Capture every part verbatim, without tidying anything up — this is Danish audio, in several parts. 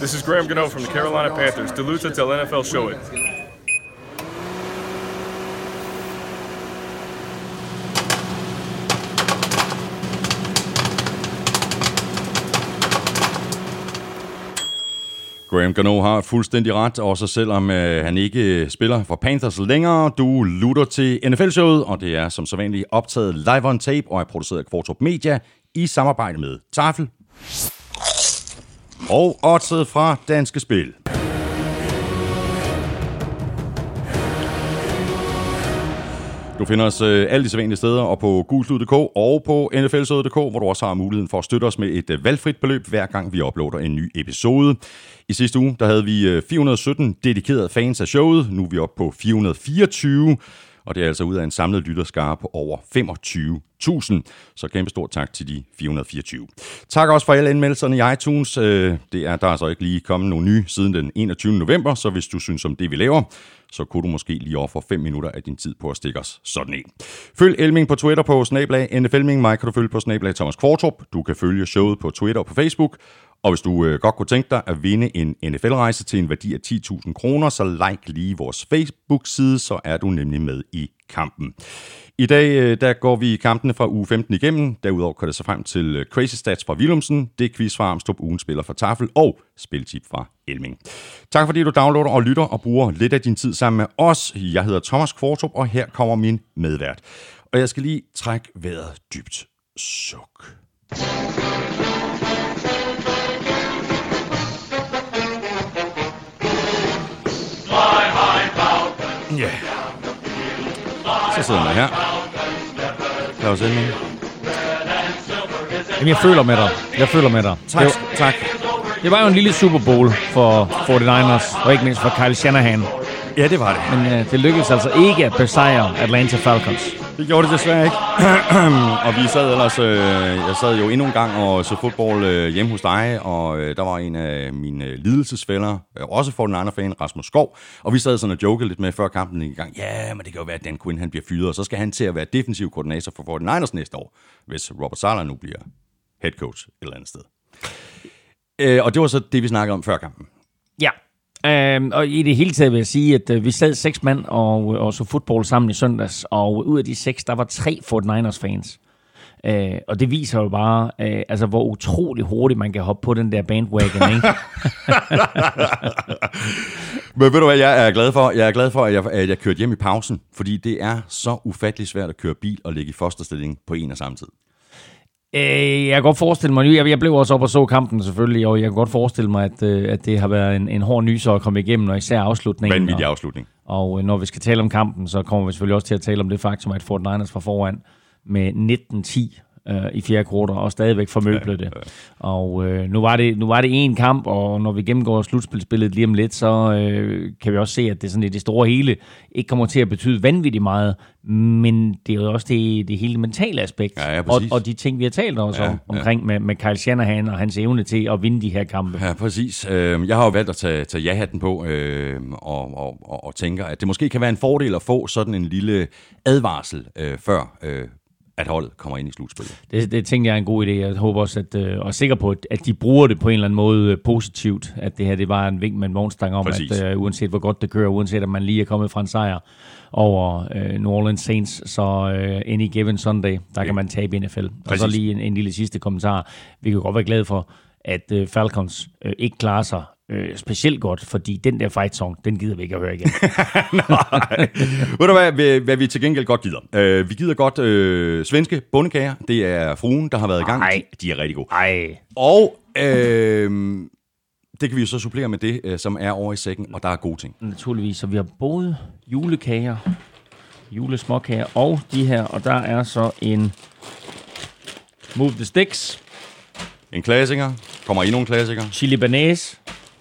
This is Graham Gano from the Carolina Panthers. Duluth until N F L show it. Graham Gano har fuldstændig ret, også selvom øh, han ikke spiller for Panthers længere. Du lytter til N F L-showet, og det er som sædvanligt optaget live on tape og er produceret af Kvartrup Media i samarbejde med Tafel og oddset fra Danske Spil. Du finder os øh, alle de sædvanlige steder og på gulslud punktum d k og på N F L showet punktum d k, hvor du også har muligheden for at støtte os med et øh, valgfrit beløb, hver gang vi uploader en ny episode. I sidste uge der havde vi øh, fire hundrede og sytten dedikerede fans af showet. Nu er vi oppe på fire hundrede og fireogtyve, og det er altså ud af en samlet lytterskare på over femogtyve tusind. Så kæmpe stort tak til de fire hundrede og fireogtyve. Tak også for alle anmeldelserne i iTunes. Øh, det er der altså ikke lige kommet nogle nye siden den enogtyvende november, så hvis du synes om det, vi laver, så kunne du måske lige ofre fem minutter af din tid på at stikke os sådan en. Følg Elming på Twitter på snablag N F Elming. Mig kan du følge på snablag Thomas Kvartrup. Du kan følge showet på Twitter og på Facebook. Og hvis du øh, godt kunne tænke dig at vinde en N F L-rejse til en værdi af ti tusind kroner, så like lige vores Facebook-side, så er du nemlig med i kampen. I dag øh, der går vi kampene fra uge femten igennem. Derudover kan det så frem til øh, Crazy Stats fra Willumsen, det er quiz fra Armstrong, ugen spiller fra Tafel og spiltip fra Elming. Tak fordi du downloader og lytter og bruger lidt af din tid sammen med os. Jeg hedder Thomas Kvartrup, og her kommer min medvært. Og jeg skal lige trække vejret dybt. Suk. Ja. Yeah. Så sidder man her. Claus Elming. Jamen, jeg føler med dig. Jeg føler med dig. Tak, det, tak. Det var jo en lille Super Bowl for forty-niners, og ikke mindst for Kyle Shanahan. Ja, det var det. Men uh, det lykkedes altså ikke at besejre Atlanta Falcons. Det gjorde det desværre ikke. Og vi sad ellers, øh, jeg sad jo endnu en gang og så fodbold øh, hjemme hos dig, og øh, der var en af mine øh, lidelsesfæller, øh, også forty-niner-fan, Rasmus Skov, og vi sad sådan og jokede lidt med før kampen i gang. Ja, men det kan jo være, at Dan Quinn han bliver fyret, og så skal han til at være defensiv koordinator for forty-niners næste år, hvis Robert Saleh nu bliver head coach et eller andet sted. Øh, og det var så det, vi snakkede om før kampen. Ja. Uh, og i det hele taget vil jeg sige, at uh, vi sad seks mand og, og så fodbold sammen i søndags, og ud af de seks, der var tre forty-niners fans. Uh, og det viser jo bare, uh, altså, hvor utrolig hurtigt man kan hoppe på den der bandwagon, ikke? Men ved du hvad, jeg er glad for? Jeg er glad for, at jeg, at jeg kørte hjem i pausen, fordi det er så ufattelig svært at køre bil og ligge i fosterstilling på en og samme tid. Jeg kan godt forestille mig, jeg blev også op og så kampen selvfølgelig, og jeg kan godt forestille mig, at, at det har været en, en hård nyser at komme igennem, og især afslutningen. Vanvittig afslutning. Og, og når vi skal tale om kampen, så kommer vi selvfølgelig også til at tale om det faktum, at forty-niners var foran med nitten ti øh, i fjerde kvartal, og stadigvæk formøblede det. Ja, ja. Og øh, nu var det nu var det en kamp, og når vi gennemgår slutspilsspillet lige om lidt, så øh, kan vi også se, at det sådan i det store hele ikke kommer til at betyde vanvittigt meget, men det er jo også det, det hele mentale aspekt, ja, ja, og, og de ting, vi har talt også ja, om, omkring ja. med, med Kyle Shanahan og hans evne til at vinde de her kampe. Ja, præcis. Jeg har jo valgt at tage, tage ja-hatten på øh, og, og, og, og tænker, at det måske kan være en fordel at få sådan en lille advarsel øh, før øh, at holdet kommer ind i slutspillet. Det, det tænker jeg er en god idé. Jeg håber også, at, øh, og er sikker på, at, at de bruger det på en eller anden måde øh, positivt. At det her det var en vink med en vognstang om, Præcis. at øh, uanset hvor godt det kører, uanset om man lige er kommet fra en sejr over øh, New Orleans Saints, så øh, any given Sunday, der ja. kan man tabe i N F L. Præcis. Og så lige en, en lille sidste kommentar. Vi kan godt være glade for, at øh, Falcons øh, ikke klarer sig Øh, specielt godt, fordi den der fight song, den gider vi ikke at høre igen. Nej. Ved du hvad, hvad, hvad vi til gengæld godt gider? Øh, vi gider godt øh, svenske bondekager. Det er fruen, der har været i gang. Ej. De er rigtig gode. Ej. Og øh, det kan vi jo så supplere med det, øh, som er over i sækken, og der er gode ting. Naturligvis, så vi har både julekager, julesmåkager og de her, og der er så en Move the Sticks. En klassiker. Kommer endnu en klassiker. Chili banæs.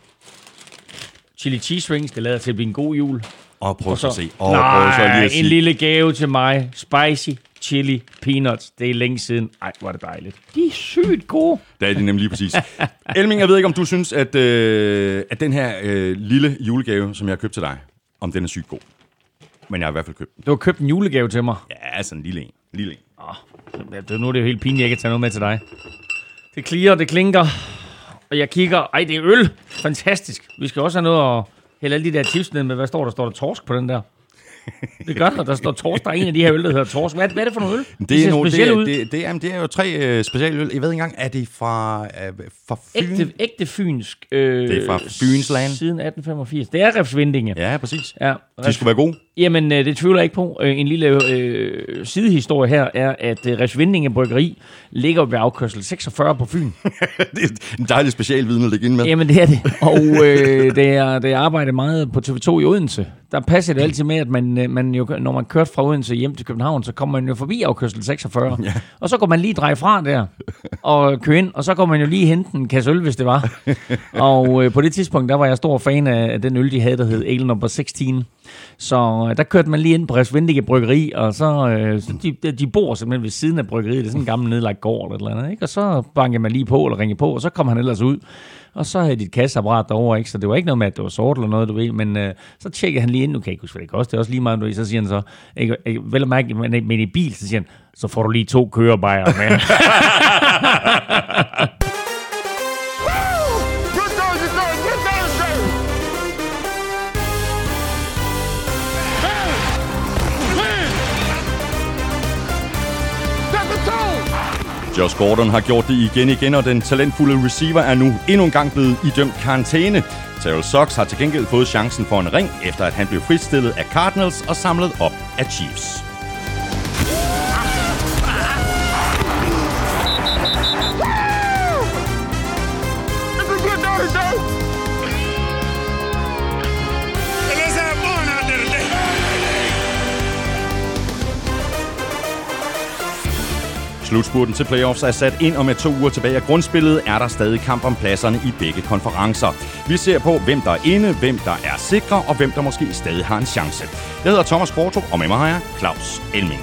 Chili cheese rings, det lader til at blive en god jul. Og prøv så, at se. Oh, nej, så lige at sige. En lille gave til mig. Spicy chili peanuts. Det er længe siden. Ej, hvor er det dejligt. De er sygt gode. Det er de nemlig lige præcis. Elming, jeg ved ikke, om du synes, at, øh, at den her øh, lille julegave, som jeg har købt til dig, om den er sygt god. Men jeg har i hvert fald købt den. Du har købt en julegave til mig? Ja, sådan en lille en. Lille en. Oh, nu er det jo helt pinligt, at jeg kan tage noget med til dig. Det klirer, det klinker. Og jeg kigger, ej, det er øl. Fantastisk. Vi skal også have noget at hælde alle de der chips ned med. Hvad står der? Står der torsk på den der? Det gør der. Der står torsk. Der er en af de her øl, der hedder torsk. Hvad, hvad er det for noget øl? Det, det, er, no, det, er, det, det, er, det er jo tre øh, specielle øl. Jeg ved ikke engang, er det fra, øh, fra Fyn? Ægte, ægte fynsk. Øh, det er fra Fyns land. Siden atten femogfirs. Det er Refsvindinge. Ja, præcis. Ja, de skulle være gode. Jamen, øh, det tvivler jeg ikke på. Øh, en lille øh, sidehistorie her er, at øh, Refsvindinge Bryggeri ligger ved afkørsel seksogfyrre på Fyn. Det er en dejlig specialviden at lægge ind med. Jamen, det er det. Og øh, det er, det er arbejdet meget på T V to i Odense. Der passer det altid med, at man, man jo, når man kørte fra Odense hjem til København, så kommer man jo forbi afkørsel seksogfyrre. Ja. Og så går man lige dreje fra der og køre ind, og så går man jo lige hente en kasse øl, hvis det var. Og øh, på det tidspunkt, der var jeg stor fan af den øl, de havde, der hed Ale nummer seksten. Så øh, der kørte man lige ind på Refsvindinge Bryggeri, og så, øh, så de, de bor simpelthen ved siden af bryggeriet. Det er sådan en gammel nedlagt gård eller et eller andet, ikke? Og så banker man lige på eller ringer på, og så kommer han ellers ud. Og så havde de et kasseapparat derovre, ikke? Så det var ikke noget med, at det var sort eller noget, du ved. Men øh, så tjekkede han lige ind. Nu kan jeg ikke huske, hvad det koster. Det er også lige meget, du ved. Så siger han så, ikke, ikke, vel at mærke, men, men i bil, så siger han, så får du lige to kørebajer med. Josh Gordon har gjort det igen igen, og den talentfulde receiver er nu endnu en gang blevet idømt karantæne. Terrell Suggs har til gengæld fået chancen for en ring, efter at han blev fristillet af Cardinals og samlet op af Chiefs. Slutspurten til playoffs er sat ind, og med to uger tilbage af grundspillet er der stadig kamp om pladserne i begge konferencer. Vi ser på, hvem der er inde, hvem der er sikre, og hvem der måske stadig har en chance. Jeg hedder Thomas Kvartrup, og med mig har jeg Claus Elming.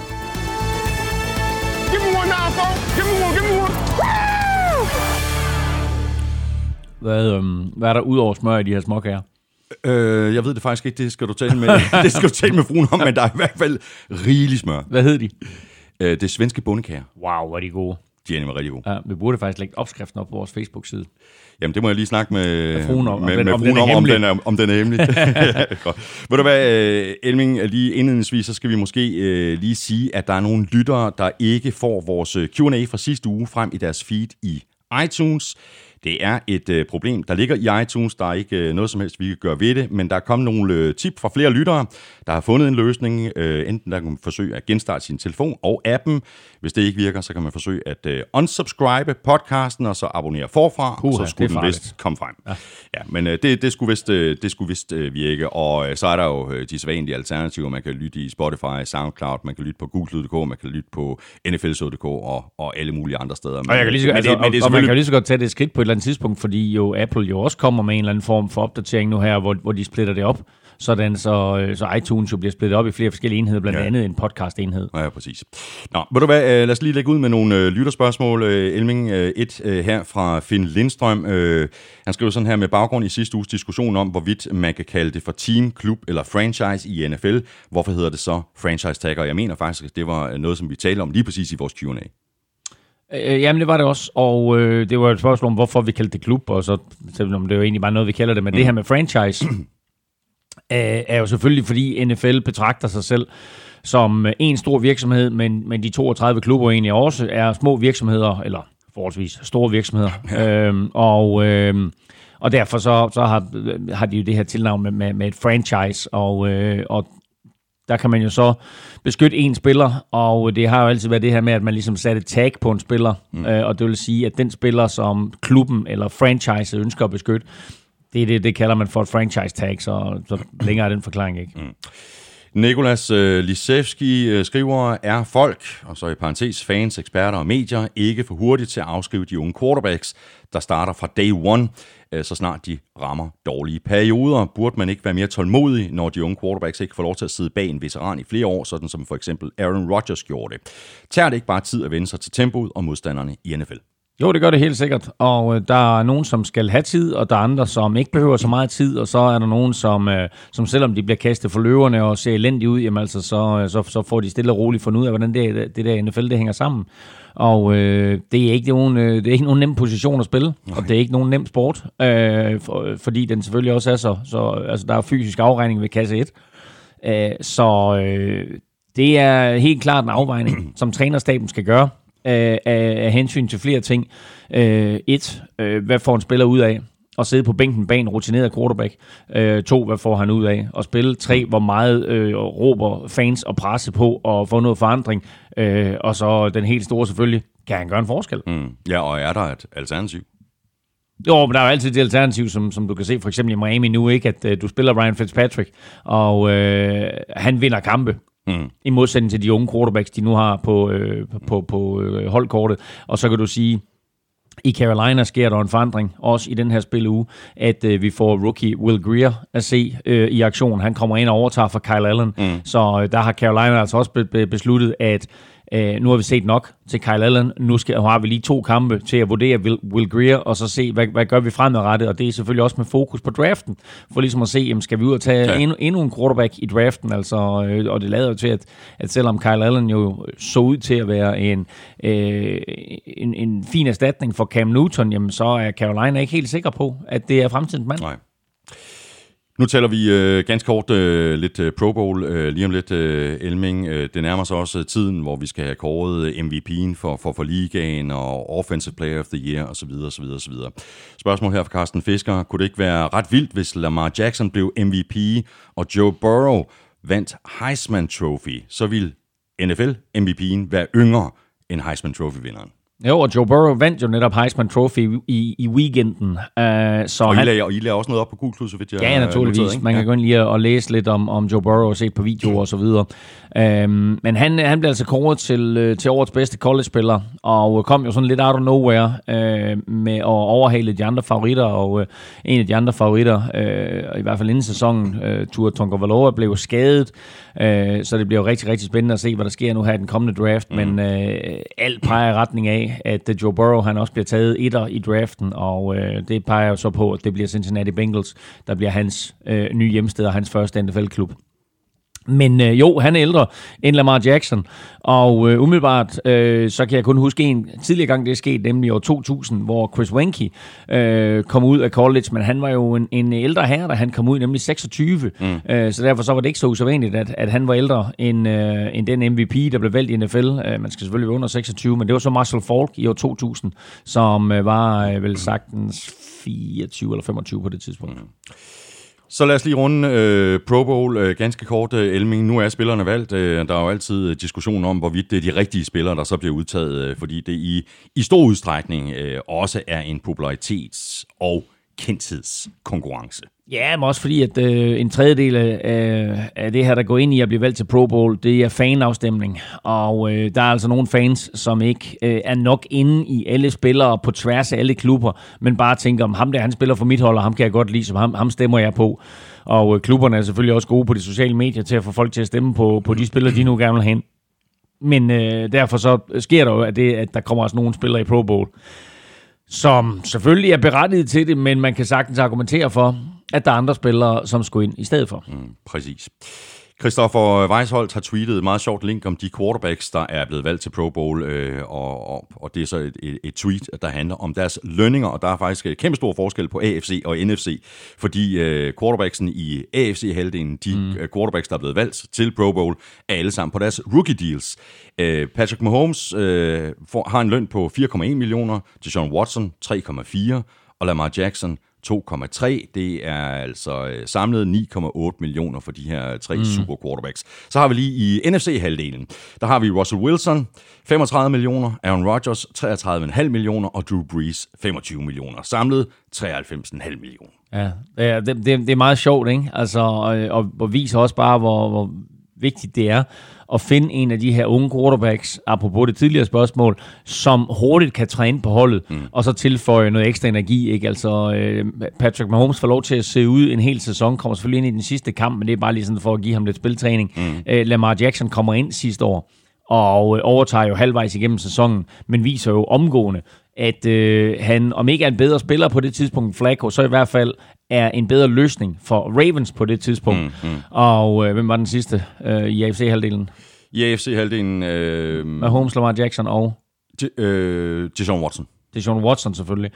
Hvad, øhm, hvad er der ud over smør i de her småkager? Øh, jeg ved det faktisk ikke, det skal du tale med, det skal du tale med fruen om, men der er i hvert fald rigelig smør. Hvad hed de? Det er svenske bondekager. Wow, hvor er de gode. De er nemlig rigtig gode. Ja, vi burde faktisk lægge opskriften op på vores Facebook-side. Jamen, det må jeg lige snakke med, med fruen om, med, om, med om, fruen om, om, om, den er, om den er hemmelig. Ved du hvad, Elming, lige indledningsvis, så skal vi måske uh, lige sige, at der er nogle lyttere, der ikke får vores Q and A fra sidste uge frem i deres feed i iTunes. Det er et øh, problem, der ligger i iTunes. Der er ikke øh, noget som helst, vi kan gøre ved det, men der er kommet nogle øh, tip fra flere lyttere, der har fundet en løsning. Øh, enten der kan man forsøge at genstarte sin telefon og appen. Hvis det ikke virker, så kan man forsøge at øh, unsubscribe podcasten og så abonnere forfra, Puha, så skulle den vist komme frem. Ja, ja men øh, det, det skulle vist, øh, det skulle vist øh, virke, og øh, så er der jo øh, de sædvanlige alternativer. Man kan lytte i Spotify, SoundCloud, man kan lytte på Google punktum d k, man kan lytte på N F L punktum d k og, og alle mulige andre steder. Men, og, jeg kan lige så, men, altså, det, men det er og man kan lige så godt tage det skridt på et eller andet tidspunkt, fordi jo Apple jo også kommer med en eller anden form for opdatering nu her, hvor, hvor de splitter det op, sådan så, så iTunes jo bliver splittet op i flere forskellige enheder, blandt ja. andet en podcast-enhed. Ja, præcis. Nå, ved du hvad, lad os lige lægge ud med nogle lytterspørgsmål. Elming, et her fra Finn Lindstrøm. Han skriver sådan her: med baggrund i sidste uges diskussion om, hvorvidt man kan kalde det for team, klub eller franchise i N F L. Hvorfor hedder det så franchise tagger? Jeg mener faktisk, at det var noget, som vi talte om lige præcis i vores Q and A. Øh, jamen det var det også, og øh, det var et spørgsmål om, hvorfor vi kaldte det klub, og så selvom det er jo egentlig bare noget, vi kalder det, men mm. det her med franchise øh, er jo selvfølgelig, fordi N F L betragter sig selv som en stor virksomhed, men, men de toogtredive klubber egentlig også er små virksomheder, eller forholdsvis store virksomheder, ja. øhm, og, øhm, og derfor så, så har, har de jo det her tilnavn med, med, med et franchise, og, øh, og der kan man jo så beskytte en spiller, og det har jo altid været det her med, at man ligesom satte tag på en spiller, mm. øh, og det vil sige, at den spiller, som klubben eller franchise ønsker at beskytte, det, det, det kalder man for et franchise tag, så, så længere er den forklaring ikke. Mm. Nikolas øh, Lisevski øh, skriver, er folk, og så i parentes fans, eksperter og medier, ikke for hurtigt til at afskrive de unge quarterbacks, der starter fra day one, øh, så snart de rammer dårlige perioder. Burde man ikke være mere tålmodig, når de unge quarterbacks ikke får lov til at sidde bag en veteran i flere år, sådan som for eksempel Aaron Rodgers gjorde det? Tager det ikke bare tid at vende sig til tempoet og modstanderne i N F L? Jo, det gør det helt sikkert, og øh, der er nogen, som skal have tid, og der er andre, som ikke behøver så meget tid, og så er der nogen, som, øh, som selvom de bliver kastet for løverne og ser elendigt ud, jamen altså, så, så, så får de stille og roligt fundet ud af, hvordan det, det der N F L det hænger sammen. Og øh, det er ikke nogen, øh, det er ikke nogen nem position at spille, Nej. og det er ikke nogen nem sport, øh, for, fordi den selvfølgelig også er så, så altså, der er fysisk afregning ved kasse et. Øh, så øh, det er helt klart en afvejning, som trænerstaben skal gøre. Af, af hensyn til flere ting. Øh, et, øh, hvad får en spiller ud af at sidde på bænken bag en rutineret quarterback? Øh, to, hvad får han ud af at spille? Tre, hvor meget øh, råber fans og presse på og få noget forandring? Øh, og så den helt store selvfølgelig, kan han gøre en forskel? Mm. Ja, og er der et alternativ? Jo, men der er jo altid det alternativ, som, som du kan se for eksempel i Miami nu, ikke, at øh, du spiller Ryan Fitzpatrick, og øh, han vinder kampe. Mm. I modsætning til de unge quarterbacks, de nu har på, øh, på, på øh, holdkortet. Og så kan du sige, i Carolina sker der en forandring, også i den her spilleuge, at øh, vi får rookie Will Grier at se øh, i aktion. Han kommer ind og overtager for Kyle Allen. Mm. Så øh, der har Carolina altså også be- besluttet, at øh, nu har vi set nok til Kyle Allen. Nu skal, har vi lige to kampe til at vurdere Will, Will Grier, og så se, hvad, hvad gør vi fremadrettet. Og det er selvfølgelig også med fokus på draften, for ligesom at se, jamen, skal vi ud og tage ja. endnu, endnu en quarterback i draften. Altså, øh, og det lader jo til, at, at selvom Kyle Allen jo så ud til at være en, øh, en, en fin erstatning for Cam Newton, jamen, så er Carolina ikke helt sikker på, at det er fremtidens mand. Nej. Nu taler vi øh, ganske kort øh, lidt øh, Pro Bowl, øh, lige om lidt, øh, Elming. Øh, det nærmer sig også tiden, hvor vi skal have kåret M V P'en for, for, for ligaen og Offensive Player of the Year osv. osv., osv. Spørgsmål her fra Carsten Fisker. Kunne det ikke være ret vildt, hvis Lamar Jackson blev M V P og Joe Burrow vandt Heisman Trophy? Så ville N F L M V P'en være yngre end Heisman Trophy-vinderen. Jo, og Joe Burrow vandt jo netop Heisman Trophy i, i weekenden. Uh, så og, han, I lagde, og I lagde også noget op på Gul Klud, så vidt jeg ja, naturligvis. Noteret, Man kan ja. gå ind lige og læse lidt om, om Joe Burrow og se på videoer og så videre. Um, men han, han blev altså kåret til, til årets bedste college-spiller, og kom jo sådan lidt out of nowhere uh, med at overhale de andre favoritter, og uh, en af de andre favoritter, uh, i hvert fald inden sæsonen, uh, Tua Tagovailoa, blev skadet, uh, så det bliver jo rigtig, rigtig spændende at se, hvad der sker nu her i den kommende draft, mm. men uh, alt peger i retning af, at Joe Burrow han også bliver taget etter i draften, og øh, det peger jo så på, at det bliver Cincinnati Bengals, der bliver hans øh, nye hjemsted og hans første N F L-klub. Men øh, jo, han er ældre end Lamar Jackson, og øh, umiddelbart, øh, så kan jeg kun huske en tidligere gang, det er sket, nemlig i år to tusind, hvor Chris Weinke øh, kom ud af college, men han var jo en, en ældre herre, da han kom ud, nemlig seksogtyve, mm. øh, så derfor så var det ikke så usædvanligt, at, at han var ældre end, øh, end den M V P, der blev valgt i N F L. Øh, man skal selvfølgelig være under seksogtyve, men det var så Marshall Faulk i år to tusind, som øh, var øh, vel sagtens fireogtyve eller femogtyve på det tidspunkt. Mm. Så lad os lige runde øh, Pro Bowl øh, ganske kort, øh, Elming. Nu er spillerne valgt. Øh, der er jo altid diskussion om, hvorvidt det er de rigtige spillere, der så bliver udtaget, øh, fordi det i, i stor udstrækning øh, også er en popularitets- og kendthedskonkurrence. Ja, men også fordi, at øh, en tredjedel af, af det her, der går ind i at blive valgt til Pro Bowl, det er fanafstemning. Og øh, der er altså nogle fans, som ikke øh, er nok inde i alle spillere på tværs af alle klubber, men bare tænker, om ham der, han spiller for mit hold, og ham kan jeg godt lide, så ham, ham stemmer jeg på. Og øh, klubberne er selvfølgelig også gode på de sociale medier til at få folk til at stemme på, på de spillere, de nu gerne vil hen. Men øh, derfor så sker der jo, at, det, at der kommer også nogle spillere i Pro Bowl, som selvfølgelig er berettiget til det, men man kan sagtens argumentere for, at der er andre spillere, som skulle ind i stedet for. Mm, præcis. Christoffer Weisholdt har tweetet et meget sjovt link om de quarterbacks, der er blevet valgt til Pro Bowl, øh, og, og, og det er så et, et, et tweet, der handler om deres lønninger, og der er faktisk et kæmpe stor forskel på A F C og N F C, fordi øh, quarterbacksen i A F C-halvdelen, de mm. quarterbacks, der er blevet valgt til Pro Bowl, er alle sammen på deres rookie deals. Øh, Patrick Mahomes øh, får, har en løn på fire komma en millioner, Deshaun Watson tre komma fire, og Lamar Jackson to komma tre. Det er altså øh, samlet ni komma otte millioner for de her tre mm. super quarterbacks. Så har vi lige i N F C-halvdelen, der har vi Russell Wilson, femogtredive millioner, Aaron Rodgers, treogtredive komma fem millioner, og Drew Brees, femogtyve millioner. Samlet treoghalvfems komma fem millioner. Ja, det, det, det er meget sjovt, ikke? Altså, og, og, og viser også bare, hvor, hvor vigtigt det er at finde en af de her unge quarterbacks, apropos det tidligere spørgsmål, som hurtigt kan træne på holdet, mm. og så tilføje noget ekstra energi. Ikke? Altså, øh, Patrick Mahomes får lov til at se ud en hel sæson, kommer selvfølgelig ind i den sidste kamp, men det er bare lige sådan for at give ham lidt spiltræning. Mm. Øh, Lamar Jackson kommer ind sidste år, og øh, overtager jo halvvejs igennem sæsonen, men viser jo omgående, at øh, han, om ikke er en bedre spiller på det tidspunkt end Flacco, så i hvert fald er en bedre løsning for Ravens på det tidspunkt. Mm, mm. Og øh, hvem var den sidste øh, i A F C-halvdelen? I A F C-halvdelen... Øh... Mahomes, Lamar Jackson og... De, øh, Deshaun Watson. Deshaun Watson selvfølgelig.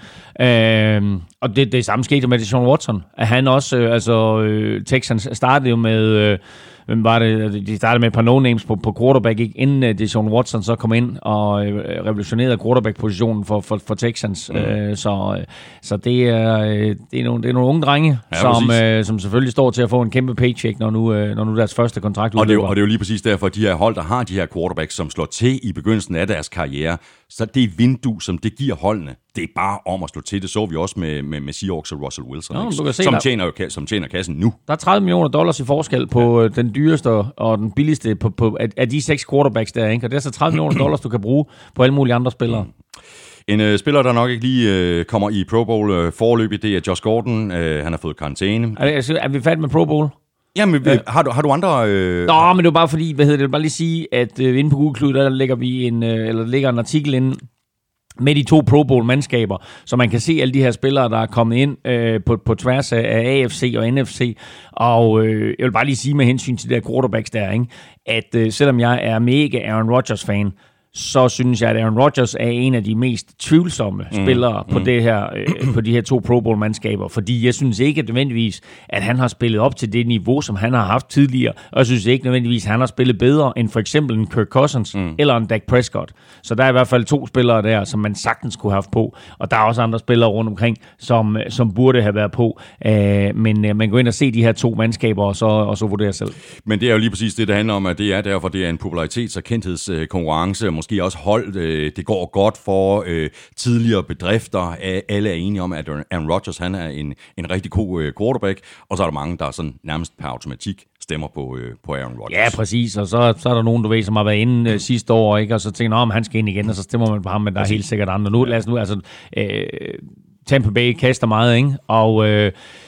Øh, og det, det samme skete med Deshaun Watson. At han også, øh, altså øh, Texans startede jo med... Øh, Hvem var det? De startede med et par no-names på, på quarterback, ikke? Inden uh, Deshaun Watson så kom ind og uh, revolutionerede quarterback-positionen for, for, for Texans. Mm. Uh, så, uh, så det er, uh, det, er nogle, det er nogle unge drenge, ja, som, uh, som selvfølgelig står til at få en kæmpe paycheck, når nu, uh, når nu deres første kontrakt udløber. Og det, er, og det er jo lige præcis derfor, at de her hold, der har de her quarterbacks, som slår til i begyndelsen af deres karriere, så det vindue, som det giver holdene, det er bare om at slå til. Det så vi også med, med, med Seahawks og Russell Wilson, Nå, som, se, tjener, som tjener kassen nu. Der er tredive millioner dollars i forskel på ja. den dyreste og den billigste på, på, af, af de seks quarterbacks der, ikke? Og det er så tredive millioner dollars, du kan bruge på alle mulige andre spillere. En øh, spiller, der nok ikke lige øh, kommer i Pro Bowl øh, forløbet, det er Josh Gordon. Øh, han har fået karantæne. Er, er, er vi færdige med Pro Bowl? Jamen, øh, har, du, har du andre... Øh... Nå, men det er bare fordi, hvad hedder det, jeg vil bare lige sige, at øh, inde på Google Klud, der lægger vi en, øh, eller ligger en artikel inde med de to Pro Bowl-mandskaber, så man kan se alle de her spillere, der er kommet ind øh, på, på tværs af A F C og N F C. Og øh, jeg vil bare lige sige med hensyn til de der quarterbacks der, ikke, at øh, selvom jeg er mega Aaron Rodgers-fan, så synes jeg, at Aaron Rodgers er en af de mest tvivlsomme mm, spillere på, mm. det her, øh, på de her to Pro Bowl-mandskaber. Fordi jeg synes ikke nødvendigvis, at han har spillet op til det niveau, som han har haft tidligere. Og jeg synes ikke nødvendigvis, at han har spillet bedre end for eksempel en Kirk Cousins mm. eller en Dak Prescott. Så der er i hvert fald to spillere der, som man sagtens kunne have haft på. Og der er også andre spillere rundt omkring, som, som burde have været på. Øh, men øh, man går ind og se de her to mandskaber, og så, og så vurderer selv. Men det er jo lige præcis det, der handler om, at det er derfor, det er en popularitets- og kendthedskonkurrence. Måske også hold, øh, det går godt for øh, tidligere bedrifter. Alle er enige om, at Aaron Rodgers, han er en, en rigtig god øh, quarterback, og så er der mange, der sådan nærmest per automatik stemmer på, øh, på Aaron Rodgers. Ja, præcis, og så, så er der nogen, du ved, som har været inde øh, sidste år, ikke? Og så tænker man, han skal ind igen, og så stemmer man på ham, men der præcis. Er helt sikkert andre. Nu, lad os nu, altså, øh, Tampa Bay kaster meget, ikke? Og øh,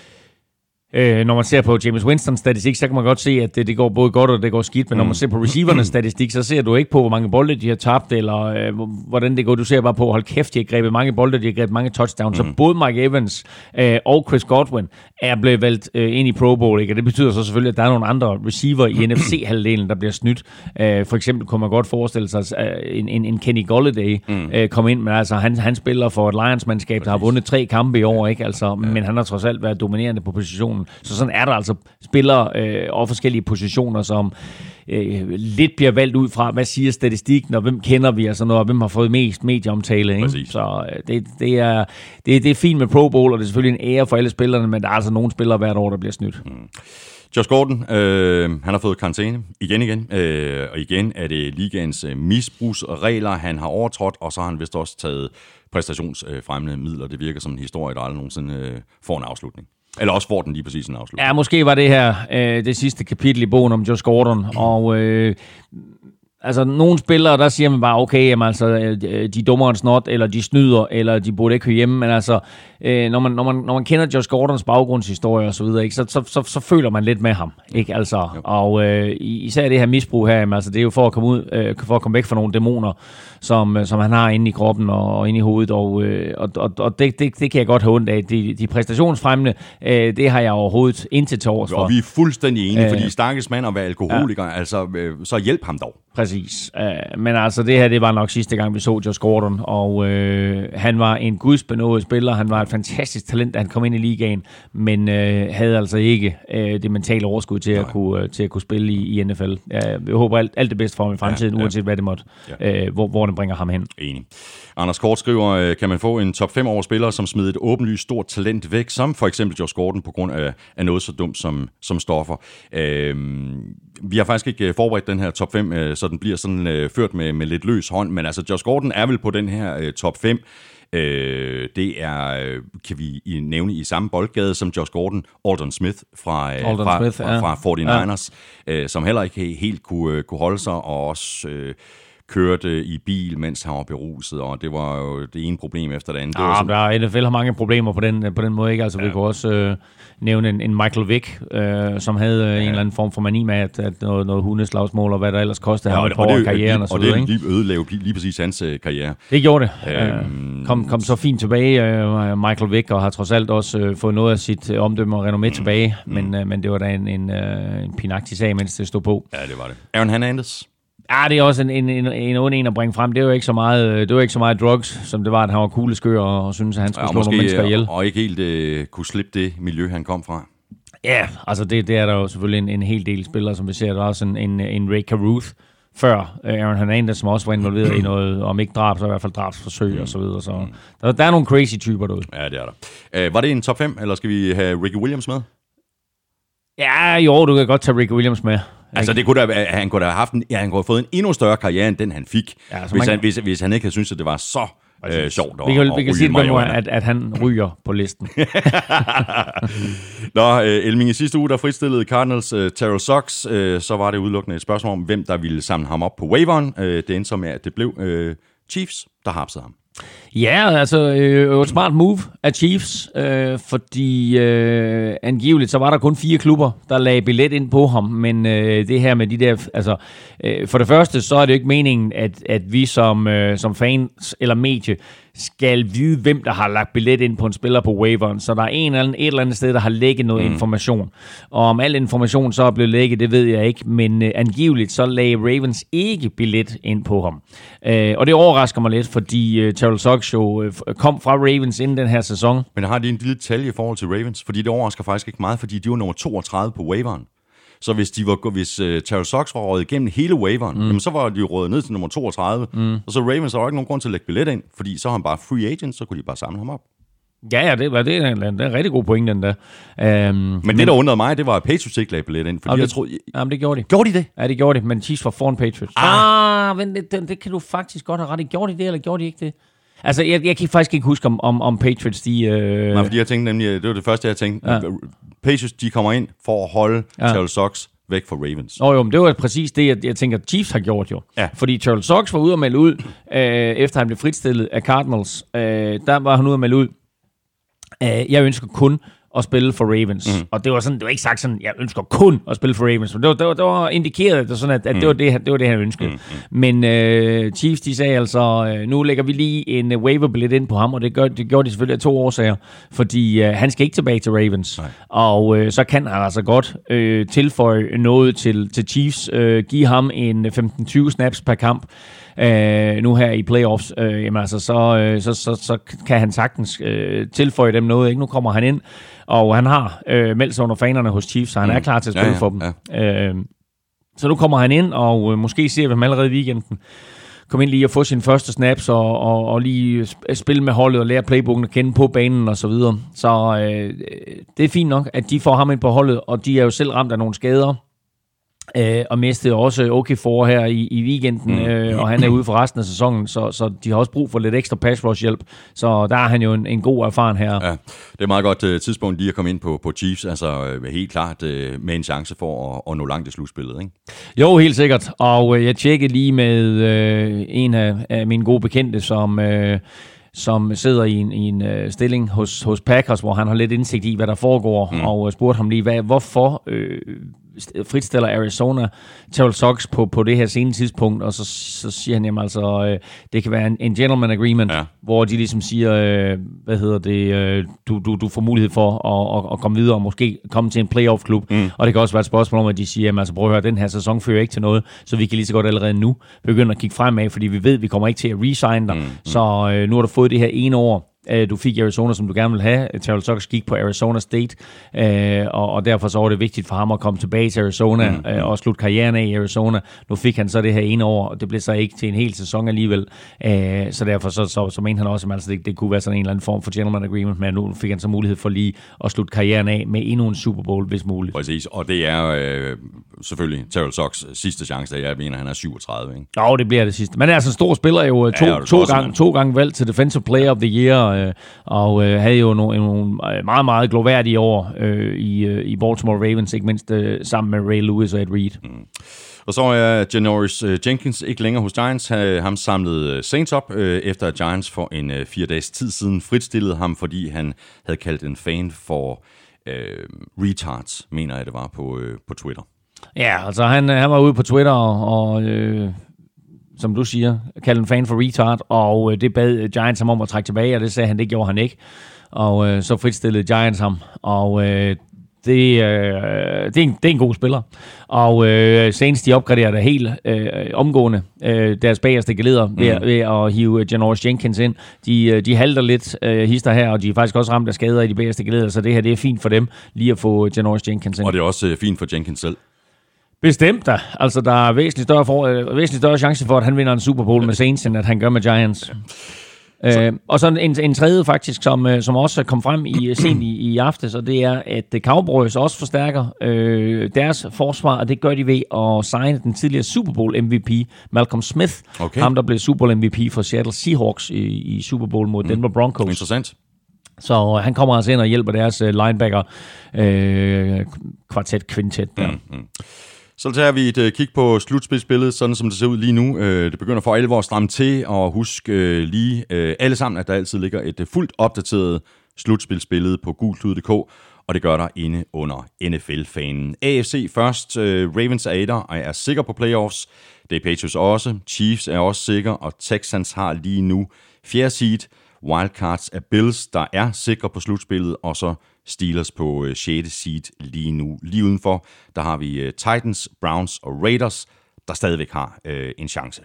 Øh, når man ser på James Winstons statistik, så kan man godt se, at det, det går både godt og det går skidt, men mm. når man ser på receivernes statistik, så ser du ikke på, hvor mange bolde de har tabt, eller øh, hvordan det går. Du ser bare på, hold kæft, de har grebet mange bolde, de har grebet mange touchdowns. Mm. Så både Mike Evans øh, og Chris Godwin er blevet valgt øh, ind i Pro Bowl, ikke? Og det betyder så selvfølgelig, at der er nogle andre receiver i N F C-halvdelen, der bliver snydt. Øh, for eksempel kunne man godt forestille sig, at en, en, en Kenny Golladay mm. øh, kom ind, men altså han, han spiller for et Lions-mandskab, der har vundet tre kampe i år, ikke? Altså, ja. Men han har trods alt været dominerende på positionen. Så sådan er der altså spillere øh, og forskellige positioner, som øh, lidt bliver valgt ud fra, hvad siger statistikken, og hvem kender vi, og sådan noget, og hvem har fået mest medieomtale. Ikke? Så øh, det, det, er, det, det er fint med Pro Bowl, og det er selvfølgelig en ære for alle spillerne, men der er altså nogle spillere hvert år, der bliver snydt. Mm. Josh Gordon, øh, han har fået karantæne igen igen, øh, og igen er det ligaens øh, misbrugsregler, han har overtrådt, og så har han vist også taget præstationsfremmende midler. Det virker som en historie, der aldrig nogensinde øh, får en afslutning. Eller også får den lige præcis en afslutning. Ja, måske var det her øh, det sidste kapitel i bogen om Josh Gordon, og øh, altså nogle spillere, der siger man bare, okay, jamen, altså, de er dummere end snot, eller de snyder, eller de burde ikke høre hjemme, men altså, øh, når, man, når, man, når man kender Josh Gordons baggrundshistorie og så videre, ikke, så, så, så, så føler man lidt med ham, ikke, altså, og øh, især det her misbrug her, jamen, altså, det er jo for at komme ud, øh, for at komme væk fra nogle dæmoner, som, som han har inde i kroppen og, og inde i hovedet, og, øh, og, og, og det, det, det kan jeg godt have ondt af. De, de præstationsfremmende, øh, det har jeg overhovedet intet til overs for. Og vi er fuldstændig enige, øh, fordi stakkels mand at være alkoholiker, ja. altså, øh, så hjælp ham dog. Præcis. Uh, men altså, det her, det var nok sidste gang, vi så Josh Gordon, og uh, han var en gudsbenådet spiller. Han var et fantastisk talent, da han kom ind i ligaen, men uh, havde altså ikke uh, det mentale overskud til at, kunne, uh, til at kunne spille i, i N F L. Uh, jeg håber alt, alt det bedste for ham i fremtiden, ja, ja. uanset hvad det måtte, ja. uh, hvor, hvor den bringer ham hen. Enig. Anders Kort skriver, kan man få en top fem over spillere, som smider et åbenlyst stort talent væk, som for eksempel Josh Gordon, på grund af, af noget så dumt som, som stoffer. Uh, vi har faktisk ikke forberedt den her top fem, uh, så den bliver sådan uh, ført med, med lidt løs hånd, men altså Josh Gordon er vel på den her uh, top fem. Uh, det er, kan vi nævne i samme boldgade som Josh Gordon, Aldon Smith fra, uh, Aldon fra, Smith, fra, ja. fra forty-niners, ja. uh, som heller ikke helt kunne, uh, kunne holde sig, og også... Uh, kørte i bil, mens han var beruset, og det var jo det ene problem efter det andet. Det ja, var sådan... der N F L har mange problemer på den, på den måde, ikke? Altså, ja. Vi kunne også øh, nævne en, en Michael Vick, øh, som havde ja. en eller anden form for mani med, at, at noget, noget hundeslagsmål, og hvad der ellers kostede ja, ham på karrieren og så videre. Og det ødelagde lige, lige præcis hans øh, karriere. Det gjorde det. Øhm... Kom, kom så fint tilbage, øh, Michael Vick, og har trods alt også øh, fået noget af sit øh, omdømme og renommé mm. tilbage, mm. Men, øh, men det var da en, en, øh, en pinagtig sag, mens det stod på. Ja, det var det. Aaron Hernandez? Ja, det er også en, en, en, en ond en at bringe frem. Det var ikke så meget, det var ikke så meget drugs, som det var, at han var kugleskør og, og syntes, at han skulle ja, slå nogle mennesker ihjel. Og ikke helt uh, kunne slippe det miljø, han kom fra. Ja, altså det, det er der jo selvfølgelig en, en hel del spillere, som vi ser. Der var også en, en, en Ray Caruth før Aaron Hernandez, som også var involveret i noget, om ikke drab, så i hvert fald drabsforsøg mm. og så videre. Så mm. der, der er nogle crazy typer derude. Ja, det er der. Uh, var det en top fem, eller skal vi have Ricky Williams med? Ja, jo, du kan godt tage Ricky Williams med. Altså, det kunne da, han kunne da have haft en, ja, han kunne have fået en endnu større karriere, end den han fik, ja, hvis, man, han, hvis, hvis han ikke havde syntes, at det var så øh, sjovt at, vi kan, at vi kan sige det at, at han ryger på listen. Nå, øh, Elming, i sidste uge, der fritstillede Cardinals øh, Terrell Suggs, øh, så var det udelukkende et spørgsmål om, hvem der ville samle ham op på waiveren. Øh, det endte så med, at det blev øh, Chiefs, der hapsede ham. Ja, altså øh, et smart move af Chiefs, øh, fordi øh, angiveligt så var der kun fire klubber, der lagde billet ind på ham, men øh, det her med de der, altså øh, for det første, så er det ikke meningen, at, at vi som, øh, som fans eller medie skal vide, hvem der har lagt billet ind på en spiller på waiveren. Så der er en eller anden, et eller andet sted, der har lægget noget mm. information. Og om al information så er blevet lægget, det ved jeg ikke. Men uh, angiveligt så lagde Ravens ikke billet ind på ham. Uh, og det overrasker mig lidt, fordi uh, Terrell Suggs jo uh, kom fra Ravens inden den her sæson. Men har de en lille detalje i forhold til Ravens? Fordi det overrasker faktisk ikke meget, fordi de var nummer toogtredive på waiveren. Så hvis, de var, hvis uh, Terrell Suggs var røget igennem hele waiveren, mm. jamen, så var de jo røget ned til nummer toogtredive. Mm. Og så Ravens har jo ikke nogen grund til at lægge billet ind, fordi så har han bare free agent, så kunne de bare samle ham op. Ja, ja, det, var, det, er, en, det er en rigtig god point, den der. Um, men, men det, der undrede mig, det var, at Patriots ikke lagde billet ind, fordi det, jeg troede... Jamen, det gjorde de. Gjorde de det? Ja, det gjorde de, men Chiefs var foran Patriots. Ah, ah men det, det, det kan du faktisk godt have ret i. Gjorde de det, eller gjorde de ikke det? Altså, jeg, jeg kan faktisk ikke huske, om, om, om Patriots, de... Øh... Nej, fordi jeg tænkte nemlig, det var det første, jeg tænkte. Ja. Patriots, de kommer ind for at holde ja. Terrell Suggs væk fra Ravens. Nå jo, men det var præcis det, jeg, jeg tænker, Chiefs har gjort jo. Ja. Fordi Terrell Suggs var ude og melde ud, øh, efter han blev fritstillet af Cardinals. Øh, der var han ude og melde ud. Øh, jeg ønsker kun at spille for Ravens. Mm. Og det var sådan, det var ikke sagt sådan, jeg ønsker kun at spille for Ravens. Men det var, det var, det var indikeret, det, sådan, at, at mm. det, var det, det var det, han ønskede. Mm. Mm. Men øh, Chiefs, de sagde altså, øh, nu lægger vi lige en uh, waiver-billet ind på ham, og det, gør, det gjorde de selvfølgelig af to årsager, fordi øh, han skal ikke tilbage til Ravens. Nej. Og øh, så kan han altså godt øh, tilføje noget til, til Chiefs, øh, give ham en femten tyve snaps per kamp, Uh, nu her i playoffs, uh, jamen altså, så, uh, så, så, så kan han sagtens uh, tilføje dem noget. Ikke? Nu kommer han ind, og han har uh, meldt sig under fanerne hos Chiefs, så han mm. er klar til at spille ja, ja, for dem. Ja. Uh, så nu kommer han ind, og uh, måske ser vi ham allerede i weekenden. Kom ind lige og få sin første snaps, og, og, og lige spille med holdet, og lære playbooken at kende på banen, og så videre. Så uh, det er fint nok, at de får ham ind på holdet, og de er jo selv ramt af nogle skader. Øh, og mistede også okay for her i, i weekenden, mm. øh, og han er ude for resten af sæsonen, så, så de har også brug for lidt ekstra pass rush hjælp, så der er han jo en, en god erfaren her. Ja, det er meget godt uh, tidspunkt lige at komme ind på, på Chiefs, altså uh, helt klart uh, med en chance for at, at nå langt i slutspillet, ikke? Jo, helt sikkert, og uh, jeg tjekkede lige med uh, en af, af mine gode bekendte, som... Uh, som sidder i en, i en uh, stilling hos, hos Packers, hvor han har lidt indsigt i, hvad der foregår, mm. og uh, spurgte ham lige, hvad, hvorfor øh, fritstiller Arizona Terrell Suggs på, på det her sene tidspunkt, og så, så siger han, jamen altså, øh, det kan være en, en gentleman agreement, ja. Hvor de ligesom siger, øh, hvad hedder det, øh, du, du, du får mulighed for at, at, at komme videre, og måske komme til en playoff-klub, mm. og det kan også være et spørgsmål om, at de siger, jamen altså, prøv at høre, den her sæson fører ikke til noget, så vi kan lige så godt allerede nu begynde at kigge fremad, fordi vi ved, at vi kommer ikke til at resign dig, mm. så øh, nu har du fået det her ene år, du fik Arizona, som du gerne vil have. Terrell Suggs gik på Arizona State, øh, og, og derfor så var det vigtigt for ham at komme tilbage til Arizona mm, øh, og slutte karrieren af i Arizona. Nu fik han så det her ene år, og det blev så ikke til en hel sæson alligevel. Øh, så derfor så, så, så mente han også, at altså, det, det kunne være sådan en eller anden form for gentleman agreement, men nu fik han så mulighed for lige at slutte karrieren af med endnu en Super Bowl, hvis muligt. Præcis, og det er øh, selvfølgelig Terrell Suggs sidste chance, da jeg mener, han er syvogtredive. Ikke? Jo, det bliver det sidste. Men er altså en stor spiller jo, to, ja, to, gange, to gange valgt til Defensive Player of the Year. øh, og øh, havde jo nogle, nogle meget, meget gloværdige år øh, i, øh, i Baltimore Ravens, ikke mindst øh, sammen med Ray Lewis og Ed Reed. Mm. Og så er Janoris Jenkins ikke længere hos Giants. Ham samlede Saints op, øh, efter at Giants for en øh, fire dages tid siden fritstillede ham, fordi han havde kaldt en fan for øh, retards, mener jeg det var på, øh, på Twitter. Ja, altså han, han var ude på Twitter og, og øh, som du siger, kaldte en fan for retard, og øh, det bad Giants ham om at trække tilbage, og det sagde han, det gjorde han ikke. Og øh, så fritstillede Giants ham, og øh, det, øh, det, er en, det er en god spiller. Og øh, Saints, de opgraderer der helt øh, omgående øh, deres bagerste geleder mm. ved, ved at hive Janoris Jenkins ind. De, de halter lidt øh, hister her, og de er faktisk også ramt af skader i de bagerste geleder, så det her det er fint for dem lige at få Janoris Jenkins ind. Og det er også øh, fint for Jenkins selv. Bestemt da. Altså, der er væsentligt større, for, øh, væsentligt større chance for, at han vinder en Super Bowl med Saints, end at han gør med Giants. Så. Øh, og så en, en tredje faktisk, som, øh, som også kom frem i sent i, i aftes, og det er, at Cowboys også forstærker øh, deres forsvar, og det gør de ved at signe den tidligere Super Bowl M V P, Malcolm Smith. Okay. Ham, der blev Super Bowl M V P for Seattle Seahawks i, i Super Bowl mod mm. Denver Broncos. Interessant. Så han kommer altså ind og hjælper deres uh, linebacker øh, kvartet, kvintet der. Mm, mm. Så tager vi et uh, kig på slutspilsbilledet, sådan som det ser ud lige nu. Uh, det begynder for alvor at stramme til, og husk uh, lige uh, alle sammen, at der altid ligger et uh, fuldt opdateret slutspilsbillede på gulklud punktum d k, og det gør der inde under N F L-fanen. A F C først. Uh, Ravens er etter og er sikker på playoffs. Det er Patriots også. Chiefs er også sikker, og Texans har lige nu fjerde seed. Wildcards er Bills, der er sikre på slutspillet, og så Steelers på øh, sjette seed lige nu. Lige udenfor, der har vi øh, Titans, Browns og Raiders, der stadigvæk har øh, en chance.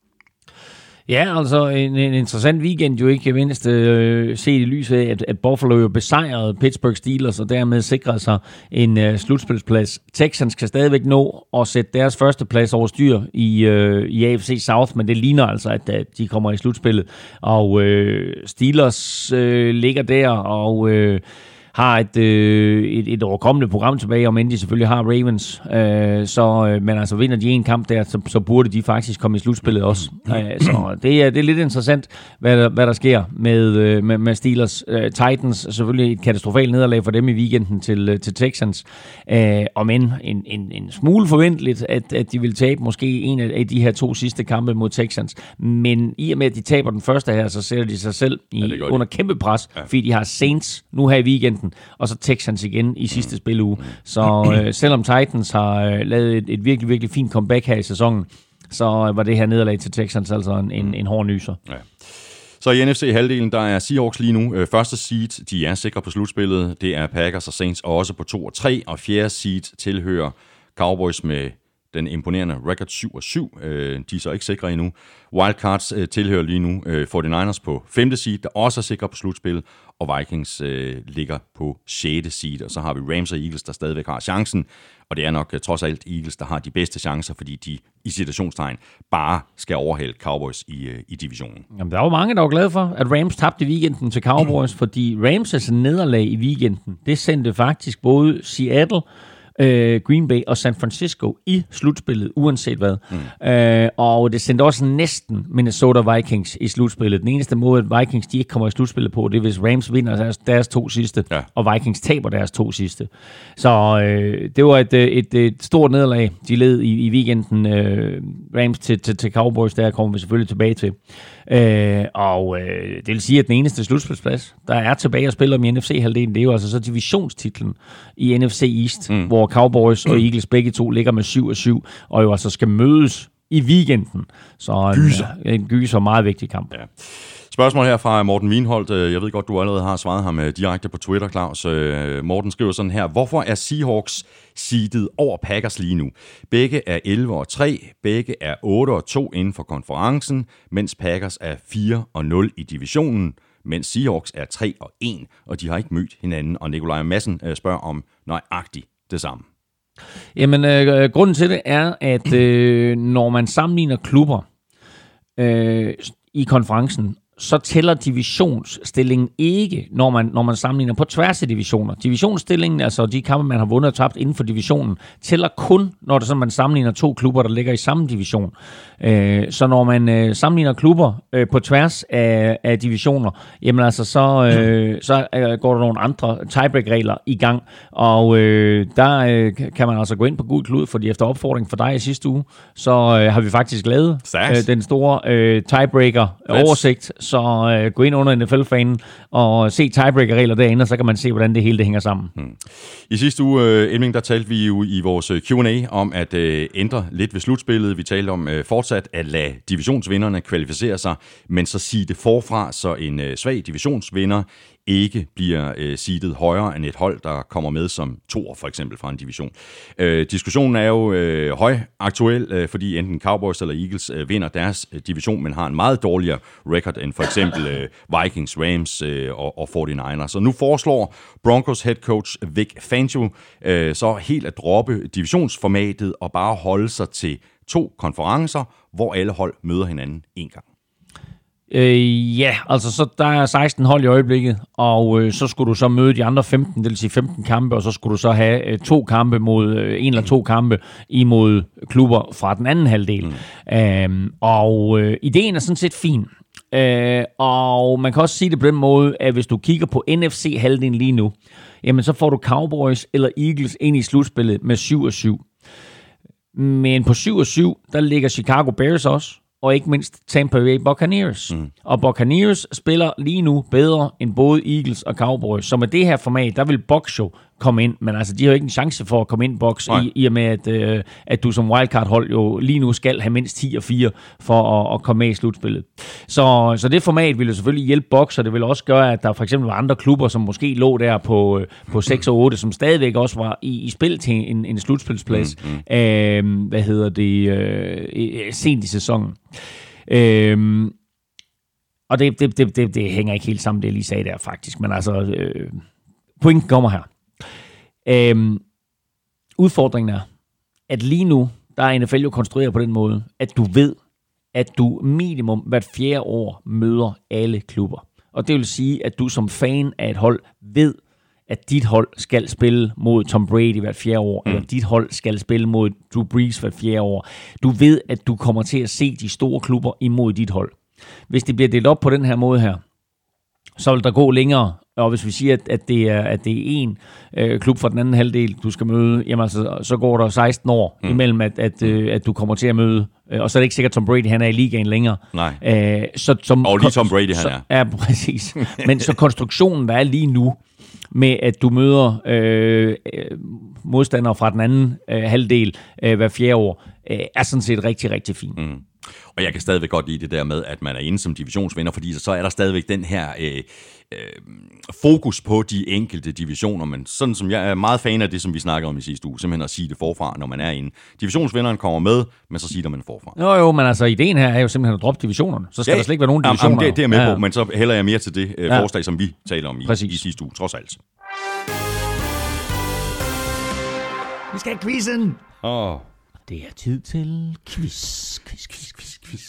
Ja, altså en, en interessant weekend jo ikke mindst øh, set i lyset af, at, at Buffalo jo besejrede Pittsburgh Steelers og dermed sikrede sig en øh, slutspilsplads. Texans kan stadigvæk nå at sætte deres første plads over styr i, øh, i A F C South, men det ligner altså, at, at de kommer i slutspillet. Og øh, Steelers øh, ligger der og øh, har et, øh, et, et overkommende program tilbage, om end de selvfølgelig har Ravens. Øh, så, øh, men altså vinder de en kamp der, så, så burde de faktisk komme i slutspillet også. Øh, så det er, det er lidt interessant, hvad der, hvad der sker med, øh, med, med Steelers. Øh, Titans selvfølgelig et katastrofalt nederlag for dem i weekenden til, til Texans. Øh, om end en, en, en smule forventeligt, at, at de vil tabe måske en af de her to sidste kampe mod Texans. Men i og med, at de taber den første her, så sætter de sig selv i, ja, under kæmpe pres, ja. Fordi de har Saints nu her i weekenden, og så Texans igen i sidste spiluge. Så øh, selvom Titans har øh, lavet et, et virkelig, virkelig fint comeback her i sæsonen, så var det her nederlag til Texans altså en, en, en hård nyser. Ja. Så i N F C-halvdelen, der er Seahawks lige nu øh, første seed. De er sikre på slutspillet. Det er Packers og Saints også på to og tre, og fjerde seed tilhører Cowboys med den imponerende record syv og syv. Øh, de er så ikke sikre endnu. Wildcards øh, tilhører lige nu øh, forty-niners på femte seed, der også er sikre på slutspil, og Vikings øh, ligger på sjette seed. Og så har vi Rams og Eagles, der stadigvæk har chancen, og det er nok øh, trods alt Eagles, der har de bedste chancer, fordi de i situationstegn bare skal overhale Cowboys i, øh, i divisionen. Jamen, der er jo mange, der var glade for, at Rams tabte i weekenden til Cowboys, fordi Rams' nederlag i weekenden, det sendte faktisk både Seattle, Green Bay og San Francisco i slutspillet, uanset hvad. Mm. Øh, og det sendte også næsten Minnesota Vikings i slutspillet. Den eneste måde, at Vikings de ikke kommer i slutspillet på, det er, hvis Rams vinder deres, deres to sidste, ja. Og Vikings taber deres to sidste. Så øh, det var et, et, et stort nederlag, de led i, i weekenden. Øh, Rams til, til, til Cowboys, der kommer vi selvfølgelig tilbage til. Øh, og øh, det vil sige, at den eneste slutspilsplads, der er tilbage at spille om i N F C-halvdelen, det er jo altså så divisionstitlen i N F C East, mm. hvor Cowboys og Eagles begge to ligger med syv og syv, og jo altså skal mødes i weekenden. Så gyser. En, en gyser meget vigtig kamp. Ja. Spørgsmål her fra Morten Wienholdt. Jeg ved godt, du allerede har svaret ham direkte på Twitter, Claus. Morten skriver sådan her: Hvorfor er Seahawks seedet over Packers lige nu? Begge er elleve og tre, begge er otte og to inden for konferencen, mens Packers er fire og nul i divisionen, mens Seahawks er tre og en, og de har ikke mødt hinanden. Og Nikolaj Madsen spørger om nøjagtigt det samme. Jamen, øh, grunden til det er, at øh, når man sammenligner klubber øh, i konferencen, så tæller divisionsstillingen ikke, når man, når man sammenligner på tværs af divisioner. Divisionsstillingen, altså de kampe, man har vundet og tabt inden for divisionen, tæller kun, når det sådan, man sammenligner to klubber, der ligger i samme division. Øh, så når man øh, sammenligner klubber øh, på tværs af, af divisioner, jamen altså, så, øh, så øh, går der nogle andre tiebreak-regler i gang, og øh, der øh, kan man altså gå ind på Gul Klud, fordi efter opfordring for dig i sidste uge, så øh, har vi faktisk lavet øh, den store øh, tiebreaker-oversigt, så øh, gå ind under N F L-fanen og se tiebreaker-regler derinde, og så kan man se, hvordan det hele det hænger sammen. Hmm. I sidste uge, øh, Elming, der talte vi jo i vores Q and A om at øh, ændre lidt ved slutspillet. Vi talte om øh, fortsat at lade divisionsvinderne kvalificere sig, men så sige det forfra, så en øh, svag divisionsvinder ikke bliver øh, seedet højere end et hold, der kommer med som toer, for eksempel fra en division. Øh, diskussionen er jo øh, højaktuel, øh, fordi enten Cowboys eller Eagles øh, vinder deres øh, division, men har en meget dårligere record end for eksempel øh, Vikings, Rams øh, og, og forty-niners. Så nu foreslår Broncos head coach Vic Fangio øh, så helt at droppe divisionsformatet og bare holde sig til to konferencer, hvor alle hold møder hinanden en gang. Øh, ja, altså så der er seksten hold i øjeblikket, og øh, så skulle du så møde de andre femten, det vil sige femten kampe, og så skulle du så have øh, to kampe mod, øh, en eller to kampe imod klubber fra den anden halvdel. Mm. Øh, og øh, ideen er sådan set fin. Øh, og man kan også sige det på den måde, at hvis du kigger på N F C-halvdelen lige nu, jamen så får du Cowboys eller Eagles ind i slutspillet med syv og syv. Men på syv og syv, der ligger Chicago Bears også, og ikke mindst Tampa Bay Buccaneers. Mm. Og Buccaneers spiller lige nu bedre end både Eagles og Cowboys. Så med det her format, der vil Bucs jo komme ind, men altså, de har jo ikke en chance for at komme ind Bucs, i, i og med, at, øh, at du som wildcard-hold jo lige nu skal have mindst ti og fire for at, at komme med i slutspillet. Så, så det format vil jo selvfølgelig hjælpe Bucs, og det vil også gøre, at der for eksempel var andre klubber, som måske lå der på, på seks og otte, som stadigvæk også var i, i spil til en, en slutspilsplads. Mm, mm. Øh, hvad hedder det? Øh, sent i sæsonen. Øh, og det, det, det, det, det hænger ikke helt sammen, det jeg lige sagde der faktisk, men altså, øh, pointen kommer her. Øhm, udfordringen er, at lige nu, der er N F L jo konstrueret på den måde, at du ved, at du minimum hvert fjerde år møder alle klubber. Og det vil sige, at du som fan af et hold ved, at dit hold skal spille mod Tom Brady hvert fjerde år, mm. eller dit hold skal spille mod Drew Brees hvert fjerde år. Du ved, at du kommer til at se de store klubber imod dit hold. Hvis det bliver delt op på den her måde her, så vil der gå længere. Og hvis vi siger, at, at det er at det er en øh, klub fra den anden halvdel, du skal møde, jamen altså, så går der seksten år mm. imellem, at, at, øh, at du kommer til at møde. Øh, og så er det ikke sikkert, at Tom Brady han er i ligaen længere. Nej. Æh, så, som, og lige Tom Brady han så, er. Ja, præcis. Men så konstruktionen, der er lige nu, med at du møder øh, modstandere fra den anden øh, halvdel øh, hver fjerde år, øh, er sådan set rigtig, rigtig fint. Mm. Og jeg kan stadigvæk godt lide det der med, at man er inde som divisionsvinder, fordi så er der stadigvæk den her øh, øh, fokus på de enkelte divisioner, men sådan som jeg er meget fan af det, som vi snakkede om i sidste uge, simpelthen at sige det forfra, når man er inde. Divisionsvinderen kommer med, men så siger man forfra. Jo jo, men altså ideen her er jo simpelthen at droppe divisionerne, så skal ja, der slet ikke være nogen divisioner. Jamen, det, det er med ja. på, men så hælder jeg mere til det øh, ja. forslag, som vi taler om i, i sidste uge, trods alt. Vi skal have quizzen! Åh. Oh. Det er tid til quiz, quiz, quiz, quiz, quiz.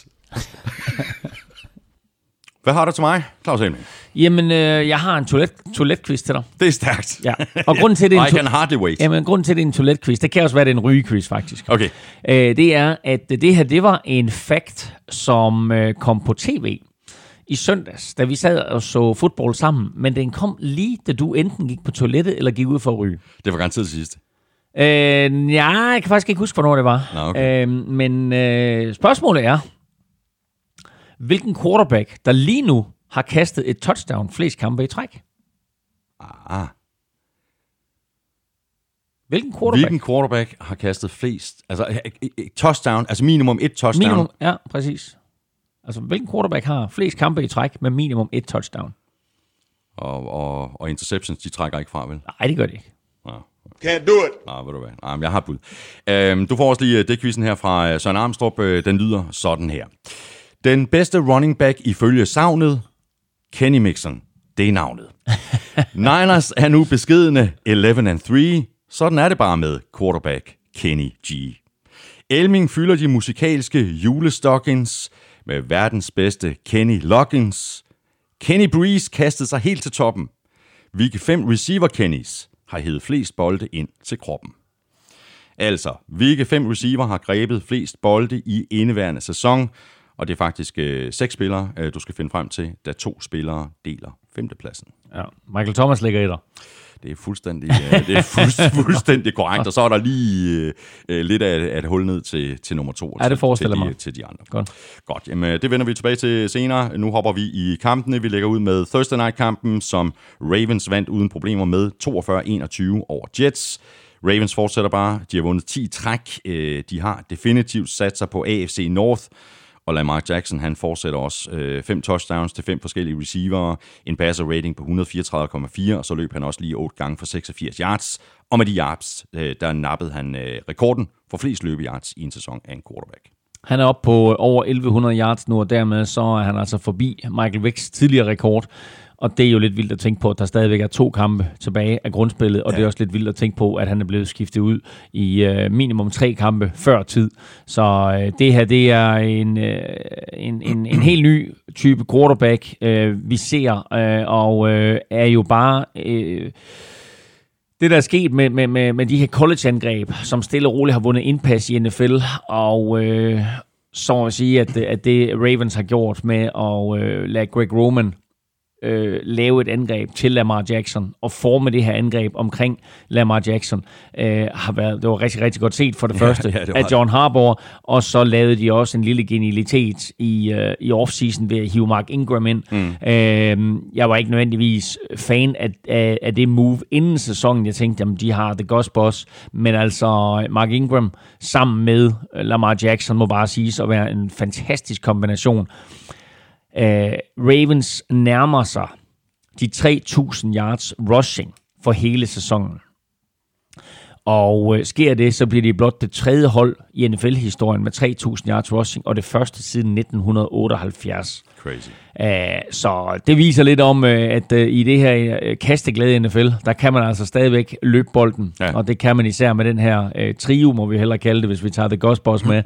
Hvad har du til mig, Claus Elming? Jamen, øh, jeg har en toilet, toiletquiz til dig. Det er stærkt. Ja. Og grunden til, det er en I can hardly wait. Jamen, grunden til, det er en toiletquiz, det kan også være, det er en rygequiz, faktisk. Okay. Øh, det er, at det her, det var en fact, som øh, kom på tv i søndags, da vi sad og så fodbold sammen, men den kom lige, da du enten gik på toilettet, eller gik ud for at ryge. Det var garanteret til sidst. Øh, ja, jeg kan faktisk ikke huske, hvornår det var. Nå, okay. øh, men øh, spørgsmålet er, hvilken quarterback, der lige nu har kastet et touchdown flest kampe i træk? Ah. Hvilken quarterback? Hvilken quarterback har kastet flest? Altså touchdown, altså minimum et touchdown? Minimum, ja, præcis. Altså, hvilken quarterback har flest kampe i træk med minimum et touchdown? Og, og, og interceptions, de trækker ikke fra, vel? Nej, det gør det ikke. Ja. Can't do it. Nej, ved du hvad. Nej, jeg har et bud. Øhm, du får også lige det quizzen her fra Søren Armstrong. Den lyder sådan her. Den bedste running back ifølge savnet, Kenny Mixon. Det er navnet. Niners er nu beskedne elleve and tre. Sådan er det bare med quarterback Kenny G. Elming fylder de musikalske julestockings med verdens bedste Kenny Loggins. Kenny Breeze kastede sig helt til toppen. Hvilke fem receiver Kennys har hævet flest bolde ind til kroppen? Altså, hvilke fem receiver har grebet flest bolde i indeværende sæson? Og det er faktisk øh, seks spillere, øh, du skal finde frem til, da to spillere deler femtepladsen. Ja, Michael Thomas ligger i dig. Det er fuldstændig, øh, det er fuldstændig, fuldstændig korrekt, og så er der lige øh, lidt af et hul ned til, til nummer to. Ja, det forestiller til de, mig. Til de andre. Godt. Godt, jamen det vender vi tilbage til senere. Nu hopper vi i kampene. Vi lægger ud med Thursday Night-kampen, som Ravens vandt uden problemer med toogfyrre enogtyve over Jets. Ravens fortsætter bare. De har vundet ti træk. De har definitivt sat sig på A F C North. Og Lamar Jackson, han fortsætter også øh, fem touchdowns til fem forskellige receiver, en passer rating på et hundrede og fireogtredive komma fire, og så løb han også lige otte gange for seksogfirs yards. Og med de yards, øh, der nappede han øh, rekorden for flest løbeyards i en sæson af en quarterback. Han er oppe på over elleve hundrede yards nu, og dermed så er han altså forbi Michael Vicks tidligere rekord. Og det er jo lidt vildt at tænke på, at der stadigvæk er to kampe tilbage af grundspillet, og ja. Det er også lidt vildt at tænke på, at han er blevet skiftet ud i øh, minimum tre kampe før tid. Så øh, det her, det er en, øh, en, en, en helt ny type quarterback, øh, vi ser, øh, og øh, er jo bare... Øh, Det, der er sket med, med, med, med de her college-angreb, som stille og roligt har vundet indpas i N F L, og øh, så må jeg sige, at, at det Ravens har gjort med at øh, lade Greg Roman øh, lave et angreb til Lamar Jackson, og forme det her angreb omkring Lamar Jackson, øh, har været, det var rigtig, rigtig godt set for det ja, første ja, det af John Harbaugh, og så lavede de også en lille genialitet i, øh, i offseason ved at hive Mark Ingram ind. Mm. Øh, jeg var ikke nødvendigvis fan af, af, af det move inden sæsonen. Jeg tænkte, jamen de har the Gus Boss, men altså Mark Ingram sammen med Lamar Jackson må bare siges at være en fantastisk kombination. Uh, Ravens nærmer sig de tre tusind yards rushing for hele sæsonen. Og uh, sker det, så bliver det blot det tredje hold i N F L-historien med tre tusind yards rushing, og det første siden nitten otteoghalvfjerds. Crazy. Uh, så det viser lidt om, uh, at uh, i det her uh, kasteglade N F L, der kan man altså stadigvæk løbe bolden. Ja. Og det kan man især med den her uh, trio, må vi hellere kalde det, hvis vi tager The Gus Boss med.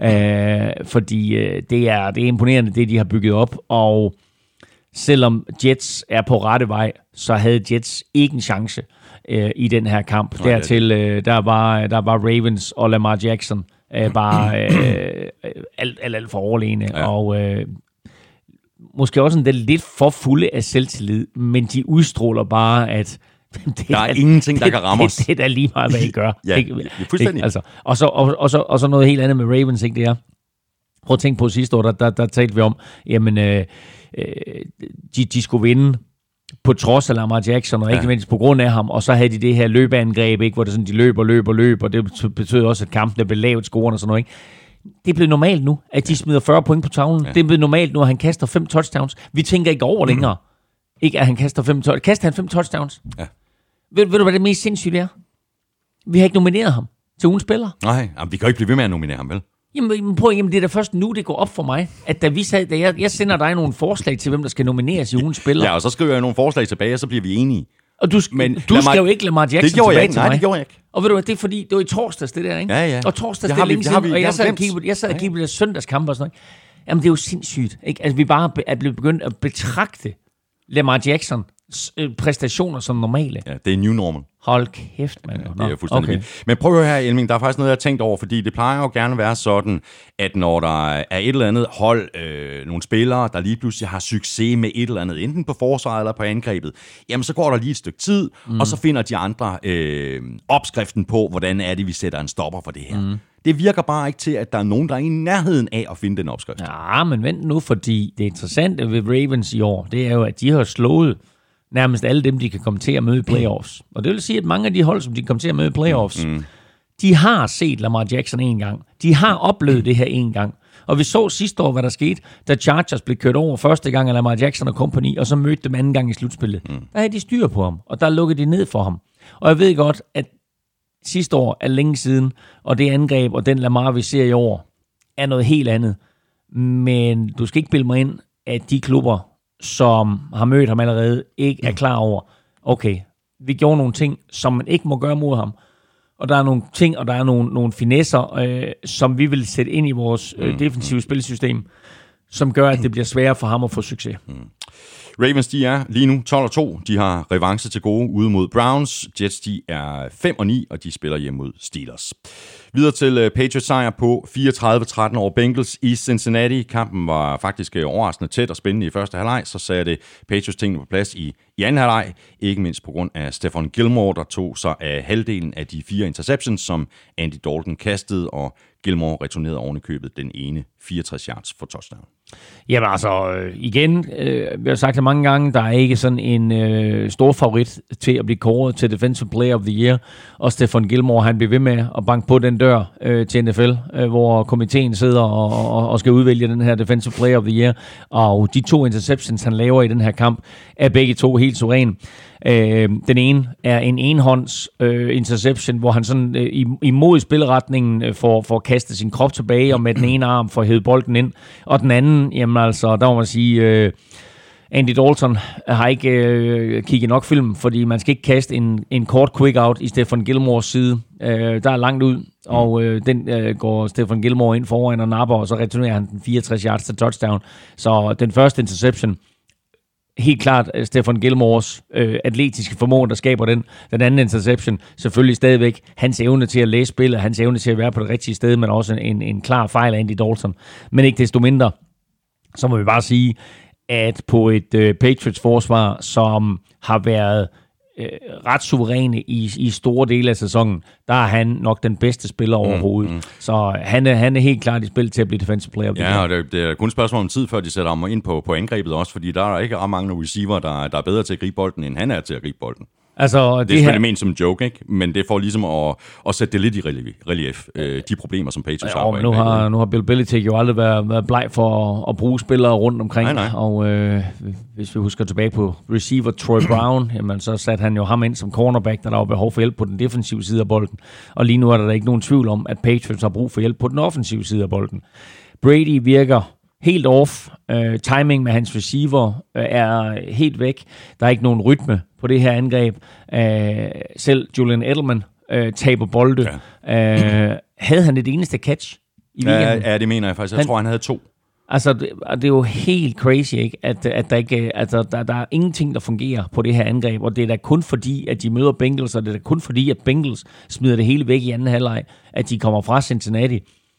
uh, fordi uh, det, er, det er imponerende, det de har bygget op. Og selvom Jets er på rette vej, så havde Jets ikke en chance uh, i den her kamp. Okay. Dertil, uh, der, var, der var Ravens og Lamar Jackson uh, bare uh, alt, alt, alt for overlegne. Ja. Og uh, måske også en del lidt for fulde af selvtillid, men de udstråler bare, at det der er, er ingenting, der det, kan ramme os. Det, det er da lige meget, hvad I gør. ja, ikke, fuldstændig. Ikke? Altså, og, så, og, og, så, og så noget helt andet med Ravens, ikke det er? Prøv at tænke på sidste år, der, der, der talte vi om, jamen, øh, øh, de, de skulle vinde på trods af Lamar Jackson, og ikke nødvendigvis på grund af ham, og så havde de det her løbeangreb, ikke, hvor det sådan, de løber, løber, løber, og det betød også, at kampen blev lavt scoren og sådan noget, ikke? Det er blevet normalt nu, at de smider fyrre point på tavlen. Ja. Det er blevet normalt nu, at han kaster fem touchdowns. Vi tænker ikke over længere. Mm. Ikke, at han kaster fem touchdowns. Kaster han fem touchdowns? Ja. Ved, ved du, hvad det mest sindssygt er? Vi har ikke nomineret ham til ugens spiller. Nej, vi kan jo ikke blive ved med at nominere ham, vel? Jamen, prøv, jamen det er da først nu, det går op for mig, at da vi sad, da jeg, jeg sender dig nogle forslag til, hvem der skal nomineres i ugens spiller. Ja, og så skriver jeg nogle forslag tilbage, og så bliver vi enige. Og du, men, du skal jo ikke Lamar Jackson tilbage jeg ikke. til Nej, mig. det gjorde jeg ikke. Og ved du hvad, det er fordi, det var i torsdags det der, ikke? Ja, ja. Og torsdags det er længe siden, og jeg sad og kiggede, jeg sad og kiggede på det søndagskamp og sådan noget. Jamen det er jo sindssygt, ikke? Altså vi bare er blevet begyndt at betragte Lamar Jackson præstationer som normale. Ja, det er new normal. Hold kæft, mand. Ja, det er fuldstændig okay. Men prøv at høre her, Elming, der er faktisk noget, jeg har tænkt over, fordi det plejer jo gerne at være sådan, at når der er et eller andet hold, øh, nogle spillere, der lige pludselig har succes med et eller andet, enten på forsvaret eller på angrebet, jamen så går der lige et stykke tid, mm. og så finder de andre øh, opskriften på, hvordan er det, vi sætter en stopper for det her. Mm. Det virker bare ikke til, at der er nogen, der er i nærheden af at finde den opskrift. Ja, men vent nu, fordi det interessante ved Ravens i år, det er jo, at de har slået nærmest alle dem, de kan komme til at møde i playoffs. Og det vil sige, at mange af de hold, som de kommer til at møde i playoffs, mm. de har set Lamar Jackson en gang. De har oplevet det her en gang. Og vi så sidste år, hvad der skete, da Chargers blev kørt over første gang af Lamar Jackson og company, og så mødte dem anden gang i slutspillet. Mm. Der havde de styr på ham, og der lukkede de ned for ham. Og jeg ved godt, at sidste år er længe siden, og det angreb og den Lamar, vi ser i år, er noget helt andet. Men du skal ikke bilde mig ind, at de klubber, som har mødt ham allerede, ikke er klar over, okay, vi gjorde nogle ting, som man ikke må gøre mod ham, og der er nogle ting, og der er nogle, nogle finesser, øh, som vi vil sætte ind i vores øh, defensive spilsystem, som gør, at det bliver sværere for ham at få succes. Mm. Ravens, de er lige nu tolv og to. De har revanche til gode ude mod Browns. Jets, de er fem og ni, og de spiller hjemme mod Steelers. Videre til Patriots sejr på fireogtredive tretten over Bengals i Cincinnati. Kampen var faktisk overraskende tæt og spændende i første halvleg. Så satte det Patriots tingene på plads i, i anden halvleg. Ikke mindst på grund af Stephon Gilmore, der tog sig af halvdelen af de fire interceptions, som Andy Dalton kastede, og Gilmore returnerede oven i købet den ene fireogtres yards for touchdown. Jamen altså, igen, øh, vi har sagt det mange gange, der er ikke sådan en øh, stor favorit til at blive kåret til Defensive Player of the Year, og Stephon Gilmore, han bliver ved med at banke på den dør øh, til N F L, øh, hvor komiteen sidder og, og, og skal udvælge den her Defensive Player of the Year, og de to interceptions, han laver i den her kamp, er begge to helt suveræne. Øh, den ene er en enhånds øh, interception, hvor han sådan øh, imod spilleretningen øh, får, får kastet sin krop tilbage, og med den ene arm får hævet bolden ind, og den anden, jamen altså, der må man sige, øh, Andy Dalton har ikke øh, kigget nok film, fordi man skal ikke kaste en, en kort quick-out i Stephon Gilmores side. Øh, der er langt ud, og øh, den øh, går Stephon Gilmore ind foran og napper, og så returnerer han den fireogtres yards til touchdown. Så den første interception, helt klart Stephon Gilmores øh, atletiske formåen, der skaber den. Den anden interception, selvfølgelig stadigvæk hans evne til at læse spillet, hans evne til at være på det rigtige sted, men også en, en klar fejl af Andy Dalton. Men ikke desto mindre, så må vi bare sige, at på et øh, Patriots-forsvar, som har været øh, ret suveræne i, i store dele af sæsonen, der er han nok den bedste spiller overhovedet. Mm, mm. Så han er, han er helt klart i spil til at blive defensive player. Ja, og det, det er kun et spørgsmål om tid, før de sætter ham ind på, på angrebet også, fordi der er ikke ret mange receiver, der, der er bedre til at gribe bolden, end han er til at gribe bolden. Altså, det, det er selvfølgelig her ment som en joke, ikke? Men det får ligesom at, at sætte det lidt i relief, relief øh, de problemer, som Patriots har. Ja, nu har, nu har Bill Belichick jo aldrig været, været bleg for at, at bruge spillere rundt omkring. Nej, nej. Og øh, hvis vi husker tilbage på receiver Troy Brown, jamen, så satte han jo ham ind som cornerback, der der var behov for hjælp på den defensive side af bolden. Og lige nu er der ikke nogen tvivl om, at Patriots har brug for hjælp på den offensive side af bolden. Brady virker helt off. Uh, timing med hans receiver uh, er helt væk. Der er ikke nogen rytme på det her angreb. Uh, selv Julian Edelman uh, taber bolde. Ja. Uh, havde han det eneste catch i weekenden? Ja, ja, det mener jeg faktisk. Jeg han, tror, han havde to. Altså, det, det er jo helt crazy, ikke? At, at der ikke, altså, der, der er ingenting, der fungerer på det her angreb, og det er da kun fordi, at de møder Bengals, og det er da kun fordi, at Bengals smider det hele væk i anden halvleg, at de kommer fra Cincinnati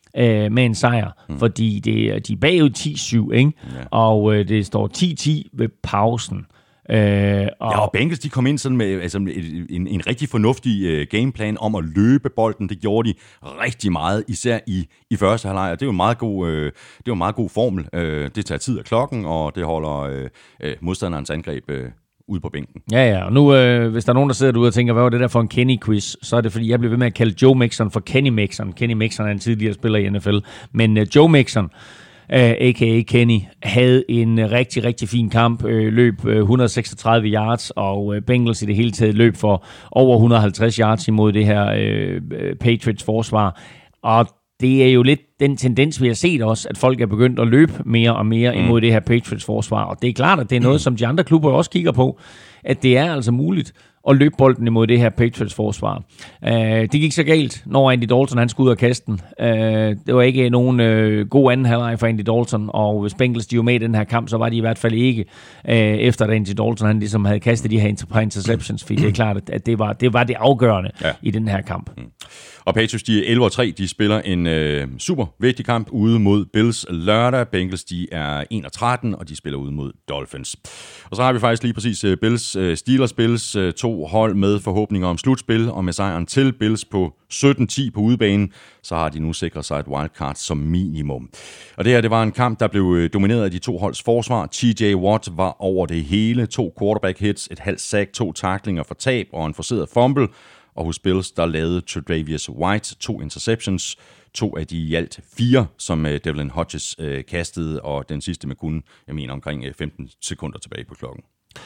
med en sejr, mm. fordi det, de er bagud ti syv, ikke? Ja. Og øh, det står ti ti ved pausen. Øh, og ja, og Bengals, de kom ind sådan med altså, en, en rigtig fornuftig øh, gameplan om at løbe bolden. Det gjorde de rigtig meget, især i, i første halvleg. Det er jo en meget god, øh, det er jo en meget god formel. Øh, det tager tid af klokken, og det holder øh, øh, modstanderens angreb øh, ude på bænken. Ja, ja, og nu, øh, hvis der er nogen, der sidder derude og tænker, hvad var det der for en Kenny-quiz, så er det, fordi jeg blev ved med at kalde Joe Mixon for Kenny Mixon. Kenny Mixon er en tidligere spiller i N F L. Men øh, Joe Mixon, øh, a k a. Kenny, havde en øh, rigtig, rigtig fin kamp. Øh, løb øh, et hundrede og seksogtredive yards, og øh, Bengals i det hele taget løb for over et hundrede og halvtreds yards imod det her øh, Patriots forsvar. Og det er jo lidt den tendens, vi har set også, at folk er begyndt at løbe mere og mere imod det her Patriots forsvar. Og det er klart, at det er noget, som de andre klubber også kigger på, at det er altså muligt at løbe bolden imod det her Patriots forsvar. Uh, det gik så galt, når Andy Dalton han skulle ud af kasten. Uh, det var ikke nogen uh, god anden halvleg for Andy Dalton, og hvis Bengals de var med i den her kamp, så var de i hvert fald ikke, uh, efter at Andy Dalton han ligesom havde kastet de her interceptions, fordi det er klart, at det var det, var det afgørende ja. i den her kamp. Mm. Og Patriots, de er elleve og tre, de spiller en øh, super vigtig kamp ude mod Bills lørdag. Bengals, de er en og tretten, og de spiller ude mod Dolphins. Og så har vi faktisk lige præcis uh, Bills, uh, Steelers Bills, uh, to hold med forhåbninger om slutspil, og med sejren til Bills på sytten ti på udebanen, så har de nu sikret sig et wildcard som minimum. Og det her, det var en kamp, der blev domineret af de to holds forsvar. T J Watt var over det hele, to quarterback hits, et halvt sack, to tacklinger for tab og en forceret fumble. Og hos Bills, der lavede Tre'Davious White to interceptions, to af de i alt fire, som uh, Devlin Hodges uh, kastede, og den sidste med kun, jeg mener, omkring uh, femten sekunder tilbage på klokken.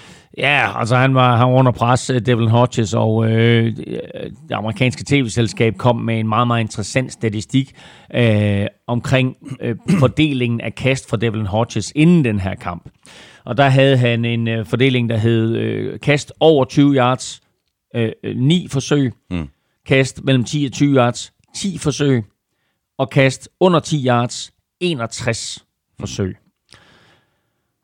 Ja, altså han var, han var under pres, Devlin Hodges, og øh, det amerikanske tv-selskab kom med en meget, meget interessant statistik øh, omkring øh, fordelingen af kast for Devlin Hodges inden den her kamp. Og der havde han en øh, fordeling, der hed øh, kast over tyve yards, øh, ni forsøg, mm. kast mellem ti og tyve yards, ti forsøg, og kast under ti yards, enogtres forsøg.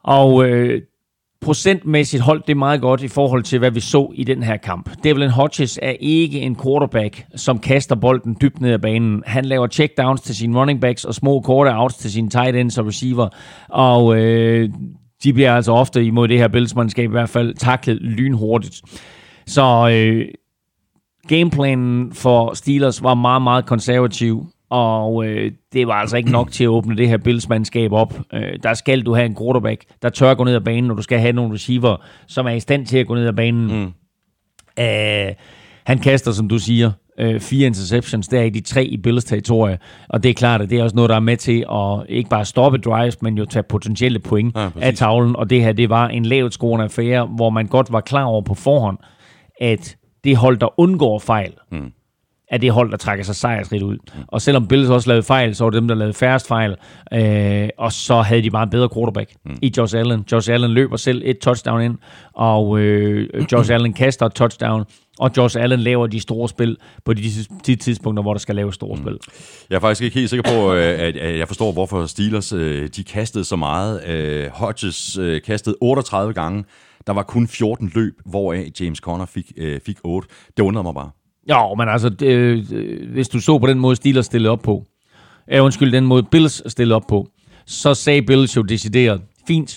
Og øh, procentmæssigt holdt det meget godt i forhold til, hvad vi så i den her kamp. Devlin Hodges er ikke en quarterback, som kaster bolden dybt ned ad banen. Han laver checkdowns til sine running backs og små korte outs til sine tight ends og receiver. Og øh, de bliver altså ofte imod det her Bills-mandskab i hvert fald taklet lynhurtigt. Så øh, gameplanen for Steelers var meget, meget konservativ. Og øh, det var altså ikke nok til at åbne det her Bills-mandskab op. Øh, der skal du have en quarterback, der tør gå ned ad banen, og du skal have nogle receiver, som er i stand til at gå ned ad banen. Mm. Øh, han kaster, som du siger, øh, fire interceptions. Der er de tre i Bills-territorie. Og det er klart, at det er også noget, der er med til at ikke bare stoppe drives, men jo tage potentielle point ja, af tavlen. Og det her, det var en lavt scorende affære, hvor man godt var klar over på forhånd, at det hold, der undgår fejl, mm. af det hold, der trækker sig sejrsrigt ud. Mm. Og selvom Bills også lavede fejl, så var det dem, der lavede færrest fejl. Øh, og så havde de bare en bedre quarterback mm. i Josh Allen. Josh Allen løber selv et touchdown ind, og øh, Josh Allen kaster et touchdown, og Josh Allen laver de store spil på de, de tidspunkter, hvor der skal laves store mm. spil. Jeg er faktisk ikke helt sikker på, at jeg forstår, hvorfor Steelers de kastede så meget. Hodges kastede otteogtredive gange. Der var kun fjorten løb, hvoraf James Conner fik, fik otte. Det undrede mig bare. Jo, men altså, det, hvis du så på den måde, Steelers stillede op på, øh, undskyld, den måde Bills stillede op på, så sagde Bills jo decideret, fint,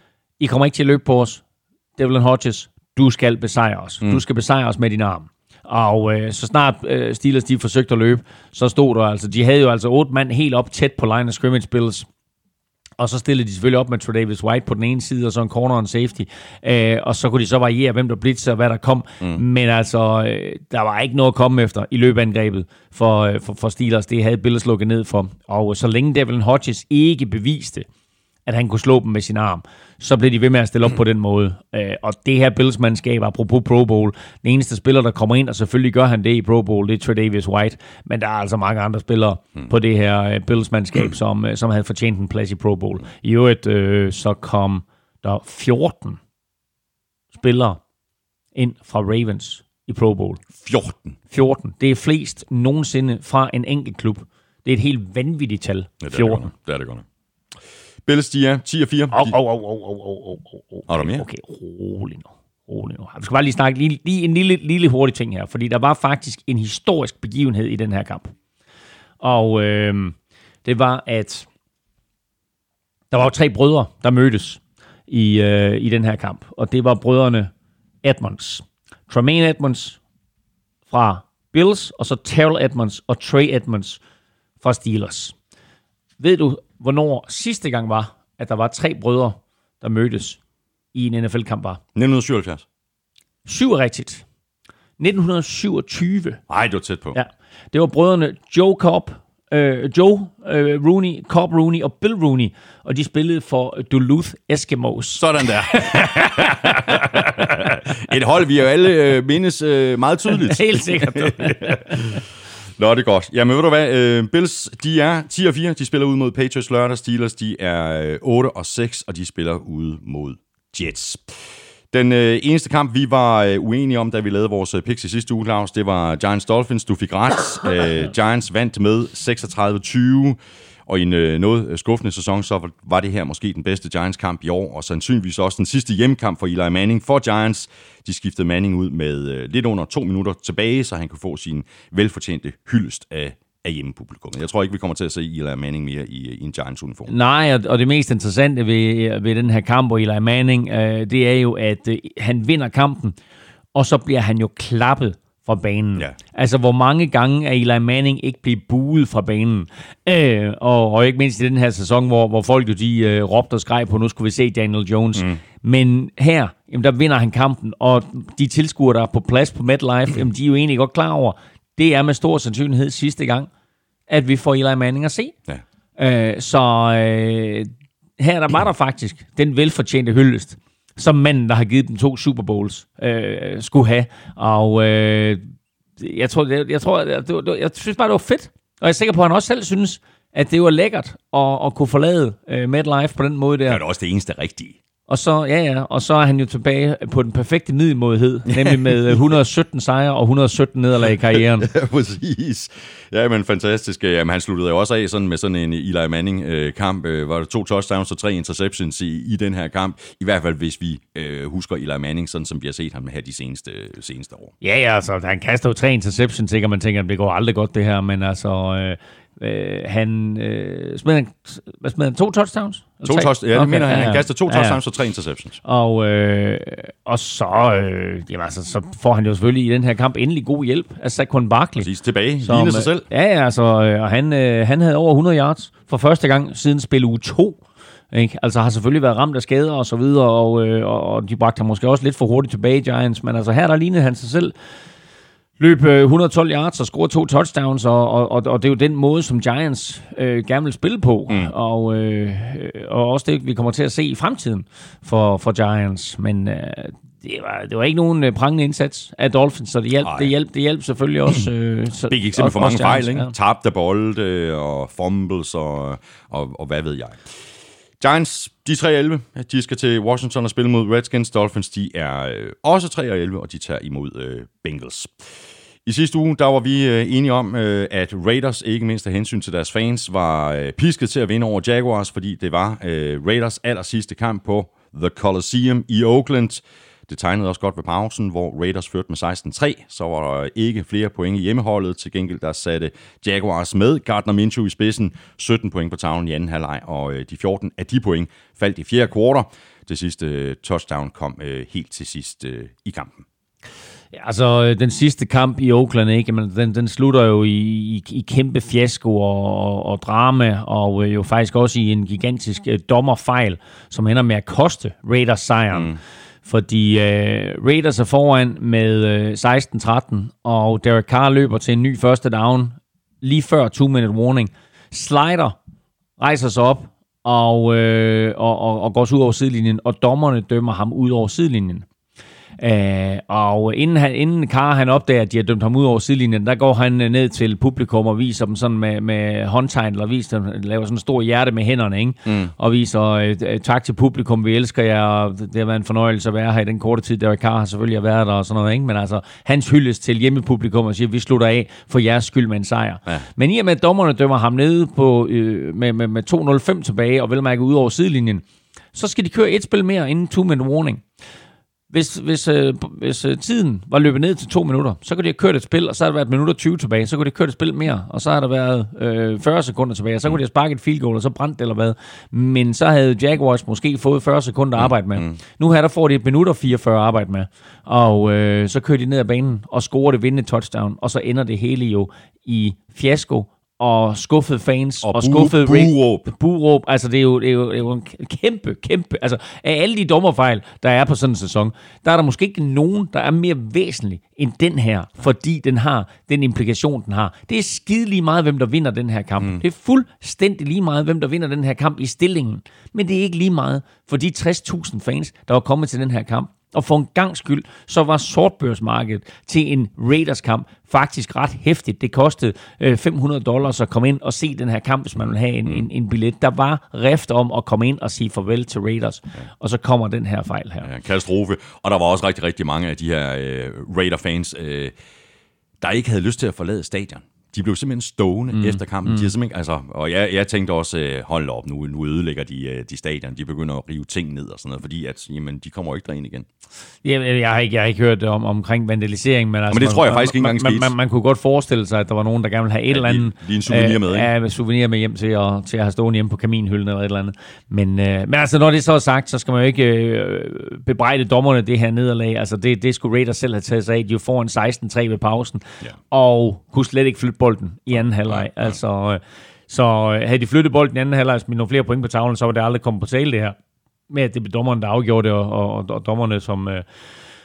I kommer ikke til at løbe på os, Devlin Hodges, du skal besejre os. Mm. Du skal besejre os med din arm. Og øh, så snart øh, Steelers de forsøgte at løbe, så stod der altså, de havde jo altså otte mand helt op tæt på line of scrimmage Bills. Og så stillede de selvfølgelig op med Tre'Davious White på den ene side, og så en corner og en safety. Øh, og så kunne de så variere, hvem der blitzede og hvad der kom. Mm. Men altså, øh, der var ikke noget at komme efter i løbeangrebet for, øh, for, for Steelers. Det havde Bills lukket ned for. Og så længe Devlin Hodges ikke beviste, at han kunne slå dem med sin arm, så blev de ved med at stille op på den måde. Øh, og det her Bills-mandskab, apropos Pro Bowl, den eneste spiller, der kommer ind, og selvfølgelig gør han det i Pro Bowl, det er Tre'Davious White, men der er altså mange andre spillere mm. på det her øh, Bills-mandskab, som, øh, som havde fortjent en plads i Pro Bowl. I øvrigt, øh, så kom der fjorten spillere ind fra Ravens i Pro Bowl. fjorten? fjorten. Det er flest nogensinde fra en enkelt klub. Det er et helt vanvittigt tal. fjorten. Det er det godt. Bills, de er ti og fire. Åh, åh, åh, åh, åh, åh. Er der mere? Okay, rolig nu. Rolig nu. Vi skal bare lige snakke lige, lige en lille, lille hurtig ting her, fordi der var faktisk en historisk begivenhed i den her kamp. Og øh, det var, at der var jo tre brødre, der mødtes i, øh, i den her kamp. Og det var brødrene Edmonds. Tremaine Edmonds fra Bills, og så Terrell Edmonds og Trey Edmonds fra Steelers. Ved du, hvornår sidste gang var, at der var tre brødre, der mødtes i en N F L-kamp var? nitten syvoghalvfjerds. Syv er rigtigt. nitten syvogtyve. Ej, det var tæt på. Ja. Det var brødrene Joe Cobb, øh, Joe øh, Rooney, Cobb Rooney og Bill Rooney, og de spillede for Duluth Eskimos. Sådan der. Et hold, vi jo alle øh, mindes øh, meget tydeligt. Helt sikkert. Nå, det er godt. Jamen, ved du hvad? Uh, Bills, de er ti og fire. De spiller ud mod Patriots lørdag. Steelers, de er otte og seks, og de spiller ud mod Jets. Den uh, eneste kamp, vi var uh, uenige om, da vi lavede vores uh, picks i sidste uge, Claus, det var Giants-Dolphins. Du fik ret. Uh, Giants vandt med seksogtredive tyve. Og i en øh, noget skuffende sæson, så var det her måske den bedste Giants-kamp i år, og sandsynligvis også den sidste hjemmekamp for Eli Manning for Giants. De skiftede Manning ud med øh, lidt under to minutter tilbage, så han kunne få sin velfortjente hyldest af, af hjemmepublikum. Jeg tror ikke, vi kommer til at se Eli Manning mere i, i en Giants-uniform. Nej, og det mest interessante ved, ved den her kamp og Eli Manning, øh, det er jo, at øh, han vinder kampen, og så bliver han jo klappet fra banen. Ja. Altså, hvor mange gange er Eli Manning ikke blevet buet fra banen? Øh, og, og ikke mindst i den her sæson, hvor, hvor folk jo de øh, råbte og skreg på, nu skulle vi se Daniel Jones. Mm. Men her, jamen, der vinder han kampen, og de tilskuere, der er på plads på MetLife, jamen, de er jo egentlig godt klar over, det er med stor sandsynlighed sidste gang, at vi får Eli Manning at se. Ja. Øh, så øh, her der var der faktisk den velfortjente hyldest, som manden, der har givet dem to Super Bowls, øh, skulle have. Og øh, jeg tror, jeg, jeg, tror jeg, jeg, jeg synes bare, det var fedt. Og jeg er sikker på, at han også selv synes, at det var lækkert at, at kunne forlade øh, MetLife på den måde der. Det er også det eneste rigtige. Og så, ja, ja, og så er han jo tilbage på den perfekte middelmådighed, nemlig med et hundrede og sytten sejre og et hundrede og sytten nederlag i karrieren. Ja, præcis. Ja, men fantastisk. Jamen, han sluttede jo også af sådan med sådan en Eli Manning-kamp. Øh, var der to touchdowns og tre interceptions i, i den her kamp. I hvert fald, hvis vi øh, husker Eli Manning, sådan som vi har set ham her de seneste, seneste år. Ja, ja, altså, han kaster jo tre interceptions, ikke? Og man tænker, at det går aldrig godt det her, men altså... Øh Øh, han øh, smed han, hvad smed han, to touchdowns? To touchdowns, ja, det okay, mener han. Han kaster to touchdowns ja, ja. og tre interceptions. Og, øh, og så, øh, jamen, altså, så får han jo selvfølgelig i den her kamp endelig god hjælp af Saquon Barkley. Præcis, tilbage, ligner sig selv. Ja, ja, altså, og han, øh, han havde over hundrede yards for første gang siden spil uge to. Ikke? Altså har selvfølgelig været ramt af skader og så videre, og, øh, og de bragte ham måske også lidt for hurtigt tilbage, Giants, men altså her der lignede han sig selv. Løb et hundrede og tolv yards og scorede to touchdowns, og, og, og det er jo den måde, som Giants øh, gerne vil spille på, mm. og, øh, og også det, vi kommer til at se i fremtiden for, for Giants. Men øh, det, var, det var ikke nogen øh, prangende indsats af Dolphins, så det hjalp, det hjalp, det hjalp selvfølgelig også. Øh, så, det gik simpelthen for mange fejl, ikke? Ja. Tabte bolde og fumbles og, og, og hvad ved jeg. Giants, de er tre og elleve. De skal til Washington og spille mod Redskins. Dolphins, de er øh, også tre og elleve, og de tager imod øh, Bengals. I sidste uge, der var vi øh, enige om, øh, at Raiders, ikke mindst af hensyn til deres fans, var øh, pisket til at vinde over Jaguars, fordi det var øh, Raiders aller sidste kamp på The Coliseum i Oakland. Det tegnede også godt ved pausen, hvor Raiders førte med seksten tre. Så var der ikke flere point i hjemmeholdet. Til gengæld der satte Jaguars med Gardner Minshew i spidsen sytten point på tavlen i anden halvleg, og de fjorten af de point faldt i fjerde kvartal. Det sidste touchdown kom helt til sidst i kampen. Ja, altså, den sidste kamp i Oakland, ikke? Men den, den slutter jo i, i, i kæmpe fiasko og, og, og drama, og jo faktisk også i en gigantisk dommerfejl, som ender med at koste Raiders sejren. Mm. Fordi øh, Raiders er foran med øh, seksten tretten, og Derek Carr løber til en ny første down, lige før two-minute warning. Slider, rejser sig op og, øh, og, og, og går så ud over sidelinjen, og dommerne dømmer ham ud over sidelinjen. Uh, og inden, han, inden Carr han opdager, at de har dømt ham ud over sidelinjen, der går han ned til publikum og viser dem sådan med, med håndtegn, eller viser dem, laver sådan en stor hjerte med hænderne, ikke? Mm. Og viser uh, tak til publikum, vi elsker jer, og det har været en fornøjelse at være her i den korte tid. Derek Carr har selvfølgelig været der og sådan noget, ikke? Men altså, hans hyldes til hjemmepublikum og siger, vi slutter af for jeres skyld med en sejr. Ja. Men i og med, at dommerne dømmer ham nede på, øh, med, med, med to nul fem tilbage, og vel mærke ud over sidelinjen, så skal de køre et spil mere inden two-minute warning. Hvis, hvis, øh, hvis øh, tiden var løbet ned til to minutter, så kunne de have kørt et spil, og så har der været et minut og tyve tilbage, så kunne de have kørt et spil mere, og så har der været øh, fyrre sekunder tilbage, og så kunne de have sparket et field goal, og så brændt det eller hvad. Men så havde Jaguars måske fået fyrre sekunder at arbejde med. Mm. Nu her, der får de et minut og fireogfyrre at arbejde med, og øh, så kører de ned ad banen og scorer det vindende touchdown, og så ender det hele jo i fiasko, og skuffede fans, og, og skuffede buråb. buråb. Altså, det er, jo, det, er jo, det er jo en kæmpe, kæmpe... Altså, af alle de dommerfejl, der er på sådan en sæson, der er der måske ikke nogen, der er mere væsentlig end den her, fordi den har den implikation, den har. Det er skide lige meget, hvem der vinder den her kamp. Mm. Det er fuldstændig lige meget, hvem der vinder den her kamp i stillingen. Men det er ikke lige meget for de tres tusind fans, der var kommet til den her kamp. Og for en gang skyld, så var sortbørsmarkedet til en Raiders-kamp faktisk ret hæftigt. Det kostede øh, fem hundrede dollars at komme ind og se den her kamp, hvis man vil have en, en, en billet. Der var rift om at komme ind og sige farvel til Raiders. Ja. Og så kommer den her fejl her. Ja, katastrofe. Og der var også rigtig, rigtig mange af de her øh, Raider-fans, øh, der ikke havde lyst til at forlade stadion. De blev simpelthen stående mm. efter kampen. Mm. De simpelthen, altså, og jeg, jeg tænkte også, hold op, nu, nu ødelægger de, de stadion. De begynder at rive ting ned og sådan noget, fordi at, jamen, de kommer jo ikke derind igen. Jeg, jeg, har, ikke, jeg har ikke hørt om, omkring vandalisering, men, altså, men det tror jeg faktisk ikke engang skete. Man, man, man kunne godt forestille sig, at der var nogen, der gerne ville have et ja, eller andet... Lige en souvenir med, ikke? Ja, med souvenir med hjem til at, til at have stående hjemme på kaminhylden eller et eller andet. Men, øh, men altså, når det så er sagt, så skal man jo ikke øh, bebrejde dommerne det her nederlag. Altså, det, det skulle Raiders selv have taget sig af. De jo får en seksten tre ved pausen, ja. Og kunne slet ikke flytte bolden i anden halvleg. Ja, ja. Altså, øh, så havde de flyttet bolden i anden halvleg, med nogle flere point på tavlen, så var det aldrig kommet på tale det her. Med at det blev dommerne, der afgjorde det, og, og, og dommerne, som, øh,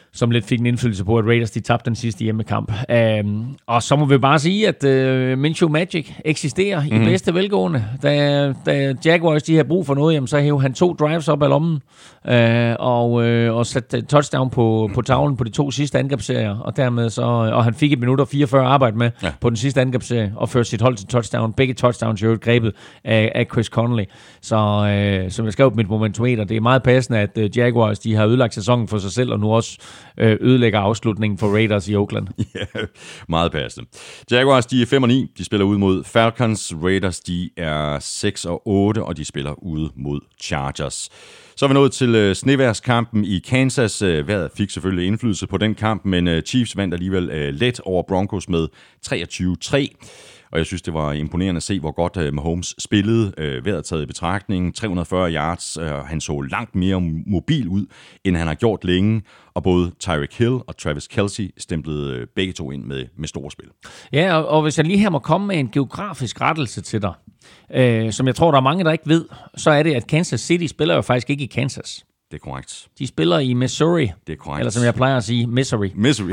som lidt fik en indflydelse på, at Raiders de tabte den sidste hjemmekamp. Um, og så må vi bare sige, at uh, Minshew Magic eksisterer mm-hmm. i bedste velgående. Da, da Jaguars de har brug for noget, jamen, så hævde han to drives op af lommen uh, og, uh, og satte touchdown på, på tavlen på de to sidste angrebsserier. Og dermed så, og han fik et minut og fireogfyrre arbejde med ja. på den sidste angrebsserie og førte sit hold til touchdown. Begge touchdowns jo grebet af, af Chris Conley. Så uh, som jeg skrev på mit momentometer, det er meget passende, at uh, Jaguars de har ødelagt sæsonen for sig selv, og nu også ødelægger afslutningen for Raiders i Oakland. Ja, meget passende. Jaguars, de er fem og ni. De spiller ud mod Falcons. Raiders, de er seks og otte, og de spiller ude mod Chargers. Så er vi nået til snevejrskampen i Kansas. Vejret fik selvfølgelig indflydelse på den kamp, men Chiefs vandt alligevel let over Broncos med treogtyve tre. Og jeg synes, det var imponerende at se, hvor godt uh, Mahomes spillede. Uh, vejret taget i betragtning. tre hundrede og fyrre yards. Uh, han så langt mere mobil ud, end han har gjort længe. Og både Tyreek Hill og Travis Kelce stemplede uh, begge to ind med, med store spil. Ja, og, og hvis jeg lige her må komme med en geografisk rettelse til dig, øh, som jeg tror, der er mange, der ikke ved, så er det, at Kansas City spiller jo faktisk ikke i Kansas. Det er korrekt. De spiller i Missouri. Det er korrekt. Eller som jeg plejer at sige, Missouri. Missouri.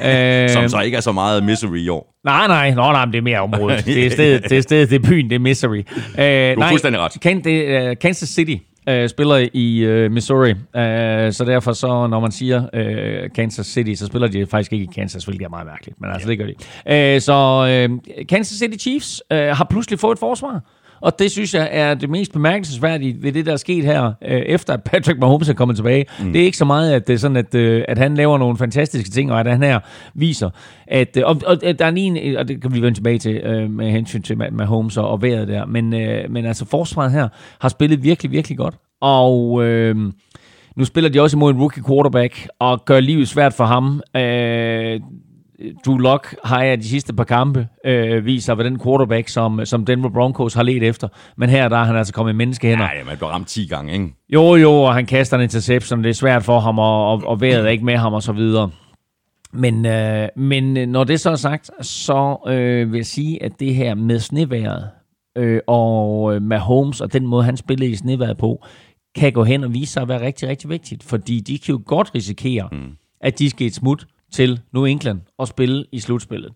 Som så ikke er så meget Missouri i år. Nej, nej, nå, nej, det er mere området. Det er stedet, det er, stedet, det er byen, det er Missouri. Uh, du er nej, fuldstændig ret. Kan, det, uh, Kansas City uh, spiller i uh, Missouri, uh, så derfor så, når man siger uh, Kansas City, så spiller de faktisk ikke i Kansas, hvilket er meget mærkeligt, men altså, ja. det gør de. Uh, så uh, Kansas City Chiefs uh, har pludselig fået et forsvar. Og det synes jeg er det mest bemærkelsesværdige ved det, der er sket her, øh, efter at Patrick Mahomes er kommet tilbage. Mm. Det er ikke så meget, at det er sådan, at, øh, at han laver nogle fantastiske ting, og at han her viser, at øh, og, og, der er lige en, og det kan vi vende tilbage til øh, med hensyn til Mahomes og, og vejret der, men, øh, men altså forsvaret her har spillet virkelig, virkelig godt. Og øh, nu spiller de også imod en rookie quarterback, og gør livet svært for ham. Øh, Drew Lock har jeg de sidste par kampe øh, viser, hvad den quarterback, som, som Denver Broncos har ledt efter. Men her der er han altså kommet i menneskehænder. Nej, man bliver ramt ti gange, ikke? Jo, jo, og han kaster en interception. Det er svært for ham, og, og, og vejret er ikke med ham, og så videre. Men, øh, men når det så er sagt, så øh, vil jeg sige, at det her med sneværet øh, og Mahomes, og den måde, han spillede i sneværet på, kan gå hen og vise sig at være rigtig, rigtig vigtigt. Fordi de kan jo godt risikere, mm. at de skal et smut til New England og spille i slutspillet.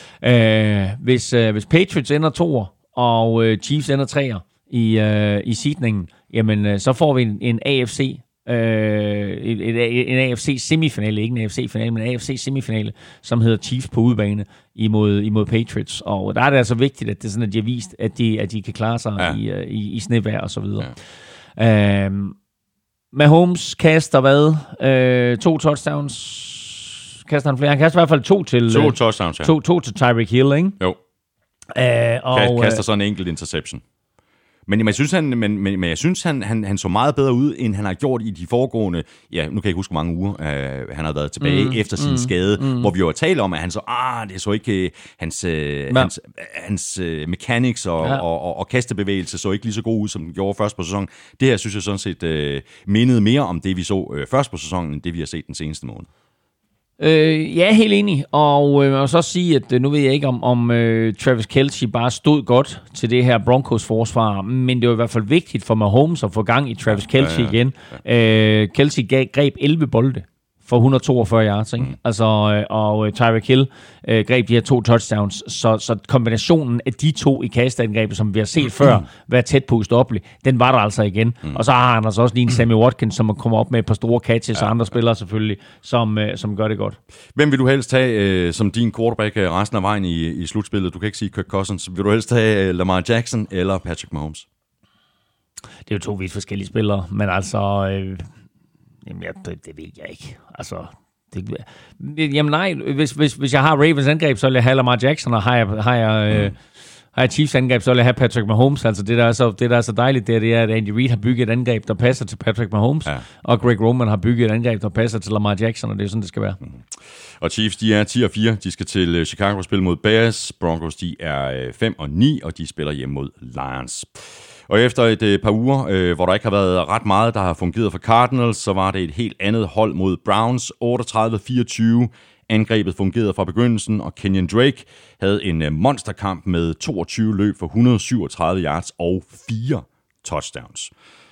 Øh, hvis, øh, hvis Patriots ender toer, og øh, Chiefs ender treer i, øh, i seedningen, jamen øh, så får vi en, en A F C øh, en, en A F C semifinale, ikke en A F C-finale, men en A F C semifinale, som hedder Chiefs på udebane imod, imod Patriots. Og der er det altså vigtigt, at det er sådan, at de har vist, at de, at de kan klare sig ja. i, i, i snevejr og så videre. Ja. Øh, Mahomes kaster hvad? Øh, to touchdowns. Kaster han flere? Han kaster i hvert fald to til... To touchdowns, ja. To, to til Tyreek Hill, ikke? Jo. Æh, og, kaster så en enkelt interception. Men, men jeg synes, han, men, men, men jeg synes han, han, han så meget bedre ud, end han har gjort i de foregående... Ja, nu kan jeg ikke huske, hvor mange uger øh, han har været tilbage mm, efter sin mm, skade, mm. hvor vi jo har talt om, at han så... Ah, det så ikke... Øh, hans øh, hans, hans øh, mechanics og, ja. og, og, og kastebevægelse så ikke lige så god ud, som den gjorde først på sæsonen. Det her synes jeg sådan set øh, mindede mere om det, vi så øh, først på sæsonen, end det, vi har set den seneste måned. Øh, ja, helt enig. Og øh, og så sige, at øh, nu ved jeg ikke, om, om øh, Travis Kelce bare stod godt til det her Broncos forsvar, men det var i hvert fald vigtigt for Mahomes at få gang i Travis Kelce ja, ja, ja. igen. Øh, Kelce gav, greb elleve bolde for et hundrede og toogfyrre yards, ikke? Mm. Altså, øh, og Tyreek Hill øh, greb de her to touchdowns, så, så kombinationen af de to i kastangrebet, som vi har set før, være tæt på ustoppeligt, den var der altså igen. Mm. Og så har han altså også lige en Sammy Watkins, som kommer op med et par store catches, ja, og andre spillere selvfølgelig, som, øh, som gør det godt. Hvem vil du helst have øh, som din quarterback resten af vejen i, i slutspillet? Du kan ikke sige Kirk Cousins. Vil du helst have øh, Lamar Jackson eller Patrick Mahomes? Det er jo to vidt forskellige spillere, men altså... Øh, Jamen, jeg, det, det ved jeg ikke. Altså, det, jamen nej, hvis, hvis, hvis jeg har Ravens angreb, så vil jeg have Lamar Jackson, og har jeg, har jeg, mm. øh, har jeg Chiefs angreb, så vil jeg have Patrick Mahomes. Altså, det der er så, det, der er så dejligt, det er, det er, at Andy Reid har bygget et angreb, der passer til Patrick Mahomes, ja. og Greg Roman har bygget et angreb, der passer til Lamar Jackson, og det er sådan, det skal være. Mm. Og Chiefs, de er ti og fire. De skal til Chicago og spille mod Bears. Broncos, de er fem og ni, og de spiller hjemme mod Lions. Og efter et øh, par uger, øh, hvor der ikke har været ret meget, der har fungeret for Cardinals, så var det et helt andet hold mod Browns, otteogtredive fireogtyve. Angrebet fungerede fra begyndelsen, og Kenyon Drake havde en øh, monsterkamp med toogtyve løb for et hundrede og syvogtredive yards og fire touchdowns.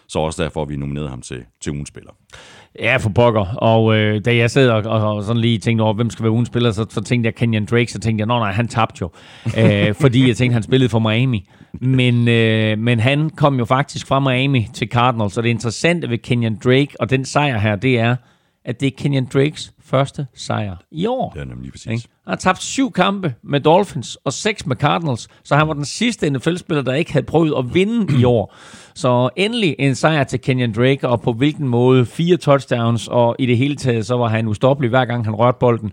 så også derfor, vi nominerede ham til, til ugens spiller. Ja, for pokker. Og øh, da jeg sad og, og, og sådan lige tænkte over, hvem skal være ugens spiller, så, så tænkte jeg Kenyan Drake, så tænkte jeg, nå nej, han tabte jo. Æh, fordi jeg tænkte, han spillede for Miami. Men, øh, men han kom jo faktisk fra Miami til Cardinals, og det interessante ved Kenyan Drake og den sejr her, det er, at det er Kenyan Drakes første sejr i år. Det er nemlig præcis. Han har tabt syv kampe med Dolphins og seks med Cardinals, så han var den sidste N F L-spiller, der ikke havde prøvet at vinde i år. Så endelig en sejr til Kenyan Drake, og på hvilken måde fire touchdowns, og i det hele taget, så var han ustoppelig hver gang han rørte bolden.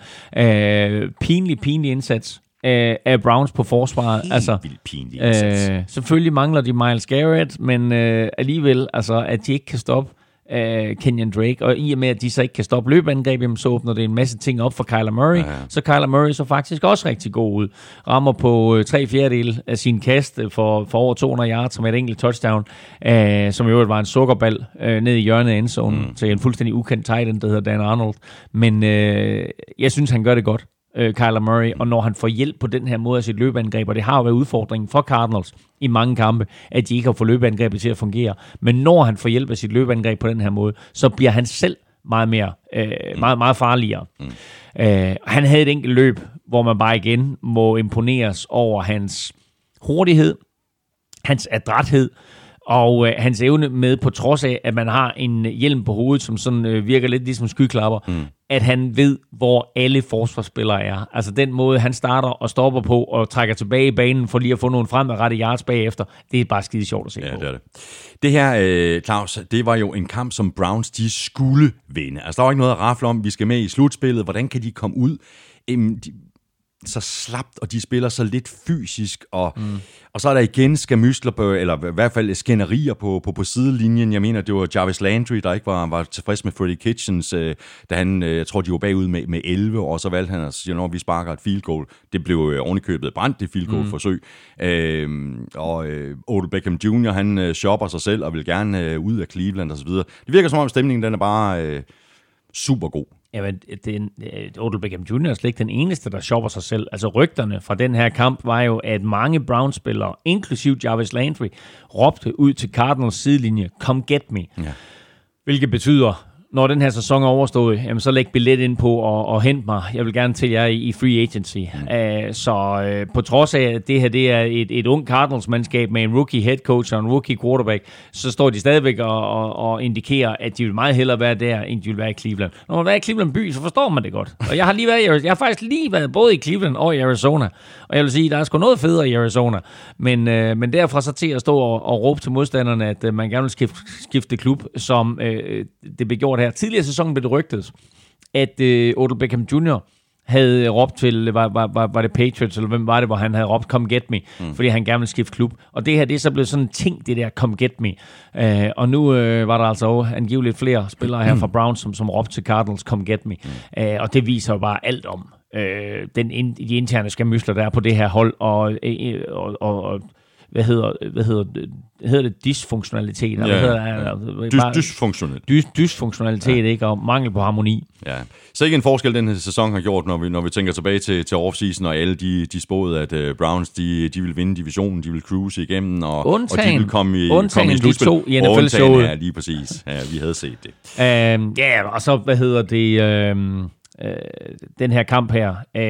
Øh, pinlig, pinlig indsats af Browns på forsvaret. Helt altså, vildt pinlig indsats. Øh, selvfølgelig mangler de Myles Garrett, men øh, alligevel, altså, at de ikke kan stoppe Uh, Kenyan Drake, og i og med, at de så ikke kan stoppe løbeangreb, så åbner det en masse ting op for Kyler Murray, ja, ja. Så Kyler Murray så faktisk også rigtig god ud. Rammer på uh, tre fjerdedel af sin kast for, for over to hundrede yards med et enkelt touchdown, uh, som i øvrigt var en sukkerball uh, ned i hjørnet af endzonen, mm. til en fuldstændig ukendt tight end, der hedder Dan Arnold. Men uh, jeg synes, han gør det godt, uh, Kyler Murray, og når han får hjælp på den her måde af sit løbeangreb, og det har jo været udfordringen for Cardinals i mange kampe, at de ikke har fået løbeangrebet til at fungere. Men når han får hjælp af sit løbeangreb på den her måde, så bliver han selv meget mere, øh, meget, meget farligere. Mm. Øh, han havde et enkelt løb, hvor man bare igen må imponeres over hans hurtighed, hans adræthed, og øh, hans evne med, på trods af, at man har en hjelm på hovedet, som sådan øh, virker lidt ligesom skyklapper, mm. at han ved, hvor alle forsvarsspillere er. Altså den måde, han starter og stopper på, og trækker tilbage i banen, for lige at få nogle fremadrettede yards bagefter, det er bare skide sjovt at se ja, på. Det er det. Det her, øh, Claus, det var jo en kamp, som Browns, de skulle vinde. Altså der var ikke noget at rafle om, vi skal med i slutspillet, hvordan kan de komme ud? Ehm, de så slapt, og de spiller så lidt fysisk, og, mm. og så er der igen skamysler på, eller i hvert fald skænderier på, på, på sidelinjen. Jeg mener, det var Jarvis Landry, der ikke var, var tilfreds med Freddie Kitchens, øh, da han, øh, jeg tror, de var bagud med, med elleve, og så valgte han at sige, når vi sparker et field goal. Det blev øh, ovenikøbet brændt, det field goal forsøg. Mm. Øh, og øh, Odell Beckham junior, han øh, shopper sig selv, og vil gerne øh, ud af Cleveland og så videre. Det virker som om stemningen, den er bare øh, super god. Jamen, Odell Beckham junior er slet ikke den eneste, der shopper sig selv. Altså rygterne fra den her kamp var jo, at mange Browns-spillere, inklusiv Jarvis Landry, råbte ud til Cardinals sidelinje, come get me. Ja. Hvilket betyder, når den her sæson er overstået, jamen, så læg billet ind på og, og hent mig. Jeg vil gerne til jer i, i free agency. Mm. Uh, så uh, på trods af, at det her det er et, et ung Cardinals-mandskab med en rookie head coach og en rookie quarterback, så står de stadigvæk og, og, og indikerer, at de vil meget hellere være der, end de vil være i Cleveland. Når man er i Cleveland by, så forstår man det godt. Og jeg har lige været i, jeg har faktisk lige været både i Cleveland og i Arizona. Og jeg vil sige, der er sgu noget federe i Arizona. Men, uh, men derfra så til at stå og, og råbe til modstanderne, at uh, man gerne vil skifte, skifte klub, som uh, det blev gjort her. Tidligere sæson blev det rygtet, at øh, Odell Beckham junior havde råbt til, var, var, var, var det Patriots, eller hvem var det, hvor han havde råbt, come get me, mm. fordi han gerne ville skifte klub. Og det her, det er så blevet sådan en ting, det der, come get me. Uh, og nu øh, var der altså angiveligt flere spillere her fra Browns, som, som råbte til Cardinals, come get me. Mm. Uh, og det viser jo bare alt om øh, den in, de interne skamysler, der er på det her hold, og, øh, og, og, og hvad hedder, hvad hedder, hedder det dysfunktionalitet? Eller ja, hvad hedder det? Ja. Dys, dysfunktionalitet. Dys, dysfunktionalitet, ja. Ikke? Og mangel på harmoni. Ja. Så ikke en forskel, den her sæson har gjort, når vi, når vi tænker tilbage til, til offseason, og alle de, de spåede, at uh, Browns, de, de vil vinde divisionen, de vil cruise igennem, og, og de vil komme i, komme i slutspil. Undtagen de to i N F L-showet. Ja, lige præcis. Ja, vi havde set det. Uh, ja, og så, hvad hedder det, uh, uh, den her kamp her,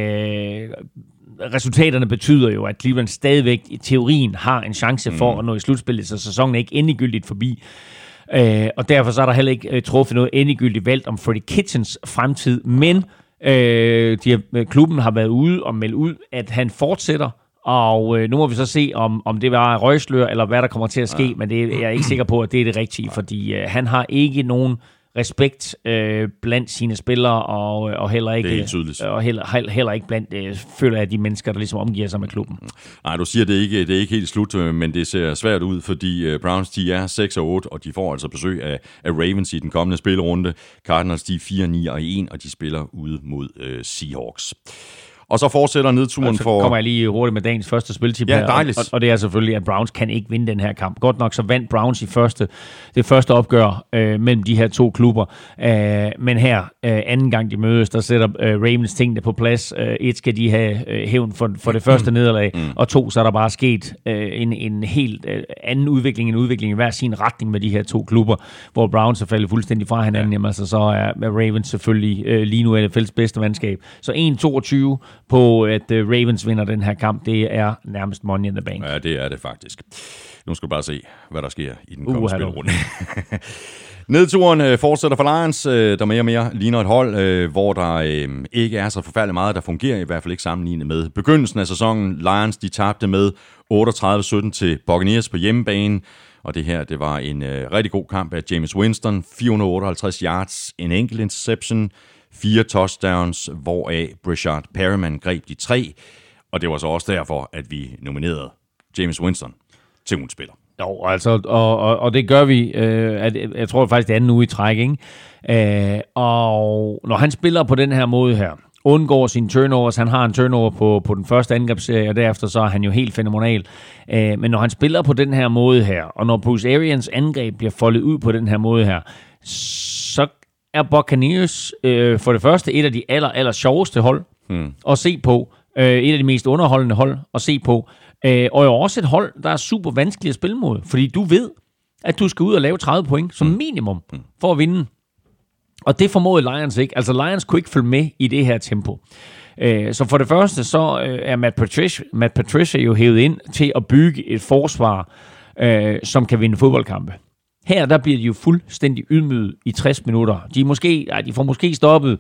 uh, resultaterne betyder jo, at Cleveland stadigvæk i teorien har en chance for mm. at nå i slutspillet, så sæsonen er ikke endegyldigt forbi. Øh, og derfor så er der heller ikke øh, truffet noget endegyldigt valgt om Freddie Kitchens fremtid, men øh, de har, klubben har været ude og meldt ud, at han fortsætter, og øh, nu må vi så se, om, om det var røgslør, eller hvad der kommer til at ske, ja. Men det, jeg er ikke sikker på, at det er det rigtige, fordi øh, han har ikke nogen respekt øh, blandt sine spillere, og, og heller ikke og heller, heller ikke blandt øh, føler jeg de mennesker, der ligesom omgiver sig med klubben. Nej, du siger, det er ikke det er ikke helt slut, men det ser svært ud, fordi Browns de er seks og otte, og de får altså besøg af, af Ravens i den kommende spillerunde. Cardinals de er fire ni og en, og de spiller ude mod øh, Seahawks. Og så fortsætter nedturen og så for... kommer jeg lige hurtigt med dagens første spiltip ja, her. dejligt. Og, og det er selvfølgelig, at Browns kan ikke vinde den her kamp. Godt nok så vandt Browns i første, det første opgør øh, mellem de her to klubber. Øh, men her, øh, anden gang de mødes, der sætter øh, Ravens tingene på plads. Øh, et skal de have øh, hævn for, for det første nederlag, mm. og to, så er der bare sket øh, en, en helt øh, anden udvikling, en udvikling i hver sin retning med de her to klubber, hvor Browns er faldet fuldstændig fra hinanden. Ja. Jamen, altså, så er Ravens selvfølgelig øh, lige nu N F L's bedste mandskab. Så en toogtyve på, at øh, Ravens vinder den her kamp, det er nærmest money in the bank. Ja, det er det faktisk. Nu skal du bare se, hvad der sker i den kommende uh, spilrunde. Nedturen øh, fortsætter for Lions, øh, der mere og mere ligner et hold, øh, hvor der øh, ikke er så forfærdeligt meget, der fungerer, i hvert fald ikke sammenlignet med begyndelsen af sæsonen. Lions, de tabte med otteogtredive sytten til Buccaneers på hjemmebane, og det her, det var en øh, rigtig god kamp af Jameis Winston. fire hundrede otteoghalvtreds yards, en enkelt interception, fire touchdowns, hvoraf Breshad Perriman greb de tre, og det var så også derfor, at vi nominerede Jameis Winston til ugens spiller. Jo, altså, og, og, og det gør vi, øh, at, jeg tror faktisk, det er anden uge i træk, ikke? Øh, og når han spiller på den her måde her, undgår sine turnovers, han har en turnover på, på den første angrebsserie, og derefter så er han jo helt fænomenal. Øh, men når han spiller på den her måde her, og når Bruce Arians angreb bliver foldet ud på den her måde her, så er Buccaneers øh, for det første et af de aller, aller sjoveste hold hmm. at se på. Øh, et af de mest underholdende hold at se på. Øh, og jo også et hold, der er super vanskeligt at spille mod. Fordi du ved, at du skal ud og lave tredive point som minimum for at vinde. Og det formåede Lions ikke. Altså Lions kunne ikke følge med i det her tempo. Øh, så for det første, så øh, er Matt Patricia, Matt Patricia jo hævet ind til at bygge et forsvar, øh, som kan vinde fodboldkampe. Her, der bliver de jo fuldstændig ydmyget i tres minutter. De, er måske, ej, de får måske stoppet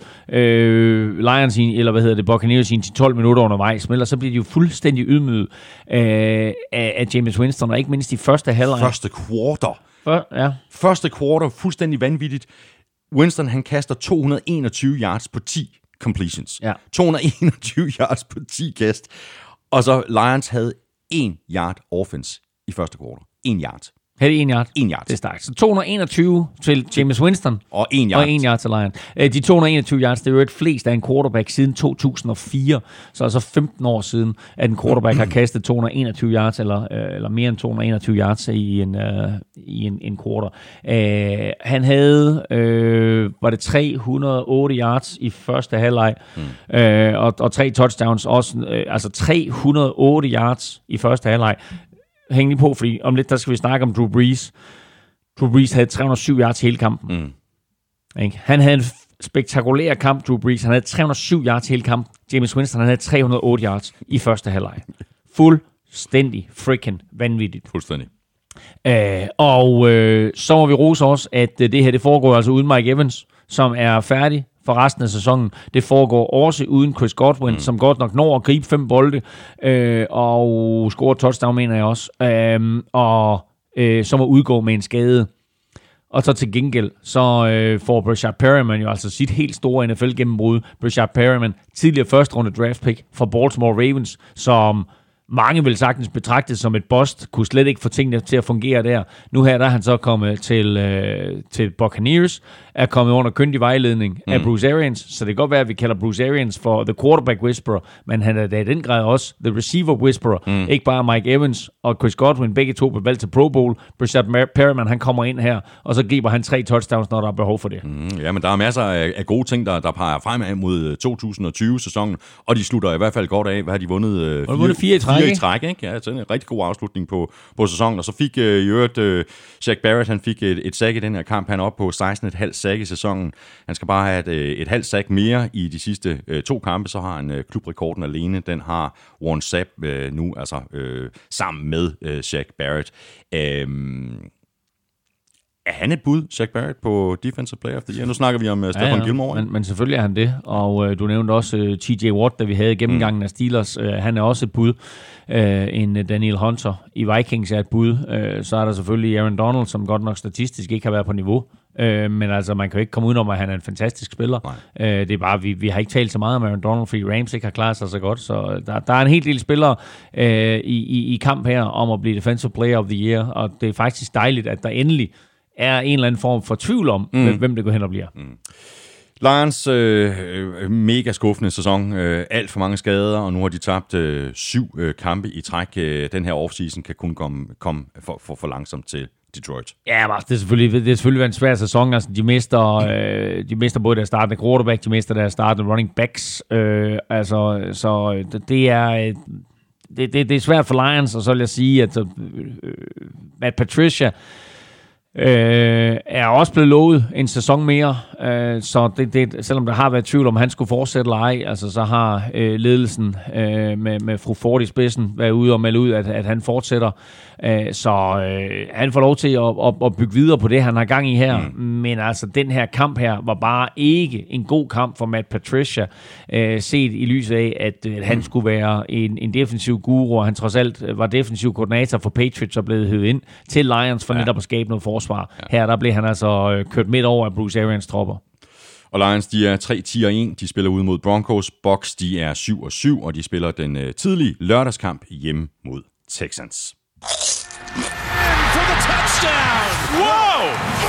øh, Lions, i, eller hvad hedder det, Buccaneers i tolv minutter undervejs, men ellers så bliver de jo fuldstændig ydmyget øh, af, af Jameis Winston, og ikke mindst i første halvleg. Første quarter. For, ja. Første quarter, fuldstændig vanvittigt. Winston, han kaster to hundrede enogtyve yards på ti completions. Ja. to hundrede enogtyve yards på ti kast. Og så Lions havde en yard offense i første quarter. En yard. Havde det en yard? En yard. Det er stærkt. Så to hundrede enogtyve til Jameis Winston. Og en yard. Og en yard til Lions. De to hundrede enogtyve yards, det er jo et flest af en quarterback siden to tusind og fire. Så altså femten år siden, at en quarterback har kastet to hundrede enogtyve yards, eller, eller mere end to hundrede enogtyve yards i en, uh, i en, en quarter. Uh, han havde, uh, var det tre hundrede og otte yards i første halvleg, mm. uh, og, og tre touchdowns også. Uh, altså tre hundrede og otte yards i første halvleg. Hæng lige på, fordi om lidt, der skal vi snakke om Drew Brees. Drew Brees havde tre hundrede og syv yards hele kampen. Mm. Han havde en spektakulær kamp, Drew Brees. Han havde tre hundrede og syv yards hele kampen. Jameis Winston, han havde tre hundrede og otte yards i første halvleg. Fuldstændig freaking vanvittigt. Fuldstændig. Øh, og øh, så må vi rose også, at øh, det her, det foregår altså uden Mike Evans, som er færdig for resten af sæsonen. Det foregår også uden Chris Godwin, mm. som godt nok når at gribe fem bolde, øh, og score touchdown, mener jeg også, øh, og øh, så må udgå med en skade. Og så til gengæld, så øh, får Breshad Perriman jo altså sit helt store N F L-gennembrud. Breshad Perriman, tidligere første runde draft pick fra Baltimore Ravens, som mange vil sagtens betragtes som et bust, kunne slet ikke få tingene til at fungere der. Nu her der er han så kommet til, øh, til Buccaneers, er kommet under kyndig vejledning mm. af Bruce Arians, så det kan godt være, at vi kalder Bruce Arians for the quarterback whisperer, men han er da i den grad også the receiver whisperer. Mm. Ikke bare Mike Evans og Chris Godwin, begge to blev valgt til Pro Bowl. Breshad Perriman, han kommer ind her, og så griber han tre touchdowns, når der er behov for det. Mm, ja, men der er masser af, af gode ting, der, der peger fremad mod to tusind og tyve-sæsonen, og de slutter i hvert fald godt af. Hvad har de vundet? Øh, fire, vundet fire i træk, fire i træk, ikke? Ja, det er en rigtig god afslutning på, på sæsonen. Og så fik øh, i øvrigt øh, Shaq Barrett, han fik et, et sack i den her kamp. Han er oppe på seksten komma fem sack i sæsonen. Han skal bare have et, et halvt sack mere i de sidste øh, to kampe, så har han øh, klubrekorden alene. Den har Warren Sapp øh, nu, altså øh, sammen med øh, Shaq Barrett. Øh, Er han et bud, Shaq Barrett, på Defensive Player of the Year? Nu snakker vi om uh, Stephon ja, ja. Gilmore. Men, men selvfølgelig er han det. Og uh, du nævnte også uh, T J Watt, da vi havde gennemgangen mm. af Steelers. Uh, han er også et bud. Uh, en uh, Daniel Hunter i Vikings er et bud. Uh, så er der selvfølgelig Aaron Donald, som godt nok statistisk ikke har været på niveau. Uh, men altså, man kan jo ikke komme udenom, at han er en fantastisk spiller. Uh, det er bare, vi, vi har ikke talt så meget om Aaron Donald, fordi Rams ikke har klaret sig så godt. Så der, der er en hel del spillere uh, i, i, i kamp her om at blive Defensive Player of the Year. Og det er faktisk dejligt, at der endelig er en eller anden form for tvivl om, mm. hvem det går hen og bliver. Mm. Lions øh, mega skuffende sæson, øh, alt for mange skader, og nu har de tabt øh, syv øh, kampe i træk. Øh, den her offseason kan kun komme, komme for, for, for langsomt til Detroit. Ja, men det er selvfølgelig, det er selvfølgelig en svær sæson. Altså, de mister, øh, de mister både deres startende quarterback, de mister deres startende running backs. Øh, altså, så det er, det, det, det er svært for Lions, og så vil jeg sige, at øh, Matt Patricia Øh, er også blevet lovet en sæson mere, øh, så det, det, selvom der har været tvivl om, han skulle fortsætte eller ej, altså, så har øh, ledelsen øh, med, med fru Ford i spidsen været ude og melde ud, at, at han fortsætter. Øh, så øh, han får lov til at, at, at bygge videre på det, han har gang i her. Mm. Men altså, den her kamp her var bare ikke en god kamp for Matt Patricia, øh, set i lyset af, at, at han skulle være en, en defensiv guru, og han trods alt var defensiv koordinator for Patriots og blev hævet ind til Lions for ja. netop at skabe noget forsvar. Ja. Her der blev han altså kørt midt over af Bruce Arians tropper. Og Lions, de er tre ti og en. De spiller ude mod Broncos. Bucks, de er syv og syv, og de spiller den uh, tidlige lørdagskamp hjemme mod Texans. Wow!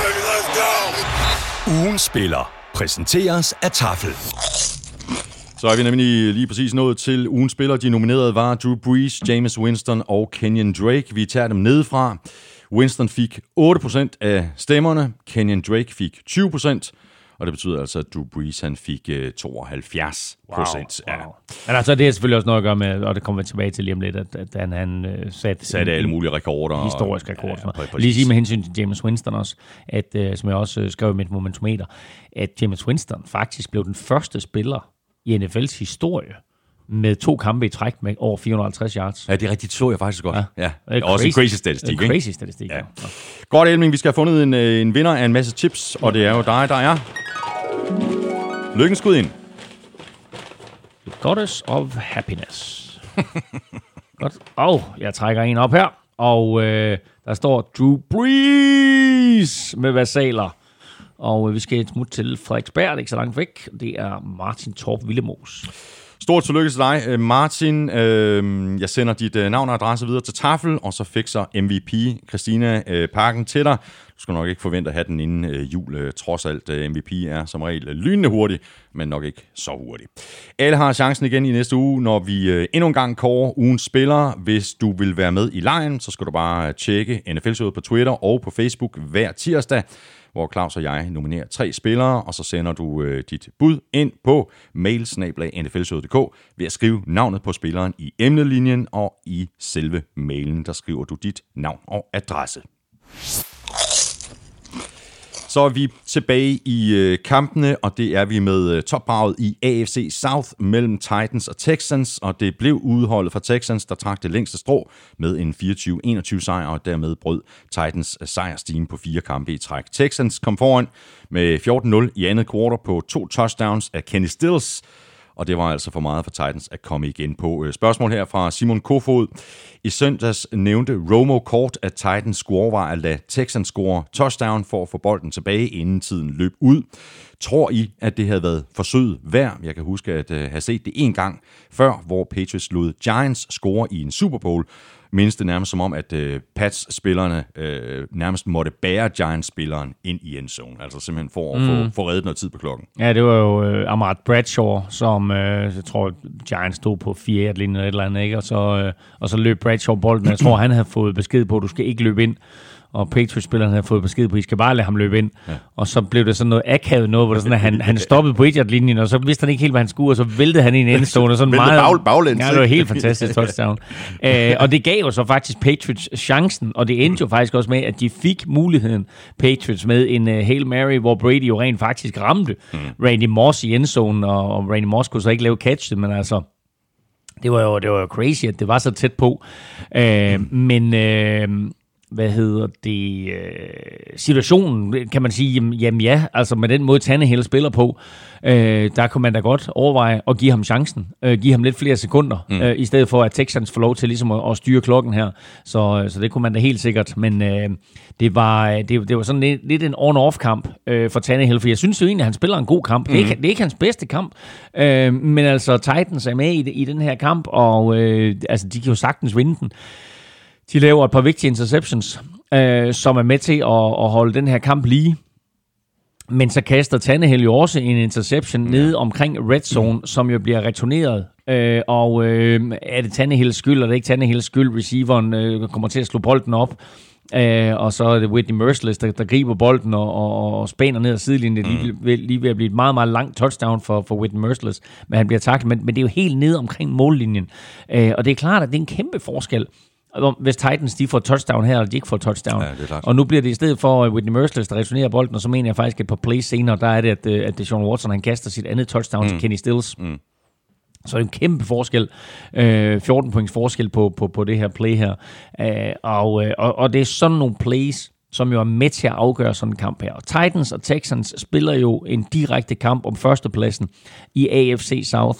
Ugen spiller præsenteres af Tafel. Så er vi nemlig lige præcis nået til ugens spiller. De nominerede var Drew Brees, Jameis Winston og Kenyon Drake. Vi tager dem nedefra. Winston fik otte procent af stemmerne, Kenyon Drake fik tyve procent, og det betyder altså, at Drew Brees han fik tooghalvfjerds procent. Wow, wow. Men altså, det er selvfølgelig også noget at gøre med, og det kommer vi tilbage til lige om lidt, at, at han, han uh, satte satte alle mulige rekorder. Historiske rekorder. Ja, lige sige med hensyn til Jameis Winston også, at, uh, som jeg også uh, skrev i mit momentometer, at Jameis Winston faktisk blev den første spiller i N F L's historie, med to kampe i træk med over fire hundrede og halvtreds yards. Ja, det er rigtigt, så jeg faktisk godt. Ja. Ja. Det er også en crazy statistik, en crazy statistik, ja. Ja. Godt, Elming, vi skal have fundet en, en vinder af en masse tips, og det er jo dig, der er. Lykkens skud ind. The goddess of happiness. Godt. Og jeg trækker en op her, og øh, der står Drew Brees med versaler. Og øh, vi skal et smut til Frederiksberg, det er ikke så langt væk. Det er Martin Torp Villemos. Stort tillykke til dig, Martin. Jeg sender dit navn og adresse videre til Tafel, og så fikser M V P Christina pakken til dig. Du skal nok ikke forvente at have den inden jul. Trods alt, M V P er som regel lynende hurtig, men nok ikke så hurtig. Alle har chancen igen i næste uge, når vi endnu en gang kårer ugens spillere. Hvis du vil være med i lejen, så skal du bare tjekke N F L-showet på Twitter og på Facebook hver tirsdag, hvor Claus og jeg nominerer tre spillere, og så sender du øh, dit bud ind på mail snabel-a n f l showet punktum d k ved at skrive navnet på spilleren i emnelinjen, og i selve mailen, der skriver du dit navn og adresse. Så er vi tilbage i øh, kampene, og det er vi med øh, topparret i A F C South mellem Titans og Texans, og det blev udholdet fra Texans, der trak det længste strå med en fireogtyve enogtyve sejr, og dermed brød Titans sejrsteam på fire kampe i træk. Texans kom foran med fjorten nul i andet kvartal på to touchdowns af Kenny Stills, og det var altså for meget for Titans at komme igen på. Spørgsmål her fra Simon Kofod. I søndags nævnte Romo kort, at Titans skulle overveje at lade Texans score touchdown for at få bolden tilbage, inden tiden løb ud. Tror I, at det havde været forsøget værd? Jeg kan huske at uh, have set det en gang før, hvor Patriots lod Giants score i en Super Bowl. Mindes det nærmest som om, at uh, Pats-spillerne uh, nærmest måtte bære Giants-spilleren ind i endzone. Altså simpelthen for at mm. få, få reddet noget tid på klokken. Ja, det var jo uh, Ahmad Bradshaw, som uh, jeg tror, Giants stod på fire et eller eller andet, ikke? Og så, uh, og så løb Bradshaw bolden. Jeg tror, han havde fået besked på, at du skal ikke løbe ind. Og Patriots-spillerne havde fået besked på, at I skal bare lade ham løbe ind. Ja. Og så blev det sådan noget akavet noget, hvor det sådan, at han, han stoppede på et-yard-linjen, og så vidste han ikke helt, hvad han skulle, og så væltede han i en endzone. Og sådan meget bag, baglæns. Ja, det var helt fantastisk touchdown. Æ, og det gav jo så faktisk Patriots chancen, og det endte jo faktisk også med, at de fik muligheden, Patriots, med en uh, Hail Mary, hvor Brady jo rent faktisk ramte mm. Randy Moss i endzonen, og, og Randy Moss kunne så ikke lave catch, men altså, det var jo, det var jo crazy, at det var så tæt på. Æ, men... Øh, hvad hedder det, øh, situationen, kan man sige, jamen, jamen ja, altså med den måde Tannehill spiller på, øh, der kunne man da godt overveje at give ham chancen, øh, give ham lidt flere sekunder, mm. øh, i stedet for at Texans får lov til ligesom at, at styre klokken her, så, så det kunne man da helt sikkert, men øh, det, var, det, det var sådan lidt, lidt en on-off kamp øh, for Tannehill, for jeg synes jo egentlig, at han spiller en god kamp, mm. det, er ikke, det er ikke hans bedste kamp, øh, men altså Titans er med i, i den her kamp, og øh, altså de kan jo sagtens vinde den. De laver et par vigtige interceptions, øh, som er med til at, at holde den her kamp lige. Men så kaster Tannehill jo også en interception ja. nede omkring red zone, mm. som jo bliver returneret. Øh, og øh, er det Tannehills skyld, eller er det ikke Tannehills skyld, receiveren øh, kommer til at slå bolden op. Øh, og så er det Whitney Merciless, der, der griber bolden og, og, og spænder ned ad sidelinjen. Det er lige, ved, lige ved at blive et meget, meget langt touchdown for, for Whitney Merciless, men han bliver taklet. Men, men det er jo helt nede omkring mållinjen. Øh, og det er klart, at det er en kæmpe forskel, hvis Titans de får touchdown her, eller de ikke får touchdown. Ja, og nu bliver det i stedet for Whitney Merciless, der returnerer bolden, og så mener jeg faktisk et par plays senere, der er det, at, at Deshaun Watson, han kaster sit andet touchdown mm. til Kenny Stills. Mm. Så er det en kæmpe forskel. Øh, fjorten points forskel på, på, på det her play her. Øh, og, og, og det er sådan nogle plays, som jo er med til at afgøre sådan en kamp her. Og Titans og Texans spiller jo en direkte kamp om førstepladsen i A F C South.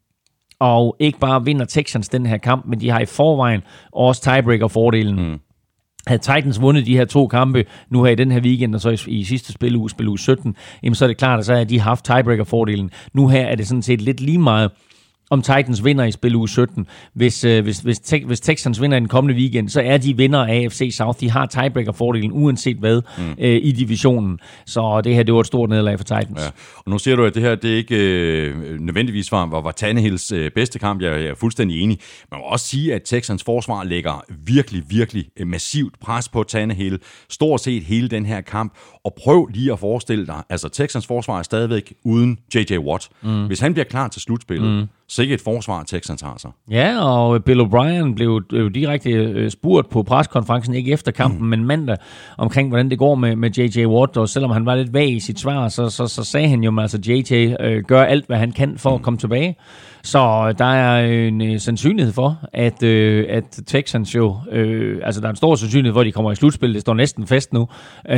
Og ikke bare vinder Texans den her kamp, men de har i forvejen også tiebreaker-fordelen. Mm. Havde Titans vundet de her to kampe, nu her i den her weekend, og så i, i sidste spilleuge, spilleuge sytten, jamen så er det klart, at så har de haft tiebreaker-fordelen. Nu her er det sådan set lidt lige meget, om Titans vinder i spilleuge sytten. Hvis, øh, hvis, hvis, te- hvis Texans vinder i den kommende weekend, så er de vinder af A F C South. De har tiebreaker-fordelen, uanset hvad, mm. øh, i divisionen. Så det her, det var et stort nederlag for Titans. Ja. Og nu siger du, at det her, det ikke øh, nødvendigvis var, var Tannehills øh, bedste kamp. Jeg, jeg er fuldstændig enig. Man må også sige, at Texans forsvar lægger virkelig, virkelig massivt pres på Tannehill. Stort set hele den her kamp. Og prøv lige at forestille dig, altså Texans forsvar er stadigvæk uden J J Watt. Mm. Hvis han bliver klar til slutspillet, mm. så ikke et forsvar, Texans har så. Ja, og Bill O'Brien blev jo direkte spurgt på preskonferencen, ikke efter kampen, mm. men mandag, omkring hvordan det går med, med J J Watt, og selvom han var lidt vag i sit svar, så, så, så sagde han jo, at altså, J J øh, gør alt, hvad han kan for mm. at komme tilbage. Så der er en øh, sandsynlighed for, at, øh, at Texans jo, øh, altså der er en stor sandsynlighed for, at de kommer i slutspil. Det står næsten fast nu,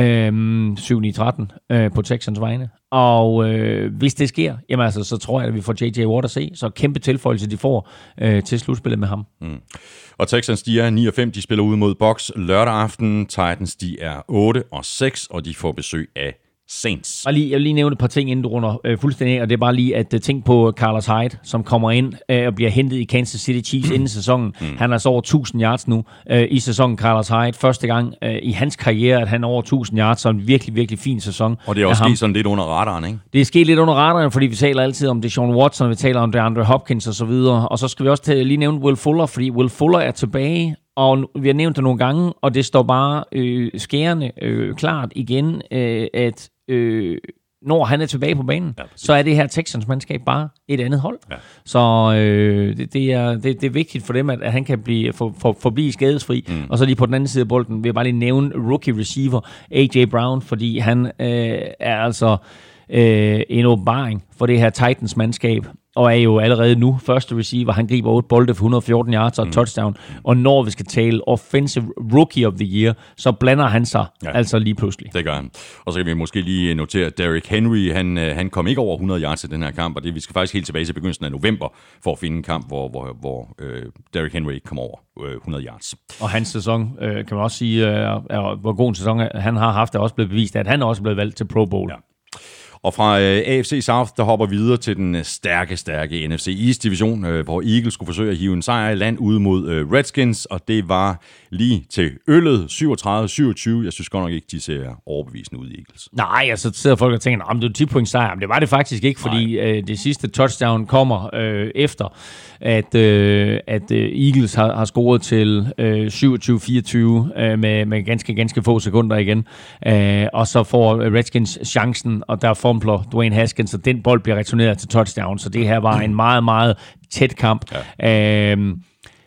øh, syv ni tretten øh, på Texans vegne. Og øh, hvis det sker, jamen altså, så tror jeg, at vi får J J Watt at se. Så kæmpe tilføjelse, de får øh, til slutspillet med ham. Mm. Og Texans, de er ni og fem, de spiller ude mod Bucs lørdag aften. Titans, de er otte og seks, og de får besøg af Saints. Jeg vil lige, jeg vil lige nævne et par ting, inden du runder øh, fuldstændig af, og det er bare lige at uh, tænke på Carlos Hyde, som kommer ind øh, og bliver hentet i Kansas City Chiefs inden sæsonen. Mm. Han er så over tusind yards nu øh, i sæsonen, Carlos Hyde. Første gang øh, i hans karriere, at han er over tusind yards, så en virkelig, virkelig fin sæson. Og det er også sket sådan lidt under radaren, ikke? Det er sket lidt under radaren, fordi vi taler altid om Deshaun Watson, vi taler om DeAndre Hopkins og så videre. Og så skal vi også til, lige nævne Will Fuller, fordi Will Fuller er tilbage, og vi har nævnt det nogle gange, og det står bare øh, skærende øh, klart igen, øh, at Øh, når han er tilbage på banen, ja, så er det her Texans-mandskab bare et andet hold. Ja. Så øh, det, det, er, det, det er vigtigt for dem, at, at han kan blive, for, for, forblive skadesfri. Mm. Og så lige på den anden side af bolden vil jeg bare lige nævne rookie receiver A J Brown, fordi han øh, er altså øh, en åbenbaring for det her Titans-mandskab, og er jo allerede nu første receiver. Han griber otte bolde for et hundrede og fjorten yards og mm. touchdown. Og når vi skal tale Offensive Rookie of the Year, så blander han sig ja. altså lige pludselig. Det gør han. Og så kan vi måske lige notere, at Derrick Henry, han, han kom ikke over hundrede yards i den her kamp, og det vi skal faktisk helt tilbage til begyndelsen af november for at finde en kamp, hvor, hvor, hvor øh, Derrick Henry ikke kom over øh, hundrede yards. Og hans sæson, øh, kan man også sige, øh, er, hvor god en sæson han har haft, er også blevet bevist, at han også er blevet valgt til Pro Bowl. Ja. Og fra øh, A F C South, der hopper videre til den stærke, stærke N F C East division, øh, hvor Eagles skulle forsøge at hive en sejr i land ude mod øh, Redskins, og det var lige til øllet, syvogtredive syvogtyve. Jeg synes godt nok ikke, de ser overbevisende ud i Eagles. Nej, altså sidder folk og tænker, om det er ti point sejr, men det var det faktisk ikke, fordi øh, det sidste touchdown kommer øh, efter, at, øh, at øh, Eagles har, har scoret til øh, syvogtyve fireogtyve øh, med, med ganske, ganske få sekunder igen, øh, og så får Redskins chancen, og der får Dwayne Haskins, og den bold bliver returneret til touchdown, så det her var en meget, meget tæt kamp. Ja. Øhm,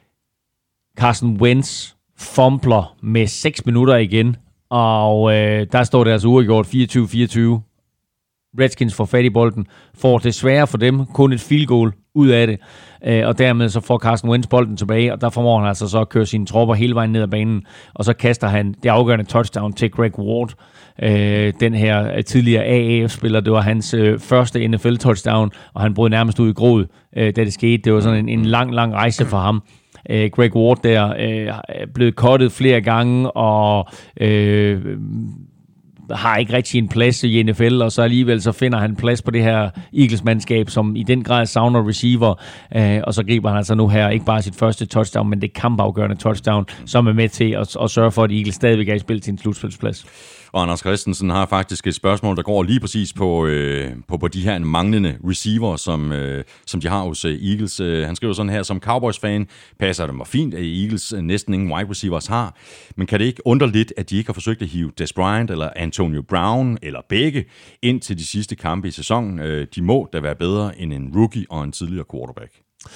Carson Wentz fumbler med seks minutter igen, og øh, der står det altså uafgjort fireogtyve fireogtyve. Redskins får fat i bolden, får desværre for dem kun et field goal ud af det, øh, og dermed så får Carson Wentz bolden tilbage, og der formår han altså så at køre sine tropper hele vejen ned ad banen, og så kaster han det afgørende touchdown til Greg Ward. Øh, den her tidligere A A F-spiller, det var hans øh, første N F L-touchdown, og han brød nærmest ud i gråd, øh, da det skete. Det var sådan en, en lang, lang rejse for ham. Øh, Greg Ward der øh, er blevet cuttet flere gange, og øh, har ikke rigtig en plads i N F L, og så alligevel så finder han plads på det her Eagles-mandskab, som i den grad savner receiver, øh, og så griber han altså nu her ikke bare sit første touchdown, men det kampafgørende touchdown, som er med til at, at sørge for, at Eagles stadigvæk er i spil til en slutspilsplads. Og Anders Christensen har faktisk et spørgsmål, der går lige præcis på, øh, på, på de her manglende receiver, som, øh, som de har hos øh, Eagles. Øh, han skriver sådan her: som Cowboys-fan passer det mig fint, at Eagles øh, næsten ingen wide receivers har. Men kan det ikke undre lidt, at de ikke har forsøgt at hive Dez Bryant eller Antonio Brown eller begge ind til de sidste kampe i sæsonen? Øh, de må da være bedre end en rookie og en tidligere quarterback.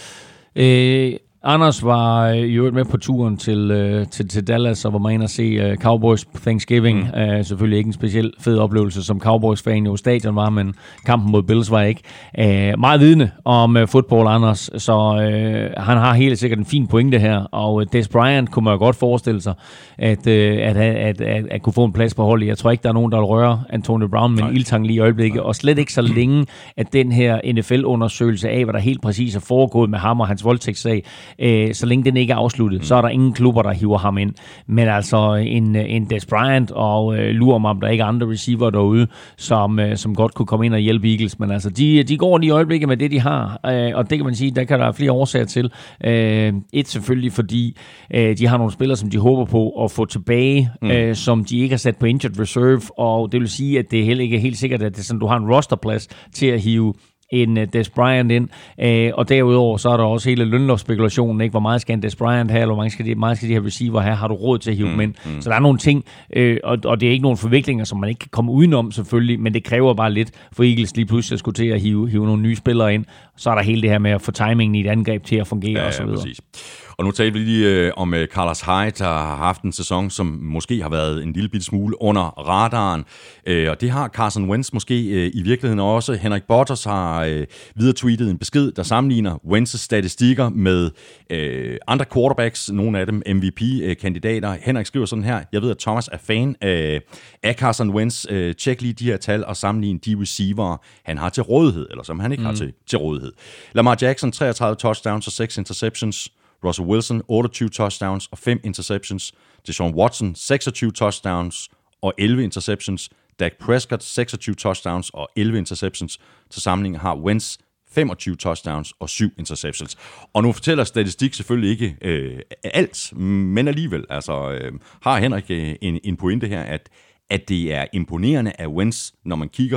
Øh... Anders var jo med på turen til, øh, til, til Dallas og var med ind at se øh, Cowboys på Thanksgiving. Mm. Uh, selvfølgelig ikke en speciel fed oplevelse som Cowboys-fan. Jo, stadion var, men kampen mod Bills var ikke. Uh, meget vidne om uh, fodbold, Anders, så uh, han har helt sikkert en fin pointe her. Og uh, Dez Bryant kunne man jo godt forestille sig, at, uh, at, at, at, at, at kunne få en plads på holdet. Jeg tror ikke, der er nogen, der vil røre Antonio Brown med en ildtang lige i øjeblikket. Nej. Og slet ikke så længe, at den her N F L-undersøgelse af, hvad der helt præcis er foregået med ham og hans voldtægtssag, så længe den ikke er afsluttet, mm. så er der ingen klubber, der hiver ham ind. Men altså en, en Dez Bryant, og øh, lurer mig, om der ikke er andre receiver derude, som, øh, som godt kunne komme ind og hjælpe Eagles. Men altså, de, de går lige i øjeblikket med det, de har. Øh, og det kan man sige, der kan der være flere årsager til. Øh, et selvfølgelig, fordi øh, de har nogle spillere, som de håber på at få tilbage, mm. øh, som de ikke har sat på injured reserve. Og det vil sige, at det heller ikke er helt sikkert, at det er sådan, du har en rosterplads til at hive en uh, Dez Bryant ind, uh, og derudover så er der også hele lønlovsspekulationen, ikke? Hvor meget skal en Dez Bryant have, eller hvor meget skal de, meget skal de her receiver have, har du råd til at hive mm, dem ind? Mm. Så der er nogle ting, uh, og, og det er ikke nogle forviklinger, som man ikke kan komme udenom selvfølgelig, men det kræver bare lidt for Eagles lige pludselig at skulle til at hive, hive nogle nye spillere ind. Så er der hele det her med at få timingen i et angreb til at fungere, ja, og så videre. Ja, præcis. Og nu taler vi lige øh, om øh, Carlos Hyde, der har haft en sæson, som måske har været en lille bitte smule under radaren. Øh, og det har Carson Wentz måske øh, i virkeligheden også. Henrik Botters har øh, videre tweetet en besked, der sammenligner Wentz's statistikker med øh, andre quarterbacks, nogle af dem M V P-kandidater. Henrik skriver sådan her: jeg ved, at Thomas er fan øh, af Carson Wentz. Øh, tjek lige de her tal og sammenligne de receiver, han har til rådighed, eller som han ikke mm. har til, til rådighed. Lamar Jackson, treogtredive touchdowns og seks interceptions. Russell Wilson, otteogtyve touchdowns og fem interceptions. Deshaun Watson, seksogtyve touchdowns og elleve interceptions. Dak Prescott, seksogtyve touchdowns og elleve interceptions. Til sammenligning har Wentz femogtyve touchdowns og syv interceptions. Og nu fortæller statistik selvfølgelig ikke øh, alt, men alligevel altså, øh, har Henrik øh, en, en pointe her, at, at det er imponerende af Wentz, når man kigger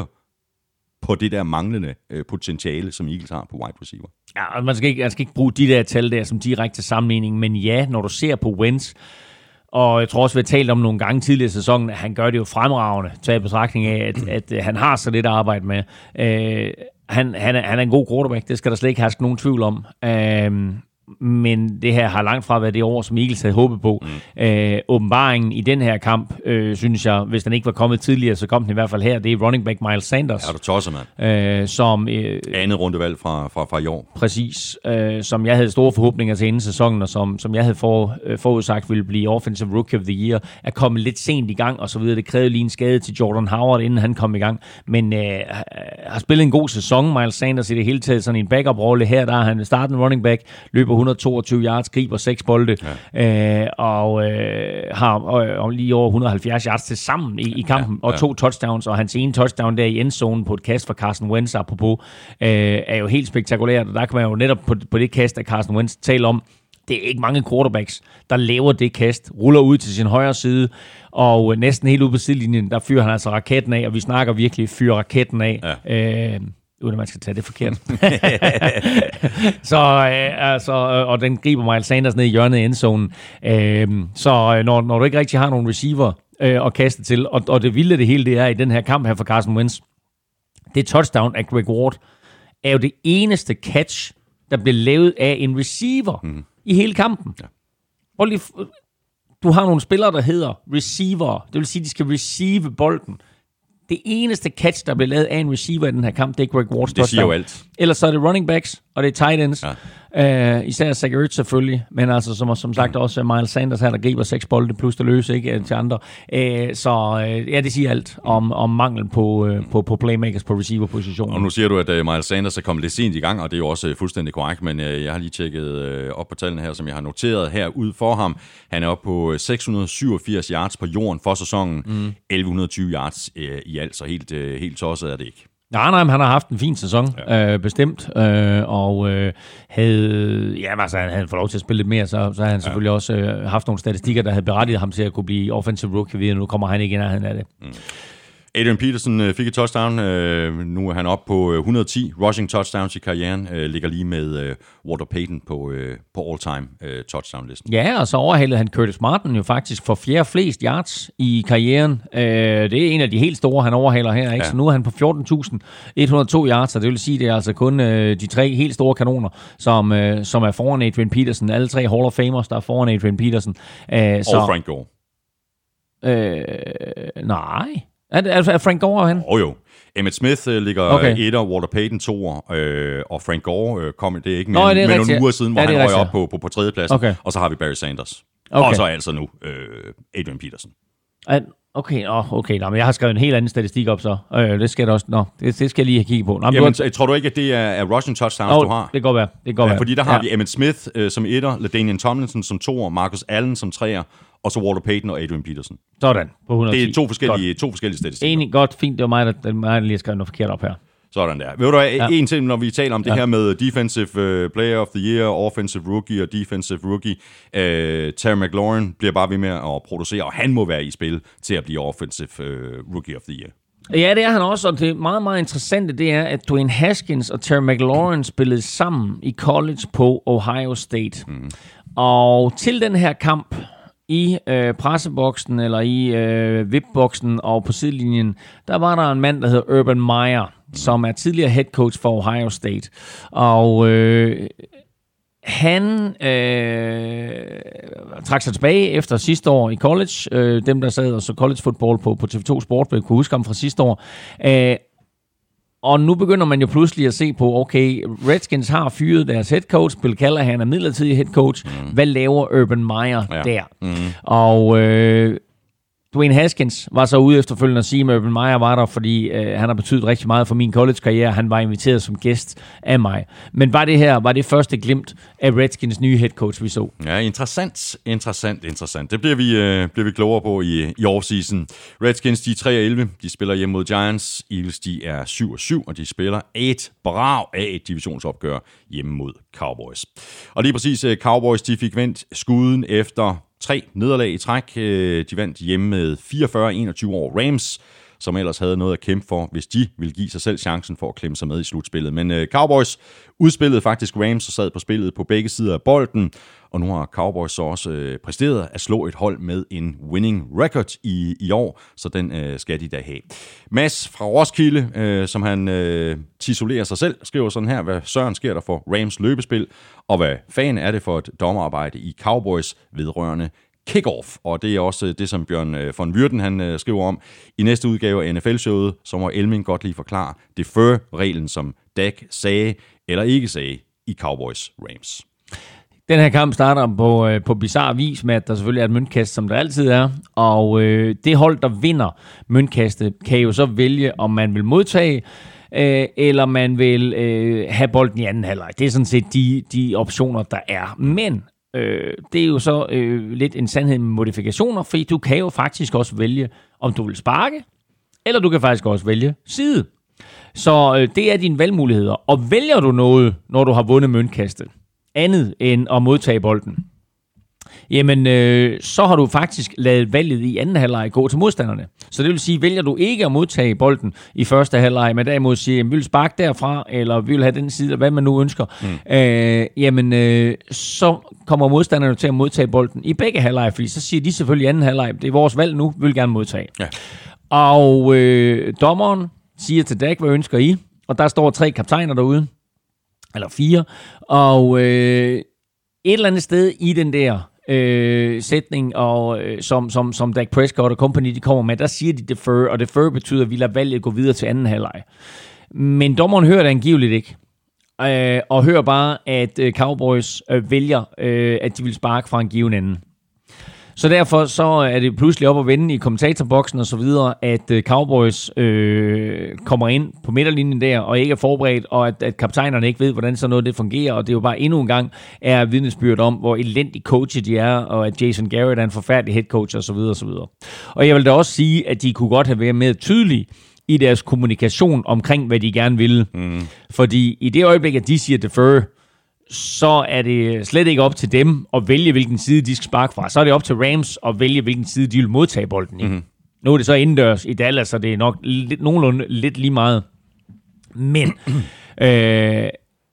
på det der manglende øh, potentiale, som Eagles har på wide receiver. Ja, man skal, ikke, man skal ikke bruge de der tal der som direkte sammenligning, men ja, når du ser på Wentz, og jeg tror også, vi har talt om nogle gange tidligere i sæsonen, at han gør det jo fremragende, taget i betragtning af, at, at, at han har så lidt at arbejde med. Øh, han, han, er, han er en god quarterback, det skal der slet ikke herske nogen tvivl om. Øh, men det her har langt fra været det år, som Eagles havde håbet på. Mm. Øh, åbenbaringen i den her kamp, øh, synes jeg, hvis den ikke var kommet tidligere, så kom den i hvert fald her. Det er running back Miles Sanders. Ja, du tosser, mand. Øh, som, øh, Andet rundevalg fra, fra, fra i år. Præcis. Øh, som jeg havde store forhåbninger til inden sæsonen, og som, som jeg havde for, øh, forudsagt ville blive Offensive Rookie of the Year, er kommet lidt sent i gang, og så videre. Det krævede lige en skade til Jordan Howard, inden han kom i gang. Men øh, har spillet en god sæson, Miles Sanders, i det hele taget. Sådan en backup-rolle her, der er han startende running back, løber et hundrede og toogtyve yards, griber seks bolde, ja. øh, og øh, har øh, lige over et hundrede og halvfjerds yards til sammen i, i kampen, ja, ja. Og to touchdowns, og hans ene touchdown der i endzonen på et kast fra Carson Wentz, apropos, øh, er jo helt spektakulært, og der kan man jo netop på, på det kast, at Carson Wentz taler om, det er ikke mange quarterbacks, der laver det kast, ruller ud til sin højre side, og næsten helt ude på sidelinjen, der fyrer han altså raketten af, og vi snakker virkelig fyrer raketten af. Ja. Øh, uden at man skal tage det forkert. så, øh, altså, og den griber Miles Sanders ned i hjørnet i endzonen. Øh, så når, når du ikke rigtig har nogen receiver øh, at kaste til, og, og det vilde det hele det er i den her kamp her for Carson Wentz, det touchdown af Greg Ward, er jo det eneste catch, der blev lavet af en receiver mm. i hele kampen. Ja. Lige, du har nogle spillere, der hedder receiver. Det vil sige, at de skal receive bolden. Det eneste catch, der blev lavet af en receiver i den her kamp, det er Greg Wards touchdown. Det siger jo alt. Ellers så er det running backs, og det er tight ends. Ja. Uh, især Zach Ertz selvfølgelig, men altså som, som sagt også Miles Sanders her, der griber seks bolde plus det løse ikke til andre. Uh, så uh, ja, det siger alt om, om manglen på, uh, på, på playmakers på receiver-positionen. Og nu siger du, at uh, Miles Sanders er kommet lidt sent i gang, og det er jo også uh, fuldstændig korrekt, men uh, jeg har lige tjekket uh, op på tallene her, som jeg har noteret her ud for ham. Han er oppe på seks hundrede syvogfirs yards på jorden for sæsonen, mm. elleve tyve yards uh, i alt, så helt, uh, helt tosset er det ikke. Nej, nej, han har haft en fin sæson, ja. øh, bestemt, øh, og øh, havde, ja, altså, han havde fået lov til at spille lidt mere, så, så havde han selvfølgelig ja. også øh, haft nogle statistikker, der havde berettiget ham til at kunne blive offensive rookie, videre. Nu kommer han ikke i nærheden af det. Mm. Adrian Peterson fik et touchdown. Nu er han oppe på et hundrede og ti rushing touchdowns i karrieren. Ligger lige med Walter Payton på, på all-time touchdown-listen. Ja, og så overhalede han Curtis Martin jo faktisk for fjerde flest yards i karrieren. Det er en af de helt store, han overhaler her. Ikke? Ja. Så nu er han på fjorten tusind et hundrede og to yards, og det vil sige, det er altså kun de tre helt store kanoner, som, som er foran Adrian Peterson. Alle tre Hall of Famers, der er foran Adrian Peterson. Så, og Frank Gore. Øh, nej... Er, er, er Frank Gore han? Åh oh, jo. Emmitt Smith uh, ligger okay. etter, Walter Payton toer, øh, og Frank Gore øh, kom det ikke, men, Nå, det men nogle uger siden, hvor ja, han røg op på, på, på tredjepladsen, okay. Og så har vi Barry Sanders. Okay. Og så altså nu øh, Adrian Peterson. Okay, oh, okay. Nå, men jeg har skrevet en helt anden statistik op så. Øh, det skal jeg også. Nå, det, det skal jeg lige have kigget på. Nå, Jamen, du... tror du ikke, at det er, er rushing touchdowns, oh, du har? Det kan godt være. Det kan godt ja, være. Fordi der har ja. vi Emmitt Smith øh, som etter, LaDainian Tomlinson som toer, Marcus Allen som treer, og så Walter Payton og Adrian Peterson. Sådan, på et hundrede og ti. Det er to forskellige, to forskellige statistikker. Enig, godt, fint. Det var mig, der, der, der lige har skrevet noget forkert op her. Sådan der. Ved du hvad, ja. en ting, når vi taler om det ja. her med Defensive uh, Player of the Year, Offensive Rookie og Defensive Rookie. Uh, Terry McLaurin bliver bare ved med at producere, og han må være i spil til at blive Offensive uh, Rookie of the Year. Ja, det er han også, og det meget, meget interessante, det er, at Dwayne Haskins og Terry McLaurin spillede sammen i college på Ohio State. Mm. Og til den her kamp i øh, presseboksen eller i øh, V I P-boksen og på sidelinjen, der var der en mand, der hedder Urban Meyer, mm. som er tidligere head coach for Ohio State. Og øh, han øh, trak sig tilbage efter sidste år i college. Øh, dem, der sad og så college football på, på T V to Sport, kunne huske ham fra sidste år. Øh, Og nu begynder man jo pludselig at se på, okay, Redskins har fyret deres head coach, Bill Callahan er midlertidig head coach. Mm. Hvad laver Urban Meyer ja. der? Mm. Og øh, Dwayne Haskins var så ude efterfølgende at sige, at Urban Meyer var der, fordi øh, han har betydet rigtig meget for min college-karriere. Han var inviteret som gæst af mig. Men var det her, var det første glimt af Redskins nye head coach, vi så? Ja, interessant, interessant, interessant. Det bliver vi, øh, bliver vi klogere på i, i offseason. Redskins, de er tre og elleve. De spiller hjemme mod Giants. Eagles, de er syv og syv, og de spiller et brag af et divisionsopgør hjemme mod Cowboys. Og lige præcis, Cowboys, de fik vendt skuden efter tre nederlag i træk. De vandt hjemme med fireogfyrre enogtyve over Rams, som ellers havde noget at kæmpe for, hvis de ville give sig selv chancen for at klemme sig med i slutspillet. Men uh, Cowboys udspillede faktisk Rams og sad på spillet på begge sider af bolden, og nu har Cowboys så også uh, præsteret at slå et hold med en winning record i, i år, så den uh, skal de da have. Mads fra Roskilde, uh, som han uh, titulerer sig selv, skriver sådan her: hvad søren sker der for Rams løbespil, og hvad fanden er det for et dommerarbejde i Cowboys vedrørende kickoff, og det er også det, som Bjørn von Wyrden han skriver om i næste udgave af N F L-showet, så må Elming godt lige forklare defer-reglen, som Dak sagde eller ikke sagde i Cowboys Rams. Den her kamp starter på, på bizarre vis med, at der selvfølgelig er et møntkast, som der altid er, og øh, det hold, der vinder møntkastet, kan jo så vælge, om man vil modtage, øh, eller man vil øh, have bolden i anden halvleg. Det er sådan set de, de optioner, der er. Men Øh, det er jo så øh, lidt en sandhed med modifikationer, fordi du kan jo faktisk også vælge, om du vil sparke, eller du kan faktisk også vælge side. Så øh, det er dine valgmuligheder. Og vælger du noget, når du har vundet møntkastet, andet end at modtage bolden, jamen øh, så har du faktisk ladet valget i anden halvleg gå til modstanderne. Så det vil sige, vælger du ikke at modtage bolden i første halvleg, men derimod siger, at vi vil sparke derfra, eller vi vil have den side, hvad man nu ønsker, mm. øh, jamen øh, så kommer modstanderne til at modtage bolden i begge halvleg, fordi så siger de selvfølgelig i anden halvleg, det er vores valg nu, vi vil gerne modtage. Ja. Og øh, dommeren siger til Dak, hvad ønsker I? Og der står tre kaptajner derude, eller fire, og øh, et eller andet sted i den der Øh, sætning, og, øh, som, som, som Dak Prescott og company de kommer med, der siger de defer, og defer betyder, at vi lader valget gå videre til anden halvleg. Men dommeren hører det angiveligt ikke. øh, og hører bare, at øh, Cowboys øh, vælger, øh, at de vil sparke fra en given ende. Så derfor så er det pludselig op at vende i kommentatorboksen og så videre, at øh, Cowboys øh, kommer ind på midterlinjen der, og ikke er forberedt, og at, at kaptajnerne ikke ved, hvordan sådan noget det fungerer, og det er jo bare endnu en gang er vidnesbyrd om, hvor elendig coach de er, og at Jason Garrett er en forfærdelig head coach og så videre og så videre. Og jeg vil da også sige, at de kunne godt have været mere tydelige i deres kommunikation omkring, hvad de gerne ville. Mm. Fordi i det øjeblik, at de siger defer, så er det slet ikke op til dem at vælge, hvilken side de skal sparke fra. Så er det op til Rams at vælge, hvilken side de vil modtage bolden i. Mm-hmm. Nu er det så indendørs i Dallas, så det er nok lidt, nogenlunde lidt lige meget. Men øh,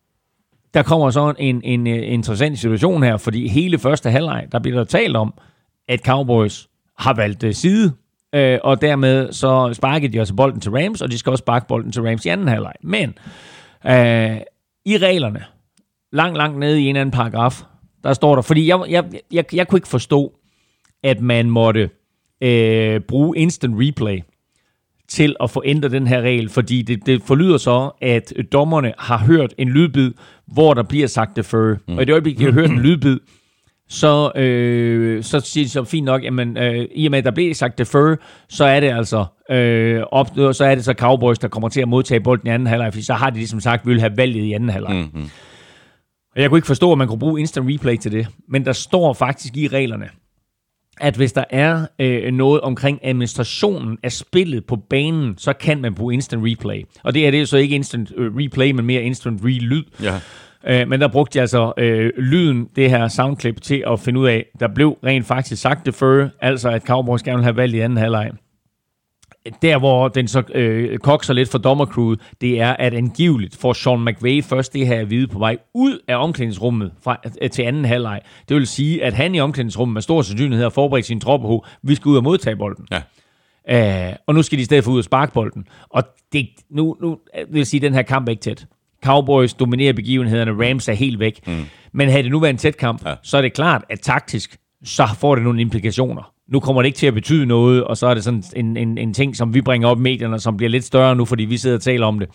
der kommer så en, en, en interessant situation her, fordi hele første halvleg, der bliver der talt om, at Cowboys har valgt uh, side, øh, og dermed så sparkede de også bolden til Rams, og de skal også sparke bolden til Rams i anden halvleg. Men øh, i reglerne, langt, langt nede i en anden paragraf, der står der, fordi jeg, jeg, jeg, jeg kunne ikke forstå, at man måtte øh, bruge instant replay til at få ændret den her regel, fordi det, det forlyder så, at dommerne har hørt en lydbid, hvor der bliver sagt defer. Mm. Og i det øjeblik, de har hørt en lydbid, så, øh, så siger de så fint nok, jamen, øh, i og med, at der bliver sagt defer, så er det altså øh, op, så er det så Cowboys, der kommer til at modtage bolden i anden halvleg, fordi så har de ligesom sagt, at vi vil have valget i anden halvleg. Mm-hmm. Jeg kunne ikke forstå, at man kunne bruge instant replay til det, men der står faktisk i reglerne, at hvis der er øh, noget omkring administrationen af spillet på banen, så kan man bruge instant replay. Og det her det er så ikke instant øh, replay, men mere instant re-lyd. Ja. Øh, men der brugte jeg altså øh, lyden, det her soundclip, til at finde ud af, der blev rent faktisk sagt defer, altså at Cowboys gerne vil have valgt i anden halvleg. Der, hvor den så øh, kokser lidt for dommercrewet, det er, at angiveligt får Sean McVay først det her at vide på vej ud af omklædningsrummet fra, øh, til anden halvleg. Det vil sige, at han i omklædningsrummet med stor sandsynlighed har forberedt sin troppe på, vi skal ud og modtage bolden. Ja. Øh, og nu skal de i stedet for ud og sparke bolden. Og det, nu, nu vil jeg sige, at den her kamp er ikke tæt. Cowboys dominerer begivenhederne, Rams er helt væk. Mm. Men havde det nu været en tæt kamp, ja. Så er det klart, at taktisk, så får det nogle implikationer. Nu kommer det ikke til at betyde noget, og så er det sådan en, en, en ting, som vi bringer op i medierne, som bliver lidt større nu, fordi vi sidder og taler om det.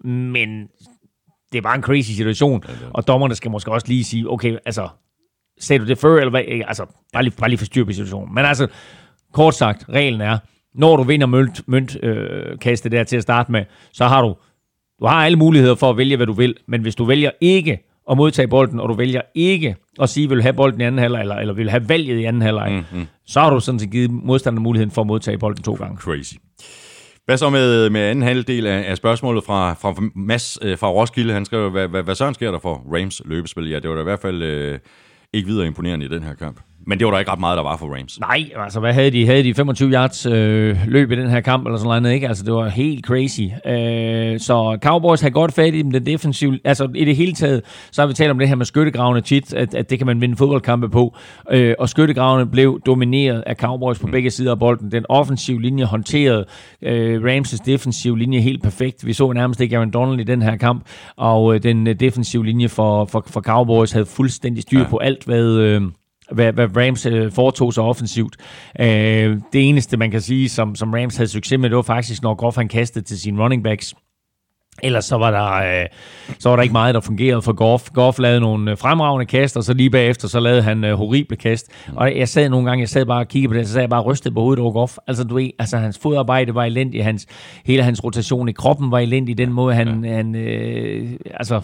Men det er bare en crazy situation, ja, og dommerne skal måske også lige sige, okay, altså, sagde du det før, eller hvad? Altså, bare lige, bare lige for styr på situationen. Men altså, kort sagt, reglen er, når du vinder mønt, møntkastet øh, der til at starte med, så har du, du har alle muligheder for at vælge, hvad du vil, men hvis du vælger ikke at modtage bolden, og du vælger ikke at sige, at vil have bolden i anden halvleg, eller, eller vil have valget i anden halvleg, mm-hmm. så har du sådan set givet modstanderen muligheden for at modtage bolden to gange. Crazy. Hvad så med, med anden halvdel af, af spørgsmålet fra, fra Mads øh, fra Roskilde? Han skrev, hvad, hvad, hvad sådan sker der for Rams løbespil? Ja, det var da i hvert fald øh, ikke videre imponerende i den her kamp. Men det var der ikke ret meget, der var for Rams. Nej, altså hvad havde de? Havde de femogtyve yards øh, løb i den her kamp, eller sådan noget, ikke? Altså det var helt crazy. Øh, så Cowboys har godt fat i dem, den defensive. Altså i det hele taget, så har vi talt om det her med skyttegravene tit, at, at det kan man vinde fodboldkampe på. Øh, og skyttegravene blev domineret af Cowboys på mm. begge sider af bolden. Den offensive linje håndterede øh, Rams' defensive linje helt perfekt. Vi så nærmest ikke Aaron Donald i den her kamp, og øh, den øh, defensive linje for, for, for Cowboys havde fuldstændig styr ja. på alt, hvad... Øh, Hvad, hvad Rams øh, foretog sig offensivt. Øh, det eneste, man kan sige, som, som Rams havde succes med, det var faktisk, når Goff han kastede til sine running backs. Ellers så var der, øh, så var der ikke meget, der fungerede for Goff. Goff lavede nogle fremragende kast, og så lige bagefter, så lavede han øh, horrible kast. Og jeg sad nogle gange, jeg sad bare og kiggede på det, så sad jeg bare rystet på hovedet over Goff. Altså, du ved, altså hans fodarbejde var elendig, hans, hele hans rotation i kroppen var elendig, den måde, han, ja. han øh, altså...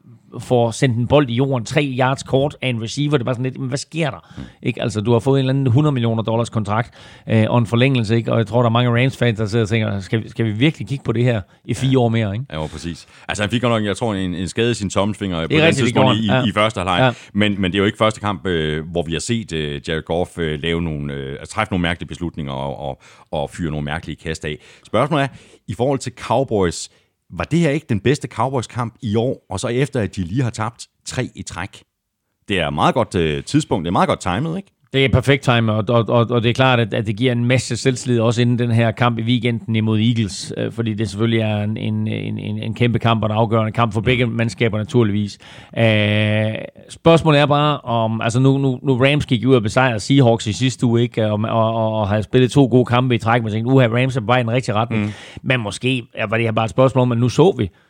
får sendt en bold i jorden tre yards kort af en receiver. Det var sådan lidt, men hvad sker der? Mm. Ikke? Altså, du har fået en eller anden hundrede millioner dollars kontrakt øh, og en forlængelse, ikke? Og jeg tror, der er mange Rams-fans, der sidder og tænker, skal, skal vi virkelig kigge på det her i fire ja. år mere? Ikke? Ja, præcis. Altså, han fik nok, jeg tror, en, en skade i sin tommelfinger på den tidspunkt i, ja. i, i første halvleg. Ja. Men, men det er jo ikke første kamp, øh, hvor vi har set øh, Jared Goff øh, lave nogle, øh, træffe nogle mærkelige beslutninger og, og, og fyre nogle mærkelige kast af. Spørgsmålet er, i forhold til Cowboys, var det her ikke den bedste Cowboys-kamp i år, og så efter, at de lige har tabt tre i træk? Det er et meget godt uh, tidspunkt, det er meget godt timet, ikke? Det er perfekt time, og, og, og, og det er klart, at, at det giver en masse selvtillid også inden den her kamp i weekenden imod Eagles, øh, fordi det selvfølgelig er en, en, en, en kæmpe kamp og en afgørende kamp for begge mandskaber naturligvis. Øh, spørgsmålet er bare, om altså nu, nu, nu Rams gik ud og besejrede Seahawks i sidste uge, ikke? Og, og, og, og har spillet to gode kampe i træk, men tænkte, uha, Rams er bare i den rigtige retning. Mm. Men måske var det her bare et spørgsmål om, at nu så vi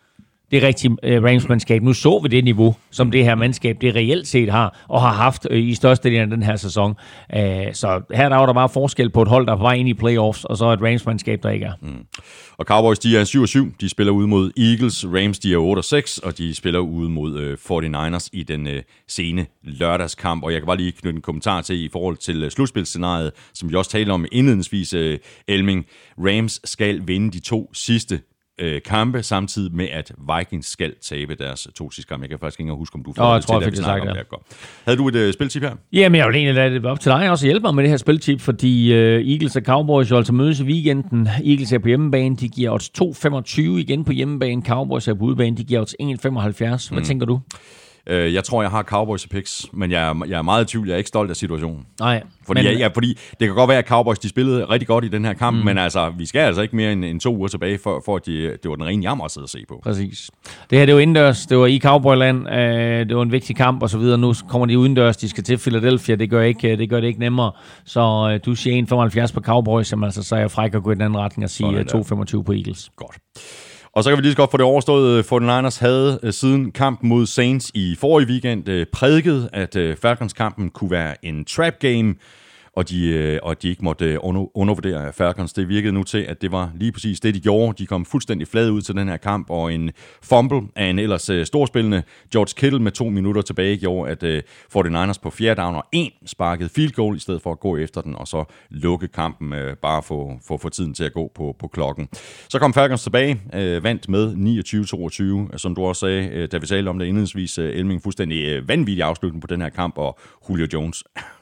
det rigtige uh, Rams-mandskab. Nu så vi det niveau, som det her mandskab, det reelt set har, og har haft uh, i største del af den her sæson. Uh, så her der var der bare forskel på et hold, der er på vej ind i playoffs, og så et Rams-mandskab, der ikke er. Mm. Og Cowboys, de er syv og syv. De spiller ude mod Eagles. Rams, de er otte og seks, og de spiller ude mod uh, forty-niners i den uh, sene lørdagskamp. Og jeg kan bare lige knytte en kommentar til i forhold til uh, slutspilscenariet, som vi også talte om indledningsvis, uh, Elming. Rams skal vinde de to sidste øh, kampe, samtidig med, at Vikings skal tabe deres to sidste kampe. Jeg kan faktisk ikke huske, om du får oh, det til, at vi snakker om det. Havde du et øh, spiltip her? Jamen, jeg vil egentlig lade det op til dig også at hjælpe mig med det her spiltip, fordi øh, Eagles og Cowboys jo altså mødes i weekenden. Eagles er på hjemmebane, de giver odds to femogtyve igen på hjemmebane. Cowboys er på udebane, de giver odds en femoghalvfjerds. Hvad mm. tænker du? Jeg tror, jeg har Cowboys i picks, men jeg er, jeg er meget i tvivl. Jeg er ikke stolt af situationen. Nej. Fordi, men... jeg, jeg, fordi det kan godt være, at Cowboys de spillede rigtig godt i den her kamp, mm. men altså, vi skal altså ikke mere end, end to uger tilbage, for, for at de, det var den rene jammer at sidde og se på. Præcis. Det her, det var indendørs. Det var i Cowboyland. Øh, det var en vigtig kamp og så videre. Nu kommer de udendørs. De skal til Philadelphia. Det gør, ikke, det gør det ikke nemmere. Så øh, du siger en femoghalvfjerds på Cowboys, jamen, altså, så er jeg fræk at gå i den anden retning og sige to femogtyve på Eagles. Godt. Og så kan vi lige så godt få det overstået. forty-niners havde siden kampen mod Saints i forrige weekend prædiket, at Falcons-kampen kunne være en trap game, og de, og de ikke måtte undervurdere Falcons. Det virkede nu til, at det var lige præcis det, de gjorde. De kom fuldstændig flade ud til den her kamp, og en fumble af en ellers storspillende George Kittle med to minutter tilbage gjorde, at forty-niners på fjerde down og en sparkede field goal, i stedet for at gå efter den, og så lukke kampen, bare for at få tiden til at gå på, på klokken. Så kom Falcons tilbage, vandt med niogtyve toogtyve, som du også sagde, da vi talte om det indledningsvis. Elming fuldstændig vanvittig afslutning på den her kamp, og Julio Jones...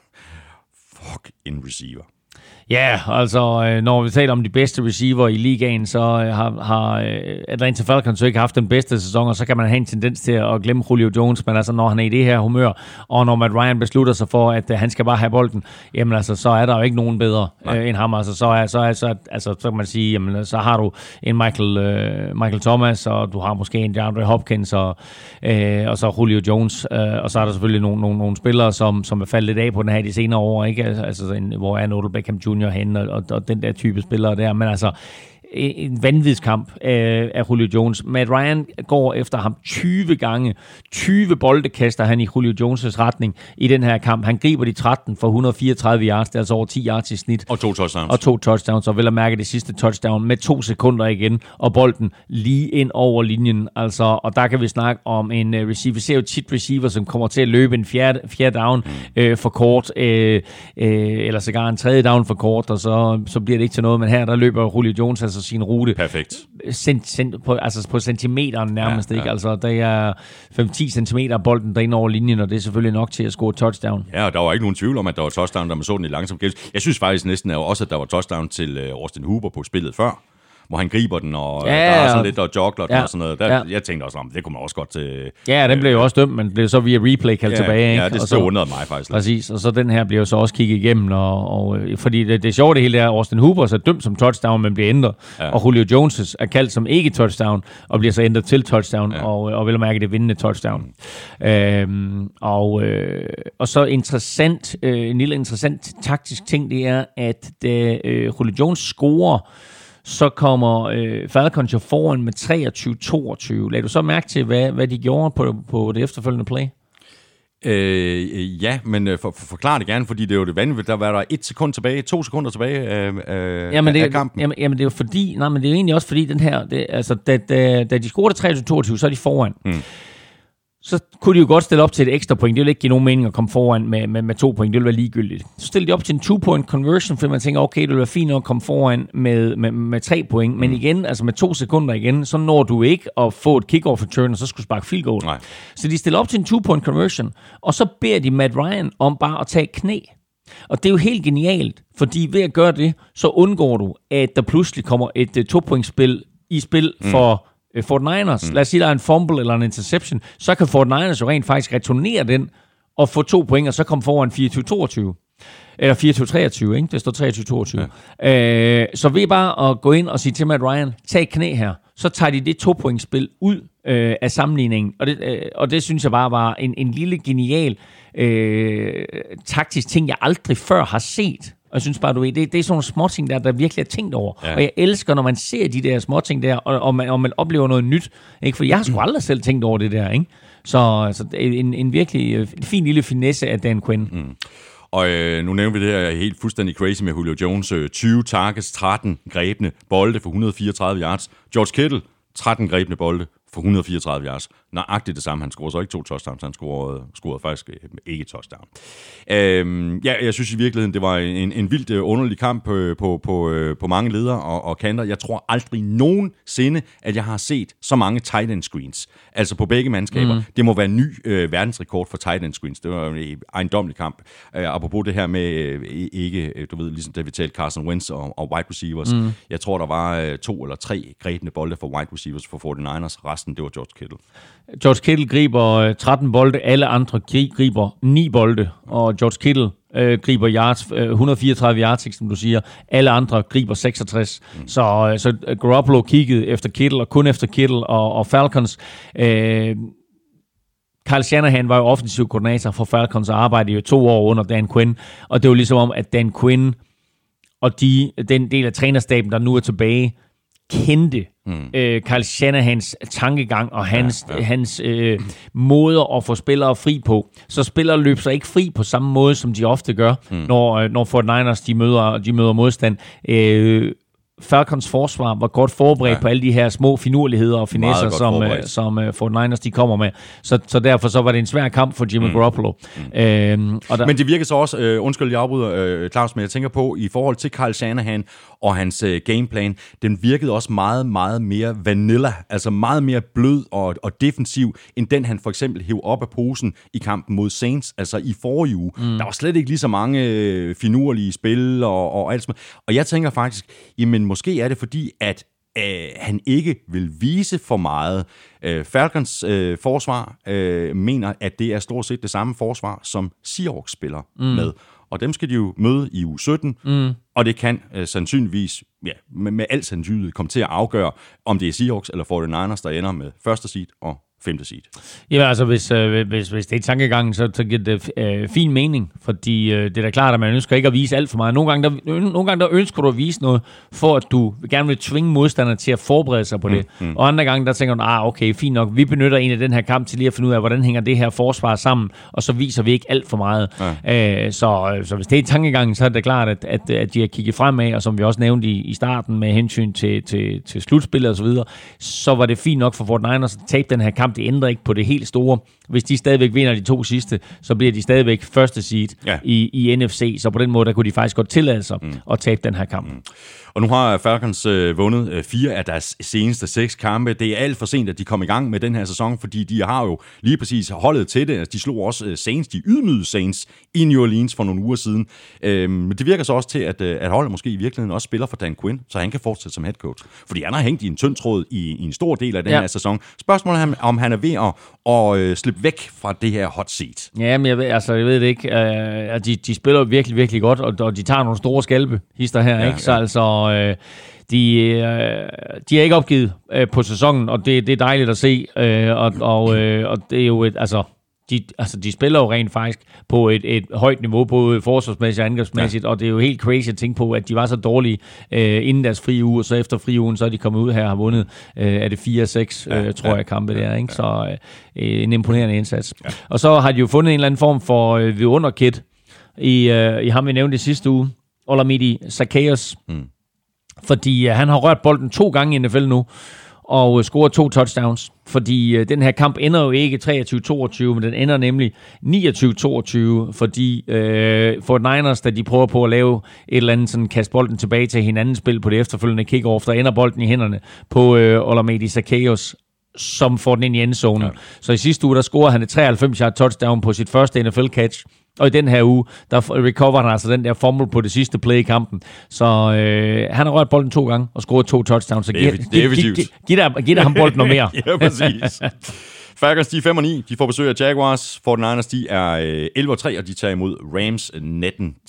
Fuck en receiver. Ja, altså, når vi taler om de bedste receiver i ligaen, så har, har Atlanta Falcons jo ikke haft den bedste sæson, og så kan man have en tendens til at glemme Julio Jones, men altså, når han er i det her humør, og når Matt Ryan beslutter sig for, at han skal bare have bolden, jamen altså, så er der jo ikke nogen bedre øh, end ham. Altså, så, er, så, er, så, altså, så kan man sige, jamen, så har du en Michael, øh, Michael Thomas, og du har måske en DeAndre Hopkins, og, øh, og så Julio Jones, øh, og så er der selvfølgelig nogle, nogle, nogle spillere, som, som er faldet lidt af på den her de senere år, ikke? Altså, en, hvor er Odell Beckham junior hen, og, og, og den der type spillere der, men altså en vanvidskamp af, af Julio Jones. Matt Ryan går efter ham tyve gange. tyve bolde kaster han i Julio Jones' retning i den her kamp. Han griber de tretten for et hundrede og fireogtredive yards, det er altså over ti yards i snit. Og to touchdowns. Og to touchdowns, og vel at mærke det sidste touchdown med to sekunder igen, og bolden lige ind over linjen. Altså, og der kan vi snakke om en uh, receiver. Vi ser jo tit receiver, som kommer til at løbe en fjerde, fjerde down mm. øh, for kort, øh, øh, eller sågar en tredje down for kort, og så, så bliver det ikke til noget. Men her, der løber Julio Jones altså sin rute. Perfekt. Cent, cent, på, altså på centimeteren nærmest, ja, ja. Ikke? Altså, der er fem til ti centimeter bolden derinde over linjen, og det er selvfølgelig nok til at score touchdown. Ja, og der var ikke nogen tvivl om, at der var touchdown, da man så den i langsom gælds. Jeg synes faktisk næsten også, at der var touchdown til uh, Austin Hooper på spillet før, hvor han griber den, og ja, der er sådan lidt, og jogler den, ja, og sådan noget. Der, ja. Jeg tænkte også om, det kunne man også godt til... Ja, den blev jo også dømt, men blev så via replay kaldt ja, tilbage. Ikke? Ja, det så undrede mig faktisk. Præcis, og så den her bliver jo så også kigget igennem, og, og fordi det, det sjove det hele er, at Austin Hooper er dømt som touchdown, men bliver ændret, ja. Og Julio Jones er kaldt som ikke touchdown, og bliver så ændret til touchdown, ja. og, og vil jeg mærke det vindende touchdown. Mm. Øhm, og, øh, og så interessant, øh, en lille interessant taktisk ting, det er, at da øh, Julio Jones scorer, så kommer øh, Falcons jo foran med treogtyve toogtyve. Lad du så mærke til, hvad, hvad de gjorde på, på det efterfølgende play? Øh, ja, men for, for, forklar det gerne, fordi det er jo det vanvittigt. Der var der et sekund tilbage, to sekunder tilbage af, af, jamen det, af kampen. Jamen, jamen det er jo fordi, nej, men det er jo egentlig også fordi den her, det, altså da, da, da de scorede treogtyve toogtyve, så er de foran. Hmm. Så kunne de jo godt stille op til et ekstra point. Det ville ikke give nogen mening at komme foran med, med, med to point. Det ville være ligegyldigt. Så stillede de op til en two-point conversion, fordi man tænker, okay, det ville være fint at komme foran med, med, med tre point. Men igen, altså med to sekunder igen, så når du ikke at få et kick-off return, og så skulle sparke field goal. Nej. Så de stiller op til en two-point conversion, og så beder de Matt Ryan om bare at tage knæ. Og det er jo helt genialt, fordi ved at gøre det, så undgår du, at der pludselig kommer et uh, to-point-spil i spil for... Mm. forty-niners. Mm. Lad os sige, der er en fumble eller en interception, så kan forty-niners jo rent faktisk returnere den og få to point, og så komme foran fireogtyve toogtyve. Eller fireogtyve treogtyve, ikke? Det står treogtyve toogtyve. Ja. Øh, så ved bare at gå ind og sige til Matt Ryan, tag knæ her, så tager de det to-pointspil ud øh, af sammenligningen. Og det, øh, og det synes jeg bare var en, en lille genial øh, taktisk ting, jeg aldrig før har set jeg synes bare, du ved, det, det er sådan nogle småting der, der virkelig er tænkt over. Ja. Og jeg elsker, når man ser de der småting der, og, og, man, og man oplever noget nyt. Ikke? For jeg har sgu aldrig selv tænkt over det der, ikke? Så altså, en, en virkelig en fin lille finesse af Dan Quinn. Mm. Og øh, nu nævner vi det her helt fuldstændig crazy med Julio Jones. Øh, tyve targets, tretten grebne bolde for et hundrede og fireogtredive yards. George Kittle, tretten grebne bolde for et hundrede og fireogtredive yards. Nøjagtigt det samme. Han scorede så ikke to touchdowns, han scorede, scorede faktisk ikke touchdown. Øhm, ja, jeg synes i virkeligheden, det var en, en vildt underlig kamp på, på, på, på mange ledere og, og kanter. Jeg tror aldrig nogensinde, at jeg har set så mange tight end screens. Altså på begge mandskaber. Mm. Det må være en ny øh, verdensrekord for tight end screens. Det var en ejendommelig kamp. Øh, apropos det her med øh, ikke, du ved, ligesom det vi talte Carson Wentz og, og wide receivers. Mm. Jeg tror, der var øh, to eller tre grebne bolde for wide receivers for forty-niners. Resten, det var George Kittle. George Kittle griber tretten bolde, alle andre griber ni bolde, og George Kittle øh, griber yards, øh, et hundrede og fireogtredive yards, som du siger. Alle andre griber seksogtres. Mm. Så, så Garoppolo kiggede efter Kittle, og kun efter Kittle og, og Falcons. Øh, Kyle Shanahan var jo offensiv koordinator for Falcons og arbejdede jo to år under Dan Quinn, og det var ligesom om, at Dan Quinn og de, den del af trænerstaben, der nu er tilbage, kendte mm. øh, Kyle Shanahans tankegang og hans, ja, ja. hans øh, måder at få spillere fri på. Så spillere løber sig ikke fri på samme måde, som de ofte gør, mm. når, når forty-niners de møder, de møder modstand. Øh, Falcons forsvar var godt forberedt ja. på alle de her små finurligheder og finesser, som, uh, som uh, forty-niners de kommer med. Så, så derfor så var det en svær kamp for Jimmy mm. Garoppolo. Mm. Øhm, og der... Men det virker så også, øh, undskyld, jeg afbryder, øh, Claus, men jeg tænker på, i forhold til Kyle Shanahan og hans øh, gameplan, den virkede også meget, meget mere vanilla, altså meget mere blød og, og defensiv, end den han for eksempel hæv op af posen i kampen mod Saints, altså i forrige uge. Mm. Der var slet ikke lige så mange øh, finurlige spil og, og alt sådan. Og jeg tænker faktisk, jamen måske er det fordi, at øh, han ikke vil vise for meget. Øh, Falcons øh, forsvar øh, mener, at det er stort set det samme forsvar, som Seahawks spiller mm. med. Og dem skal de jo møde i uge sytten, mm. og det kan øh, sandsynligvis, ja, med, med al sandsynlighed komme til at afgøre, om det er Seahawks eller forty-niners, der ender med første seed og femte seed. Ja, altså hvis, øh, hvis, hvis det er tankegangen, så, så giver det øh, fin mening, fordi øh, det er da klart, at man ønsker ikke at vise alt for meget. Nogle gange, der, nogle gange der ønsker du at vise noget, for at du gerne vil tvinge modstanderne til at forberede sig på det. Mm, mm. Og andre gange, der tænker du, ah, okay, fint nok, vi benytter en af den her kamp til lige at finde ud af, hvordan hænger det her forsvar sammen, og så viser vi ikke alt for meget. Ja. Øh, så, så hvis det er tankegangen, så er det klart, at, at, at de har kigget fremad, og som vi også nævnte i, i starten med hensyn til, til, til slutspillet og så videre, så var det fint nok for forty-niners at tabe den her kamp. Det ændrer ikke på det helt store. Hvis de stadigvæk vinder de to sidste, så bliver de stadigvæk første seed ja. i, i N F C. Så på den måde, der kunne de faktisk godt tillade sig mm. at tabe den her kamp. Mm. Og nu har Falcons øh, vundet øh, fire af deres seneste seks kampe. Det er alt for sent, at de kom i gang med den her sæson, fordi de har jo lige præcis holdet til det. De slog også øh, Saints, de ydmygede Saints i New Orleans for nogle uger siden. Øh, men det virker så også til, at, at holdet måske i virkeligheden også spiller for Dan Quinn, så han kan fortsætte som head coach. Fordi han har hængt i en tynd tråd i, i en stor del af den ja. her sæson. Spørgsmålet er, om han er ved at og øh, slippe væk fra det her hot seat. Ja, men jeg ved, altså, jeg ved det ikke. Uh, de, de spiller virkelig, virkelig godt, og, og de tager nogle store skalpe, hister her, ja, ikke? Så ja. altså, uh, de, uh, de er ikke opgivet uh, på sæsonen, og det, det er dejligt at se, uh, og, og, uh, og det er jo et, altså, de, altså, de spiller jo rent faktisk på et, et højt niveau, både forsvarsmæssigt og angrebsmæssigt, ja. og det er jo helt crazy at tænke på, at de var så dårlige øh, inden deres frie uge, og så efter frie ugen, så er de kommet ud her og har vundet, øh, er det fire seks, ja, øh, tror ja, jeg, kampe ja, der, ikke? Ja. Så øh, en imponerende indsats. Ja. Og så har de jo fundet en eller anden form for øh, vidunderkid i, øh, i ham, vi nævnte i sidste uge, Olamide Zaccheaus, hmm. fordi øh, han har rørt bolden to gange i N F L nu, og scorer to touchdowns, fordi øh, den her kamp ender jo ikke treogtyve toogtyve, men den ender nemlig niogtyve toogtyve, fordi øh, forty-niners, da de prøver på at lave et eller andet sådan, kaste bolden tilbage til hinandens spil på det efterfølgende kickoff, der ender bolden i hænderne på øh, Olamide Zaccheaus, som får den ind i endzone. Ja. Så i sidste uge, der scorer han et treoghalvfems yard touchdown på sit første N F L-catch, og i den her uge, der recover han altså den der fumble på det sidste play i kampen. Så øh, han har rørt bolden to gange og scoret to touchdowns. Så det er effektivt. Giv dig ham bolden noget mere. Ja, præcis. Falcons, de er fem og ni. De får besøg af Jaguars. forty-niners, de er elleve og tre, og de tager imod Rams natten til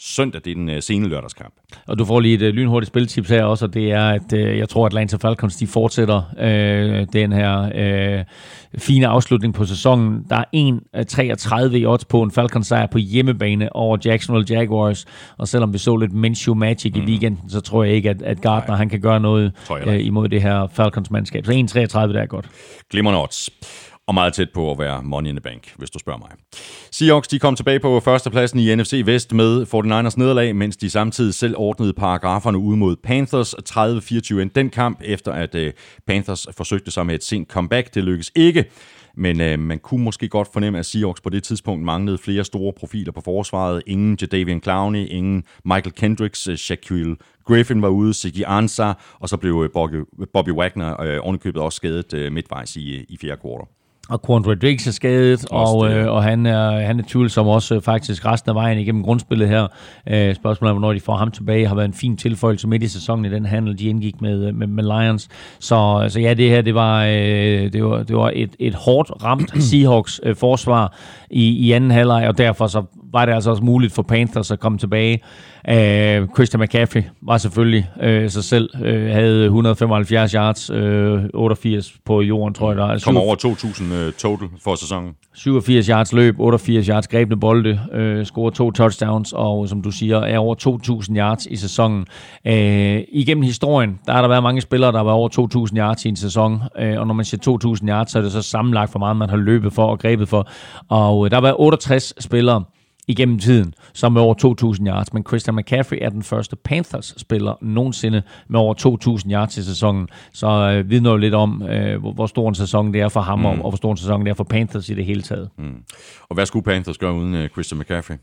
søndag. Det er den øh, sene lørdagskamp. Og du får lige et øh, lynhurtigt spiltips her også, og det er, at øh, jeg tror, at Atlanta Falcons de fortsætter øh, den her øh, fine afslutning på sæsonen. Der er en komma treogtredive i odds på en Falcons sejr på hjemmebane over Jacksonville Jaguars, og selvom vi så lidt Minshew Magic mm. i weekenden, så tror jeg ikke, at, at Gardner han kan gøre noget øh, imod det her Falcons-mandskab. Så en komma treogtredive, der er godt. Glimrende odds. Og meget tæt på at være money in the bank, hvis du spørger mig. Seahawks de kom tilbage på førstepladsen i N F C Vest med forty-niners nederlag, mens de samtidig selv ordnede paragraferne ude mod Panthers tredive fireogtyve den kamp, efter at uh, Panthers forsøgte sig med et sent comeback. Det lykkedes ikke, men uh, man kunne måske godt fornemme, at Seahawks på det tidspunkt manglede flere store profiler på forsvaret. Ingen Jadeveon Clowney, ingen Michael Kendricks, uh, Shaquille Griffin var ude, Sigi Ansah, og så blev uh, Bobby, Bobby Wagner uh, ovenikøbet også skadet uh, midtvejs i, i fjerde kvartal. Og Quandre Diggs er skadet, og, øh, og han er, han er tvivlsom også øh, faktisk resten af vejen igennem grundspillet her. Øh, spørgsmålet er, hvornår de får ham tilbage, har været en fin tilføjelse midt i sæsonen i den handel, de indgik med, med, med Lions. Så, så ja, det her, det var, øh, det var, det var et, et hårdt ramt Seahawks øh, forsvar i, i anden halvleg, og derfor så var det altså også muligt for Panthers at komme tilbage. Uh, Christian McCaffrey var selvfølgelig uh, sig selv, uh, havde et hundrede femoghalvfjerds yards, uh, otteogfirs på jorden, tror jeg. Der kom over to tusind uh, total for sæsonen. syvogfirs yards løb, otteogfirs yards grebne bolde, uh, scorede to touchdowns, og som du siger, er over to tusind yards i sæsonen. Uh, igennem historien, der har der været mange spillere, der har været over to tusind yards i en sæson, uh, og når man siger to tusind yards, så er det så sammenlagt for meget, man har løbet for og grebet for. Og uh, der har været otteogtres spillere igennem tiden, som er over to tusind yards. Men Christian McCaffrey er den første Panthers-spiller nogensinde med over to tusind yards i sæsonen. Så øh, vidner jo lidt om, øh, hvor, hvor stor en sæson det er for ham, mm. og, og hvor stor en sæson det er for Panthers i det hele taget. Mm. Og hvad skulle Panthers gøre uden øh, Christian McCaffrey?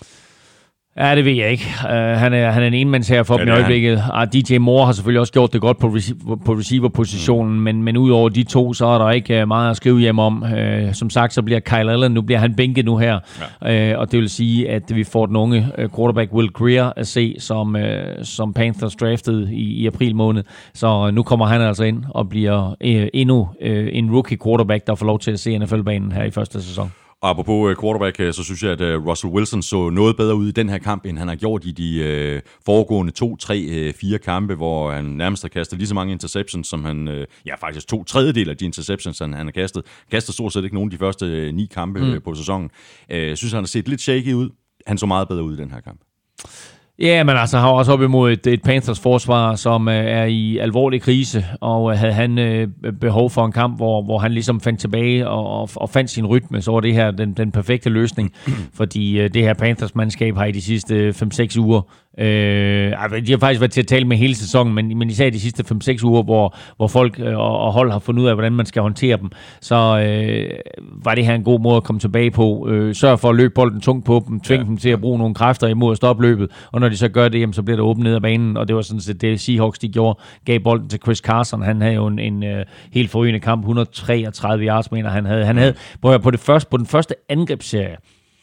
Ja, det ved jeg ikke. Uh, han, er, han er en enmands her for ja, dem i øjeblikket. Uh, D J Moore har selvfølgelig også gjort det godt på, rec- på receiver-positionen, mm. men, men udover de to, så er der ikke uh, meget at skrive hjem om. Uh, som sagt, så bliver Kyle Allen, nu bliver han bænket nu her, ja. uh, og det vil sige, at vi får den unge uh, quarterback Will Grier at se, som, uh, som Panthers draftede i, i april måned. Så uh, nu kommer han altså ind og bliver uh, endnu uh, en rookie quarterback, der får lov til at se N F L-banen her i første sæson. Og apropos quarterback, så synes jeg, at Russell Wilson så noget bedre ud i den her kamp, end han har gjort i de øh, foregående to, tre, øh, fire kampe, hvor han nærmest har kastet lige så mange interceptions, som han, øh, ja faktisk to tredjedel af de interceptions, han, han har kastet. Kastet stort set ikke nogen af de første øh, ni kampe mm. øh, på sæsonen. Jeg øh, synes, han har set lidt shaky ud. Han så meget bedre ud i den her kamp. Ja, men altså har også op imod et, et Panthers forsvar, som øh, er i alvorlig krise, og øh, havde han øh, behov for en kamp, hvor, hvor han ligesom fandt tilbage og, og, og fandt sin rytme, så var det her den, den perfekte løsning, fordi øh, det her Panthers-mandskab har i de sidste fem seks uger, øh, de har faktisk været til at tale med hele sæsonen, men, men især de sidste fem seks uger, hvor, hvor folk øh, og hold har fundet ud af, hvordan man skal håndtere dem, så øh, var det her en god måde at komme tilbage på. Øh, sørg for at løbe bolden tungt på dem, tving ja. dem til at bruge nogle kræfter imod at stoppe løbet, og når de så gør det, jamen, så bliver der åbent ned ad banen, og det var sådan set det Seahawks, de gjorde, gav bolden til Chris Carson. Han havde jo en, en uh, helt forrygende kamp, et hundrede treogtredive yards, mener han havde. Han havde på, på, det første, på den første angrebsserie,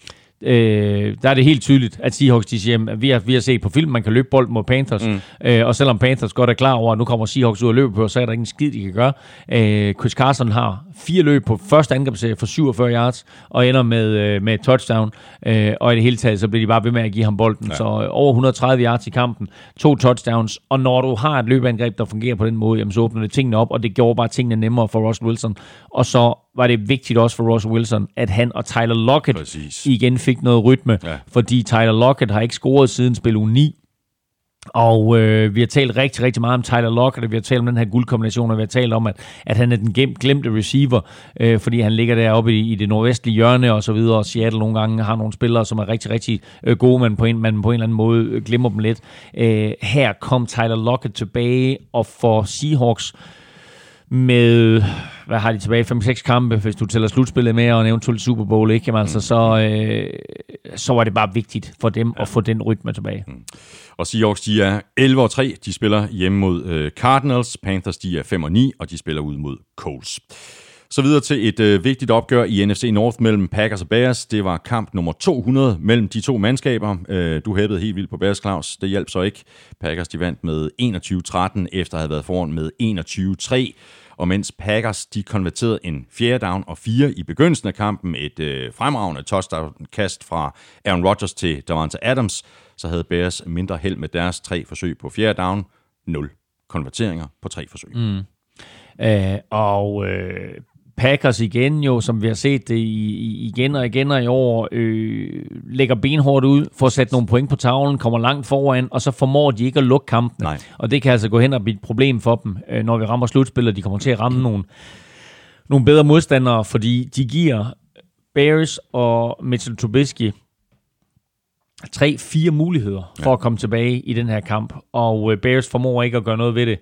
Øh, der er det helt tydeligt, at Seahawks de siger, at vi har, vi har set på film, man kan løbe bolden mod Panthers, mm. øh, og selvom Panthers godt er klar over, at nu kommer Seahawks ud og løber på, så er der ingen skid, de kan gøre. Øh, Chris Carson har fire løb på første angrebsserie for syvogfyrre yards, og ender med, øh, med et touchdown, øh, og i det hele taget, så bliver de bare ved med at give ham bolden. Ja. Så øh, over et hundrede og tredive yards i kampen, to touchdowns, og når du har et løbeangreb, der fungerer på den måde, jamen, så åbner det tingene op, og det gjorde bare tingene nemmere for Russell Wilson. Og så var det vigtigt også for Russell Wilson, at han og Tyler Lockett Præcis. igen fik noget rytme, ja. fordi Tyler Lockett har ikke scoret siden spil uge ni. Og øh, vi har talt rigtig, rigtig meget om Tyler Lockett, og vi har talt om den her guldkombination, og vi har talt om, at, at han er den glemte receiver, øh, fordi han ligger deroppe i, i det nordvestlige hjørne og så videre, og Seattle nogle gange har nogle spillere, som er rigtig, rigtig øh, gode, men på en, man på en eller anden måde øh, glemmer dem lidt. Øh, her kom Tyler Lockett tilbage, og for Seahawks med, hvad har de tilbage, fem seks kampe, hvis du tæller slutspillet med, og en eventuelt Super Bowl, ikke? Jamen, altså, så, øh, så var det bare vigtigt for dem ja. at få den rytme tilbage. Mm. Og Seahawks, de er elleve og tre, de spiller hjemme mod øh, Cardinals, Panthers, de er fem og ni, og de spiller ud mod Colts. Så videre til et øh, vigtigt opgør i N F C North mellem Packers og Bears. Det var kamp nummer to hundrede mellem de to mandskaber. Øh, du hæppede helt vildt på Bears, Claus. Det hjalp så ikke. Packers, de vandt med enogtyve tretten, efter at have været foran med enogtyve tre. Og mens Packers, de konverterede en fjerde down og fire i begyndelsen af kampen, et øh, fremragende touchdown-kast fra Aaron Rodgers til Davante Adams, så havde Bears mindre held med deres tre forsøg på fjerde down, nul konverteringer på tre forsøg. Mm. Øh, og øh, Packers igen jo, som vi har set det i, igen og igen og i år, øh, lægger benhårdt ud for at sætte nogle point på tavlen, kommer langt foran, og så formår de ikke at lukke kampen. Nej. Og det kan altså gå hen og blive et problem for dem, øh, når vi rammer slutspillet. De kommer til at ramme nogle, nogle bedre modstandere, fordi de giver Bears og Mitchell Trubisky tre, fire muligheder for ja. at komme tilbage i den her kamp, og øh, Bears formår ikke at gøre noget ved det.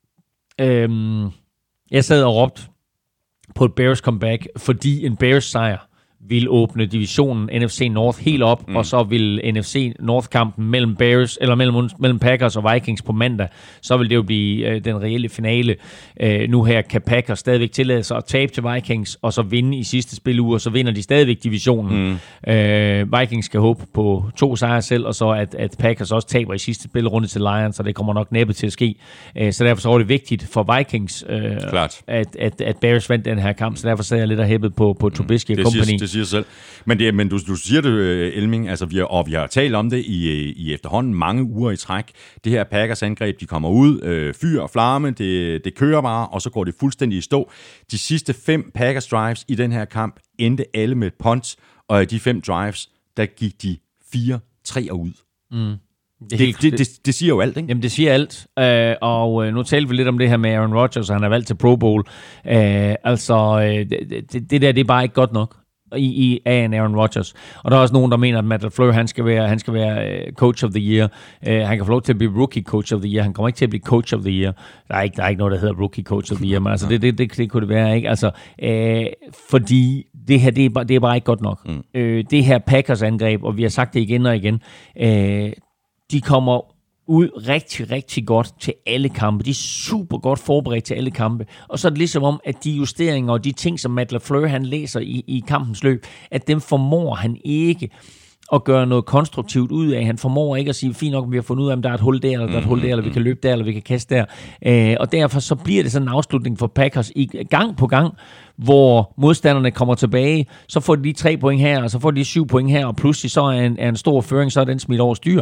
Øhm, jeg sad og råbte på et Bears comeback, fordi en Bears sejr vil åbne divisionen N F C North helt op, mm. og så vil N F C North-kampen mellem Bears eller mellem, mellem Packers og Vikings på mandag, så vil det jo blive øh, den reelle finale. Øh, nu her kan Packers stadigvæk tillade sig at tabe til Vikings, og så vinde i sidste spiluge, og så vinder de stadigvæk divisionen. Mm. Øh, Vikings skal håbe på to sejre selv, og så at, at Packers også taber i sidste spilrunde til Lions, så det kommer nok næppe til at ske. Øh, så derfor så var det vigtigt for Vikings, øh, at, at, at Bears vandt den her kamp, så derfor sad jeg lidt og hæppet på, på Trubisky mm. og company. Siger, siger selv. Men, det, men du, du siger det, Elming, altså vi har, og vi har talt om det i, i efterhånden mange uger i træk. Det her Packers angreb, de kommer ud, øh, fyr og flamme, det, det kører bare, og så går det fuldstændig i stå. De sidste fem Packers drives i den her kamp endte alle med et punt, og i de fem drives, der gik de fire tre ud. Mm. Det, det, det, det, det siger jo alt, ikke? Jamen, det siger alt. Øh, og nu talte vi lidt om det her med Aaron Rodgers, og han er valgt til Pro Bowl. Øh, altså, det, det, det der, det er bare ikke godt nok i, i af en Aaron Rodgers. Og der er også nogen, der mener, at Matt LaFleur, han skal være, han skal være uh, coach of the year. Uh, han kan få lov til at blive rookie coach of the year. Han kommer ikke til at blive coach of the year. Der er ikke, der er ikke noget, der hedder rookie coach of the year, men altså, det, det, det, det kunne det være, ikke? Altså, uh, fordi det her, det er, bare, det er bare ikke godt nok. Mm. Uh, det her Packers angreb, og vi har sagt det igen og igen, uh, de kommer ud rigtig, rigtig godt til alle kampe. De er super godt forberedt til alle kampe. Og så er det ligesom om, at de justeringer og de ting, som Matt LaFleur han læser i, i kampens løb, at dem formår han ikke at gøre noget konstruktivt ud af. Han formår ikke at sige, fint nok, vi har fundet ud af, om der er et hul der, eller der er et hul der, eller vi kan løbe der, eller vi kan kaste der. Øh, og derfor så bliver det sådan en afslutning for Packers i gang på gang, hvor modstanderne kommer tilbage, så får de lige tre point her, og så får de syv point her, og pludselig så er en, er en stor føring, så er den smidt over styr.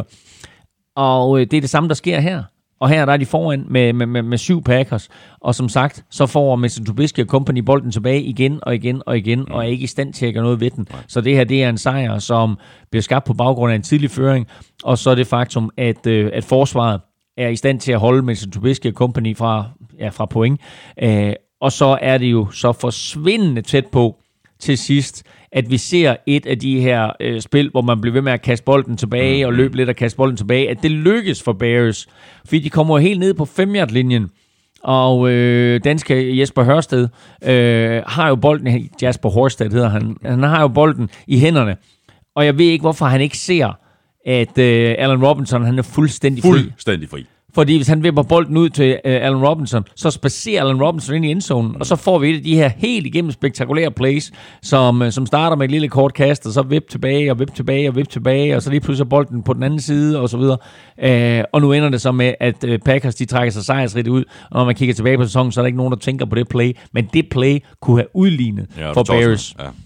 Og det er det samme, der sker her. Og her der er de foran med, med, med, med syv Packers. Og som sagt, så får Mitchell Trubisky og company bolden tilbage igen og igen og igen, mm. og er ikke i stand til at gøre noget ved den. Så det her, det er en sejr, som bliver skabt på baggrund af en tidlig føring. Og så er det faktum, at, øh, at forsvaret er i stand til at holde Mitchell Trubisky og company fra, ja, fra point. Øh, og så er det jo så forsvindende tæt på til sidst, at vi ser et af de her øh, spil, hvor man bliver ved med at kaste bolden tilbage, og løbe lidt og kaste bolden tilbage, at det lykkes for Bears, fordi de kommer helt ned på fem-yard-linjen, og øh, danske Jesper Hørsted øh, har jo bolden, Jasper Horsted hedder han, han har jo bolden i hænderne, og jeg ved ikke, hvorfor han ikke ser, at øh, Allen Robinson, han er fuldstændig fri. Fuldstændig fri. Fordi hvis han vipper bolden ud til uh, Allen Robinson, så spacerer Allen Robinson ind i endzonen, mm. og så får vi et af de her helt igennem spektakulære plays, som, uh, som starter med et lille kort kast, og så vip tilbage, og vip tilbage, og vip tilbage, og så lige pludselig bolden på den anden side, og så videre. Uh, og nu ender det så med, at uh, Packers, de trækker sig sejrsrigt ud, og når man kigger tilbage på sæsonen, så er der ikke nogen, der tænker på det play, men det play kunne have udlignet ja, for Bears. Ja.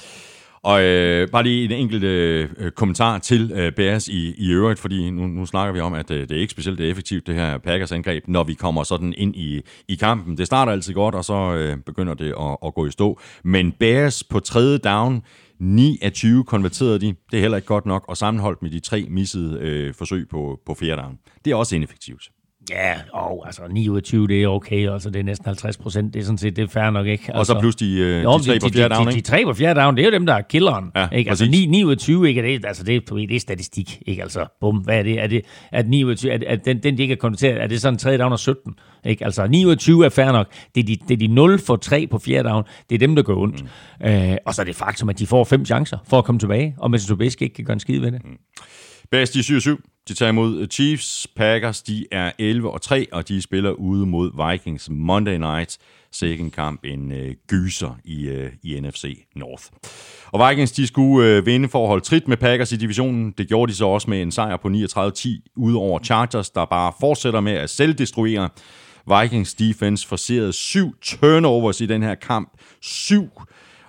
Og øh, bare lige en enkelt øh, kommentar til øh, Bears i, i øvrigt, fordi nu, nu snakker vi om, at øh, det er ikke specielt effektivt, det her Packers angreb, når vi kommer sådan ind i, i kampen. Det starter altid godt, og så øh, begynder det at, at gå i stå. Men Bears på tredje down, ni af tyve konverterede de. Det er heller ikke godt nok, og sammenholdt med de tre missede øh, forsøg på, på fjerde down. Det er også ineffektivt. Ja, og altså ni ud af tyve, det er okay, altså det er næsten halvtreds procent, det er sådan set, det er fair nok, ikke? Altså, og så plus de, øh, jo, de tre de, på fjerde down, de, de, de tre på fjerde down, det er jo dem, der er killeren, ja, ikke? Altså ni ud af tyve, ikke? Det, altså det, det er statistik, ikke? Altså, bum, hvad er det? Er det at ni ud af tyve, at, at den, den, de ikke er konverteret, er det sådan tredje down og sytten, ikke? Altså ni ud af tyve er fair nok, det er de, det er de nul for tre på fjerde down, det er dem, der går ondt. Mm. Øh, og så er det faktum, at de får fem chancer for at komme tilbage, og Mitchell Trubisky ikke kan gøre en skid ved det. Mm. Bears, de er syv syv. De tager imod Chiefs. Packers, de er elleve og tre, og de spiller ude mod Vikings Monday Night. Second kamp, en øh, gyser i, øh, i N F C North. Og Vikings, de skulle øh, vinde for at holde trit med Packers i divisionen. Det gjorde de så også med en sejr på niogtredive ti ud over Chargers, der bare fortsætter med at selvdestruere. Vikings defense forcerede syv turnovers i den her kamp. Syv.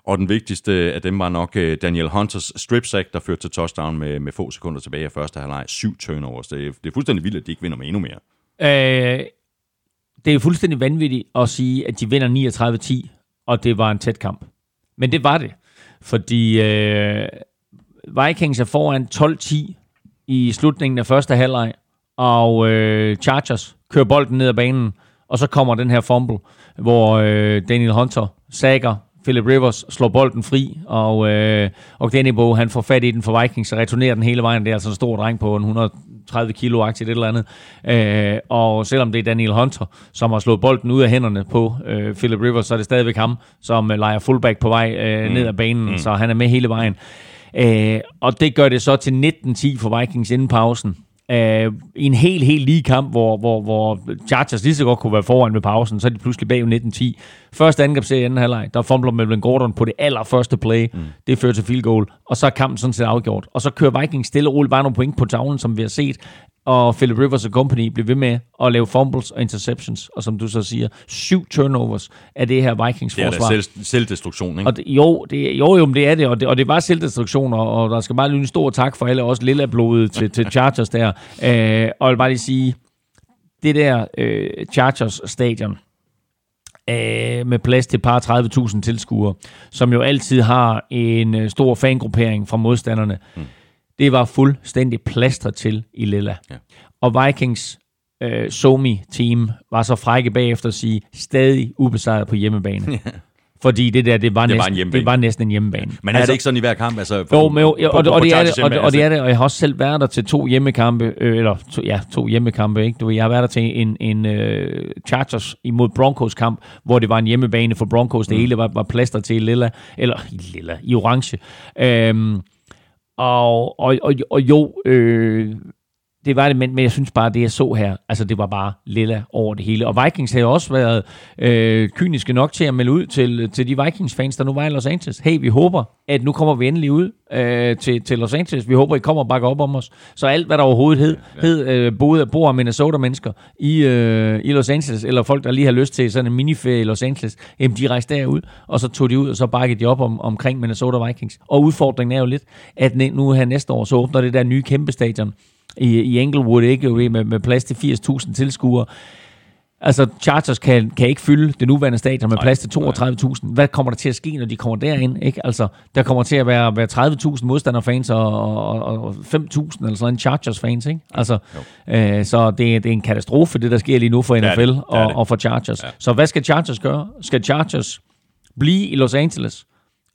og den vigtigste af dem var nok Daniel Hunters strip sack, der førte til touchdown med, med få sekunder tilbage af første halvleg. Syv turnovers. Det er, det er fuldstændig vildt, at de ikke vinder med endnu mere. Øh, det er fuldstændig vanvittigt at sige, at de vinder niogtredive ti, og det var en tæt kamp. Men det var det, fordi øh, Vikings er foran tolv ti i slutningen af første halvleg, og øh, Chargers kører bolden ned ad banen, og så kommer den her fumble, hvor øh, Daniel Hunter sacker Philip Rivers, slår bolden fri, og, øh, og Denebo, han får fat i den for Vikings, og returnerer den hele vejen. Det er altså en stor dreng på en et hundrede og tredive kilo-aktigt et eller andet. Øh, og selvom det er Daniel Hunter, som har slået bolden ud af hænderne på øh, Philip Rivers, så er det stadigvæk ham, som øh, leger fullback på vej øh, mm. ned ad banen, mm. så han er med hele vejen. Øh, og det gør det så til nitten ti for Vikings inden pausen. Uh, i en helt, helt lige kamp, hvor, hvor, hvor Chargers lige så godt kunne være foran ved pausen, så er de pludselig bag nitten ti. Første angrebsserie i anden halvleg, der fumbler Melvin Gordon på det allerførste play. Mm. Det fører til field goal, og så er kampen sådan set afgjort. Og så kører Vikings stille og roligt bare nogle point på tavlen, som vi har set, og Philip Rivers og company bliver ved med at lave fumbles og interceptions, og som du så siger, syv turnovers af det her Vikings-forsvar. Det er da selv, selvdestruktion, ikke? Og det, jo, det, jo, jo, det er det, og det, og det var selvdestruktion, og, og der skal bare lyde en stor tak for alle os lille blodet til, til Chargers der. Øh, og jeg vil bare lige sige, det der øh, Chargers-stadion, øh, med plads til et par tredive tusind tilskuere, som jo altid har en øh, stor fangruppering fra modstanderne, mm. det var fuldstændig plastret til i lilla. Ja. Og Vikings øh, Somi-team var så frække bagefter at sige, stadig ubesejret på hjemmebane. Ja. Fordi det der, det var, det næsten, var, det var næsten en hjemmebane. Men er altså, det ikke sådan i hver kamp? Altså, for, jo, men jo, og, og, og, det er det, og, og det er det, og jeg har også selv været der til to hjemmekampe, øh, eller to, ja, to hjemmekampe, ikke? Du, jeg har været der til en, en uh, Chargers imod Broncos kamp, hvor det var en hjemmebane for Broncos, det mm. hele var, var plaster til lilla, eller i lilla, i orange. Øhm, og, og, og, og jo, øh, det var det, men, men jeg synes bare, det jeg så her, altså det var bare lilla over det hele. Og Vikings har jo også været øh, kyniske nok til at melde ud til, til de Vikings-fans, der nu var i Los Angeles. Hey, vi håber, at nu kommer vi endelig ud øh, til, til Los Angeles. Vi håber, I kommer og bakker op om os. Så alt, hvad der overhovedet hed, hed øh, både bor Minnesota-mennesker i, øh, i Los Angeles, eller folk, der lige har lyst til sådan en miniferie i Los Angeles, jamen, de rejste derud, og så tog de ud, og så bakkede de op om, omkring Minnesota Vikings. Og udfordringen er jo lidt, at nu her næste år, så åbner det der nye kæmpe stadion i, i Englewood, ikke med, med plads til firs tusind tilskuere. Altså, Chargers kan, kan ikke fylde det nuværende stadion med plads til toogtredive tusind. Hvad kommer der til at ske, når de kommer derind? Ikke? Altså, der kommer til at være, være tredive tusind modstanderfans og, og, og fem tusind eller sådan en Chargers-fans. Ikke? Altså, øh, så det, det er en katastrofe, det der sker lige nu for N F L det det. Det og, og for Chargers. Ja. Så hvad skal Chargers gøre? Skal Chargers blive i Los Angeles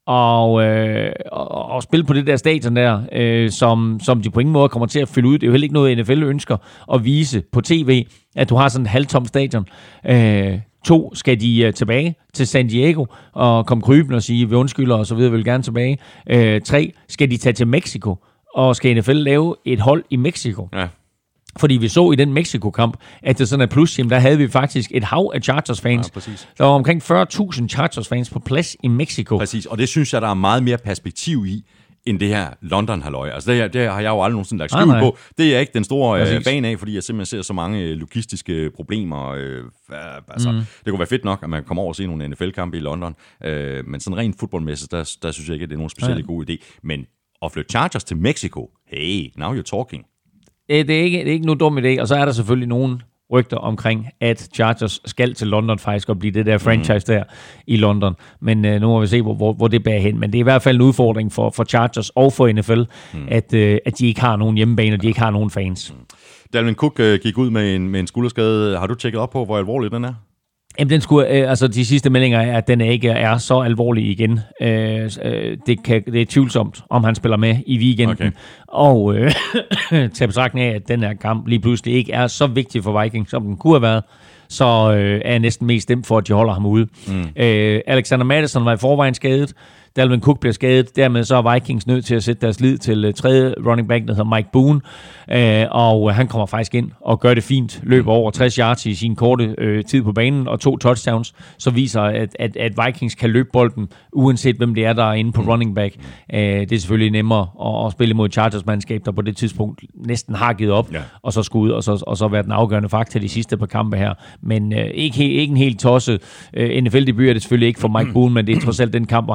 og, øh, og, og spille på det der stadion der, øh, som, som de på ingen måde kommer til at fylde ud? Det er jo heller ikke noget, N F L ønsker at vise på tv, at du har sådan et halvtomt stadion. Øh, to, skal de uh, tilbage til San Diego og komme krybende og sige, vi undskylder og så videre, vi vil gerne tilbage. Øh, tre, skal de tage til Mexico, og skal N F L lave et hold i Mexico? Ja. Fordi vi så i den Mexico-kamp, at det sådan er plus, jamen, der havde vi faktisk et hav af Chargers-fans. Ja, der var omkring fyrre tusind Chargers-fans på plads i Mexico. Præcis, og det synes jeg, der er meget mere perspektiv i, end det her London-halløj. Altså det, her, det har jeg jo aldrig nogensinde lagt skjul på. Det er ikke den store øh, bane af, fordi jeg simpelthen ser så mange logistiske problemer. Øh, altså, mm. Det kunne være fedt nok, at man kommer over og se nogle N F L-kampe i London. Øh, men sådan rent fodboldmæssigt, der, der synes jeg ikke, at det er nogen specielt ja. god idé. Men at flytte Chargers til Mexico, hey, now you're talking. Det er ikke, det er ikke nogen dum idé, og så er der selvfølgelig nogen rygter omkring, at Chargers skal til London faktisk og blive det der franchise der i London. Men øh, nu må vi se, hvor, hvor, hvor det bærer hen. Men det er i hvert fald en udfordring for, for Chargers og for N F L, mm. at, øh, at de ikke har nogen hjemmebane, og de ikke har nogen fans. Mm. Dalvin Cook øh, gik ud med en, med en skulderskade. Har du tjekket op på, hvor alvorlig den er? Jamen, den skulle, øh, altså de sidste meldinger er, at den ikke er så alvorlig igen. Øh, øh, det, kan, det er tvivlsomt, om han spiller med i weekenden. Okay. Og øh, til betragtning af, at den her kamp lige pludselig ikke er så vigtig for Vikings, som den kunne have været, så øh, er jeg næsten mest stemt for, at de holder ham ude. Mm. Øh, Alexander Mattison var i forvejen skadet. Dalvin Cook bliver skadet. Dermed så er Vikings nødt til at sætte deres lid til uh, tredje running back, der hedder Mike Boone. Uh, og uh, han kommer faktisk ind og gør det fint. Løber over tres yards i sin korte uh, tid på banen og to touchdowns. Så viser, at, at, at Vikings kan løbe bolden, uanset hvem det er, der er inde på running back. Uh, det er selvfølgelig nemmere at, at spille mod Chargers-mandskab, der på det tidspunkt næsten har givet op. Ja. Og så skulle ud og så, og så være den afgørende faktor de sidste par kampe her. Men uh, ikke, ikke en helt tosset uh, N F L-debut er det selvfølgelig ikke for Mike Boone, men det er trods alt den kamp, hvor han har fået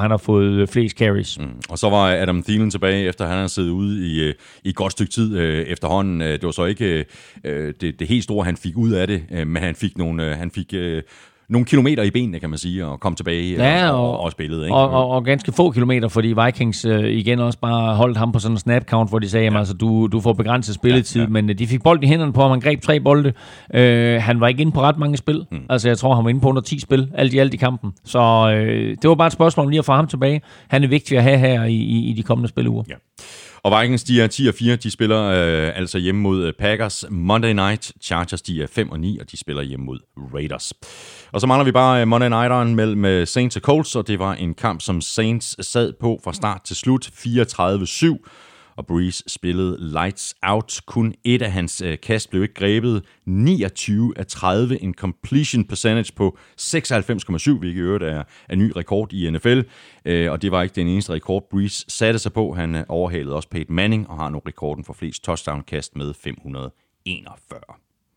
fået flest carries. Mm. Og så var Adam Thielen tilbage, efter han havde siddet ude i, i et godt stykke tid øh, efterhånden. Det var så ikke øh, det, det helt store, han fik ud af det, øh, men han fik nogle, øh, han fik, øh, nogle kilometer i benene, kan man sige, og kom tilbage ja, og, og, og, og spillede. Ikke? Og, og, og ganske få kilometer, fordi Vikings øh, igen også bare holdt ham på sådan en snap-count, hvor de sagde, ja. altså, du, du får begrænset spilletid, ja, ja. men øh, de fik bolden i hænderne på ham, han greb tre bolde. Øh, han var ikke inde på ret mange spil. Mm. Altså, jeg tror, han var inde på under ti spil, alt i alt i kampen. Så øh, det var bare et spørgsmål om lige at få ham tilbage. Han er vigtig at have her i, i, i de kommende spiluger. Ja. Og Vikings, de er ti og fire, de spiller øh, altså hjemme mod Packers Monday Night. Chargers, de er fem og ni, og de spiller hjemme mod Raiders. Og så mangler vi bare Monday Night'eren mellem Saints og Colts, og det var en kamp, som Saints sad på fra start til slut, fireogtredive syv. Og Breeze spillede lights out. Kun et af hans øh, kast blev ikke grebet. niogtyve af tredive, en completion percentage på seksoghalvfems komma syv, hvilket i øvrigt er, er ny rekord i N F L. Øh, og det var ikke den eneste rekord, Breeze satte sig på. Han overhalede også Peyton Manning og har nu rekorden for flest touchdown-kast med fem hundrede enogfyrre.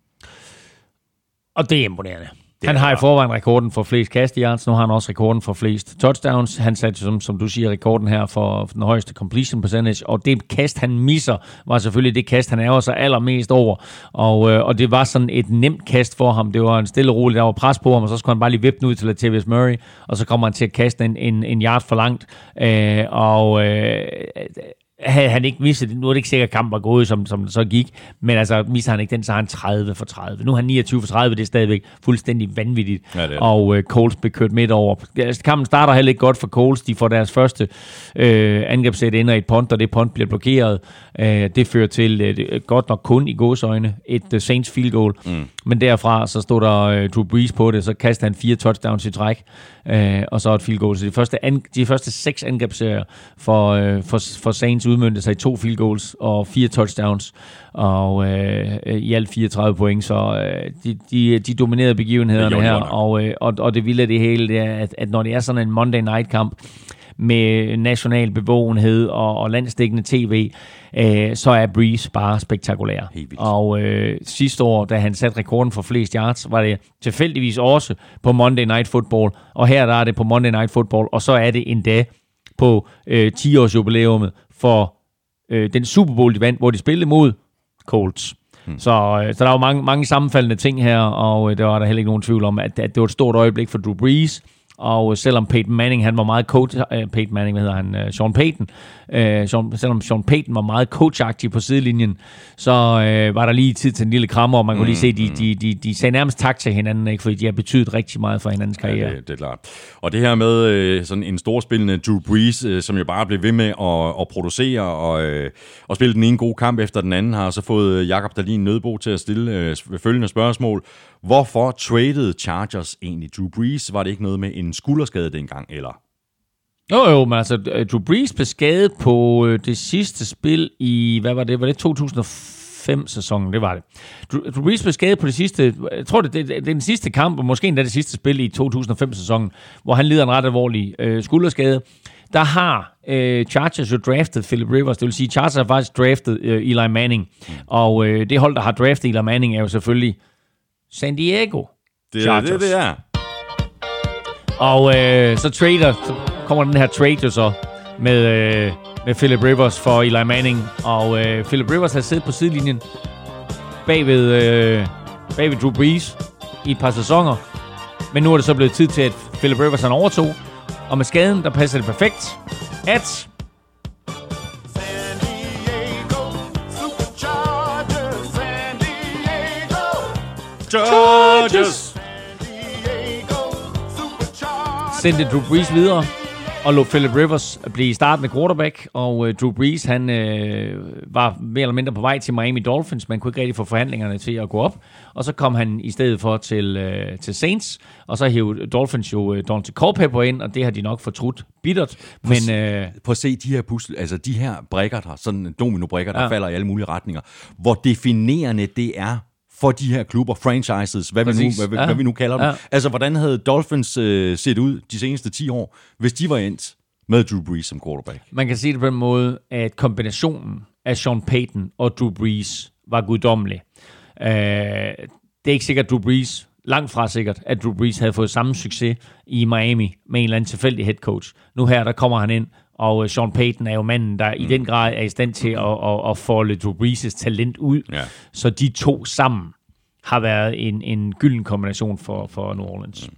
Og det er imponerende. Han har i forvejen rekorden for flest kast yards, nu har han også rekorden for flest touchdowns. Han satte, som, som du siger, rekorden her for, for den højeste completion percentage, og det kast, han misser, var selvfølgelig det kast, han ærger sig allermest over. Og, øh, og det var sådan et nemt kast for ham. Det var en stille og rolig, der var pres på ham, og så skulle han bare lige vippe den ud til Latavius Murray, og så kommer han til at kaste en, en, en yard for langt. Øh, og øh, havde han ikke misset det, nu er det ikke sikkert, at kampen var gået, som, som det så gik, men altså misser han ikke den, så har han tredive for tredive. Nu har han niogtyve for tredive, det er stadigvæk fuldstændig vanvittigt. Ja, det det. Og uh, Colts blev kørt midt over. Kampen starter heller ikke godt for Colts. De får deres første øh, angrebssæt ender i et punt, og det punt bliver blokeret. Øh, det fører til øh, godt nok kun i gåseøjne et uh, Saints field goal. Mm. Men derfra så stod der øh, Drew Brees på det, så kaster han fire touchdowns i træk, øh, og så et field goal. Så de første, an, de første seks angrebsserier for, øh, for, for Saints udmønte sig i to field goals og fire touchdowns, og øh, i alt fireogtredive point, så øh, de, de, de dominerede begivenhederne jo, her, og, øh, og, og det vilde af det hele, det er, at, at når det er sådan en Monday Night kamp, med national bevågenhed og, og landsdækkende tv, øh, så er Breeze bare spektakulær. Og øh, sidste år, da han satte rekorden for flest yards, var det tilfældigvis også på Monday Night Football, og her der er det på Monday Night Football, og så er det endda på øh, ti-års jubileumet for øh, den Super Bowl, de vandt, hvor de spillede mod Colts. Hmm. Så, øh, så der var mange, mange sammenfaldende ting her, og øh, der var der heller ikke nogen tvivl om, at, at det var et stort øjeblik for Drew Brees. Og selvom Peyton Manning, han var meget coach, uh, Peyton Manning, hvad hedder han, uh, Sean Payton, uh, Sean, selvom Sean Payton var meget coachagtig på sidelinjen, så uh, var der lige tid til en lille krammer, og man kunne lige se, de, de, de, de sagde nærmest tak til hinanden, ikke? Fordi de har betydet rigtig meget for hinandens karriere. Ja, det, det er klart. Og det her med uh, sådan en storspillende Drew Brees, uh, som jo bare blev ved med at, at producere og, uh, og spille den ene gode kamp efter den anden, har så fået Jakob Dahlin Nødbo til at stille uh, følgende spørgsmål. Hvorfor traded Chargers egentlig Drew Brees? Var det ikke noget med en skulderskade dengang, eller? Jo, jo, men altså, Drew Brees blev skadet på det sidste spil i, hvad var det? Var det to tusind og fem-sæsonen? Det var det. Drew, Drew Brees blev skadet på det sidste, jeg tror, det, det, det er den sidste kamp, og måske endda det sidste spil i to tusind og fem-sæsonen, hvor han lider en ret alvorlig øh, skulderskade. Der har øh, Chargers jo draftet Philip Rivers, det vil sige, Chargers har faktisk draftet øh, Eli Manning, mm. og øh, det hold, der har draftet Eli Manning, er jo selvfølgelig San Diego det, Chargers. Det, det er. Og øh, så trader, så kommer den her trade så med, øh, med Philip Rivers for Eli Manning. Og øh, Philip Rivers har siddet på sidelinjen bagved, øh, bagved Drew Brees i et par sæsoner. Men nu er det så blevet tid til, at Philip Rivers han overtog. Og med skaden, der passer det perfekt, at Chargers sendte Drew Brees videre og lod Philip Rivers blive startende quarterback, og uh, Drew Brees han øh, var mere eller mindre på vej til Miami Dolphins, man kunne ikke rigtig få forhandlingerne til at gå op, og så kom han i stedet for til, øh, til Saints, og så hævde Dolphins jo øh, Daunte Culpepper ind, og det har de nok fortrudt bittert. Men prøv, øh, prøv at se de her pusle, altså de her brikker der, sådan domino-brikker, der ja. falder i alle mulige retninger, hvor definerende det er for de her klubber, franchises, hvad, vi nu, hvad, ja. hvad vi nu kalder dem. Ja. Altså, hvordan havde Dolphins øh, set ud de seneste ti år, hvis de var endt med Drew Brees som quarterback? Man kan sige det på den måde, at kombinationen af Sean Payton og Drew Brees var guddommelig. Uh, det er ikke sikkert, at Drew Brees langt fra sikkert, at Drew Brees havde fået samme succes i Miami med en eller anden tilfældig head coach. Nu her, der kommer han ind, og Sean Payton er jo manden, der mm. i den grad er i stand til at, at, at folde Drew Brees' talent ud. Ja. Så de to sammen har været en, en gylden kombination for, for New Orleans. Mm.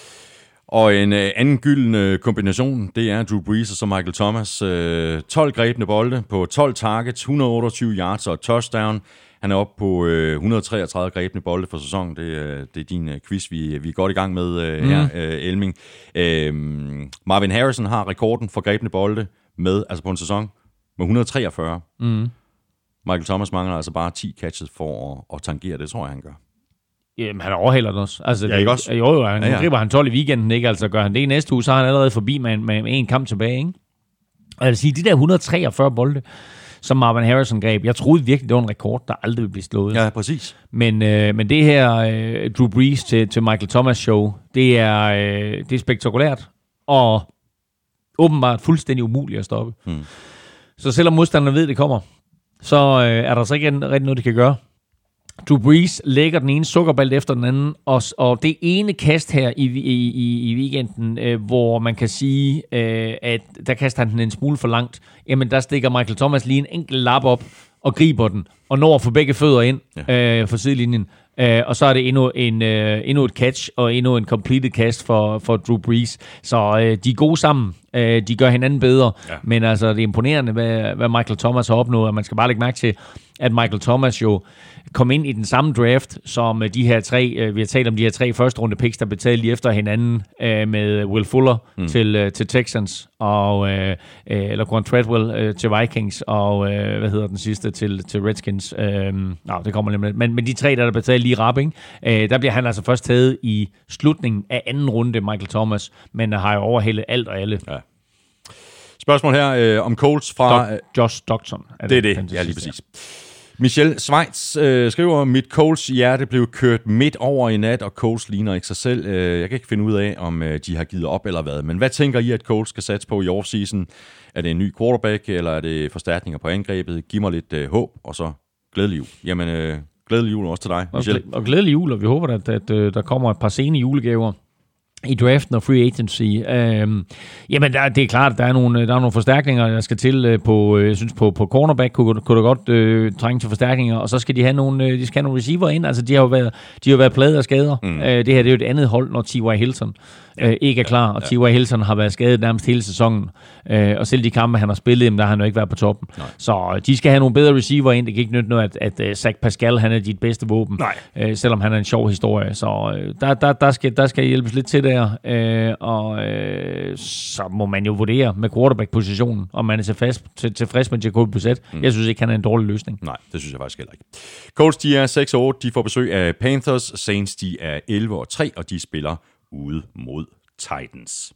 Og en øh, anden gylden øh, kombination, det er Drew Brees og så Michael Thomas. Øh, tolv grebne bolde på tolv targets, et hundrede og otteogtyve yards og et touchdown. Han er oppe på øh, et hundrede og treogtredive grebne bolde for sæsonen. Det, øh, det er din øh, quiz, vi, vi er godt i gang med øh, mm. her, øh, Elming. Øh, Marvin Harrison har rekorden for grebne bolde med, altså på en sæson med et hundrede og treogfyrre. Mm. Michael Thomas mangler altså bare ti catches for at, at tangere det, tror jeg, han gør. Jamen, han overhælder det også. Altså, ja, ikke også? Jo, jo, han, ja, ja. griber han tolv i weekenden, ikke? Altså, gør han det i næste uge, så er han allerede forbi med, med, med en kamp tilbage, ikke? Og jeg vil sige, de der et hundrede og treogfyrre bolde, som Marvin Harrison greb, jeg troede virkelig, det var en rekord, der aldrig ville blive slået. Ja, præcis. Men, øh, men det her øh, Drew Brees til, til Michael Thomas show, det er, øh, det er spektakulært, og åbenbart fuldstændig umuligt at stoppe. Hmm. Så selvom modstanderne ved, det kommer, så øh, er der så ikke rigtig noget, de kan gøre. Drew Brees lægger den ene sukkerbalt efter den anden, og, og det ene kast her i, i, i, i weekenden, øh, hvor man kan sige, øh, at der kaster han den en smule for langt, jamen der stikker Michael Thomas lige en enkelt lap op og griber den, og når for begge fødder ind ja. øh, for sidelinjen. Uh, og så er det endnu, en, uh, endnu et catch og endnu en completed cast for, for Drew Brees. Så uh, de er gode sammen. Uh, de gør hinanden bedre. Ja. Men altså, det er imponerende, hvad, hvad Michael Thomas har opnået. Og man skal bare lægge mærke til, at Michael Thomas jo kom ind i den samme draft, som de her tre, uh, vi har talt om de her tre første runde picks, der betalte lige efter hinanden uh, med Will Fuller mm. til, uh, til Texans, og uh, uh, eller Quan Treadwell uh, til Vikings, og uh, hvad hedder den sidste til, til Redskins. Uh, no, det kommer lidt. Men, men de tre, der, der betalte lige rap, ikke? Øh, der bliver han altså først taget i slutningen af anden runde, Michael Thomas, men har jo overhældet alt og alle. Ja. Spørgsmål her øh, om Colts fra... Do- Josh Doctson. Er det er det, det. Ja, lige præcis. Ja. Michel Schweitz øh, skriver, mit Colts hjerte blev kørt midt over i nat, og Colts ligner ikke sig selv. Øh, jeg kan ikke finde ud af, om øh, de har givet op eller hvad. Men hvad tænker I, at Colts skal satse på i offseason? Er det en ny quarterback, eller er det forstærkninger på angrebet? Giv mig lidt øh, håb, og så glædelig jul. Jamen... Øh, Glædelig jul også til dig, Michel. Og glædelig jul, og vi håber, at, at, at der kommer et par sene julegaver i draften og free agency. Øhm, jamen, der, det er klart, at der er nogle, der er nogle forstærkninger, der skal til på, jeg synes, på, på cornerback kunne, kunne der godt øh, trænge til forstærkninger, og så skal de have nogle, de skal have nogle receiver ind. Altså, de har jo været, de har været plaget af skader. Mm. Øh, det her det er jo et andet hold, når T Y. Hilton ja. øh, ikke er klar, og ja. T Y. Hilton har været skadet nærmest hele sæsonen. Øh, og selv de kampe, han har spillet, der har han jo ikke været på toppen. Nej. Så de skal have nogle bedre receiver ind. Det kan ikke nytte noget, at, at Zach Pascal, han er dit bedste våben, øh, selvom han er en sjov historie. Så øh, der, der, der, skal, der skal hjælpes lidt til der. Øh, og øh, så må man jo vurdere med quarterback-positionen, om man er tilfreds, til, tilfreds med Jacoby Brissett. Mm. Jeg synes ikke, han er en dårlig løsning. Nej, det synes jeg faktisk heller ikke. Colts, de er seks og otte. De får besøg af Panthers. Saints, de er elleve og tre, og de spiller ude mod Titans.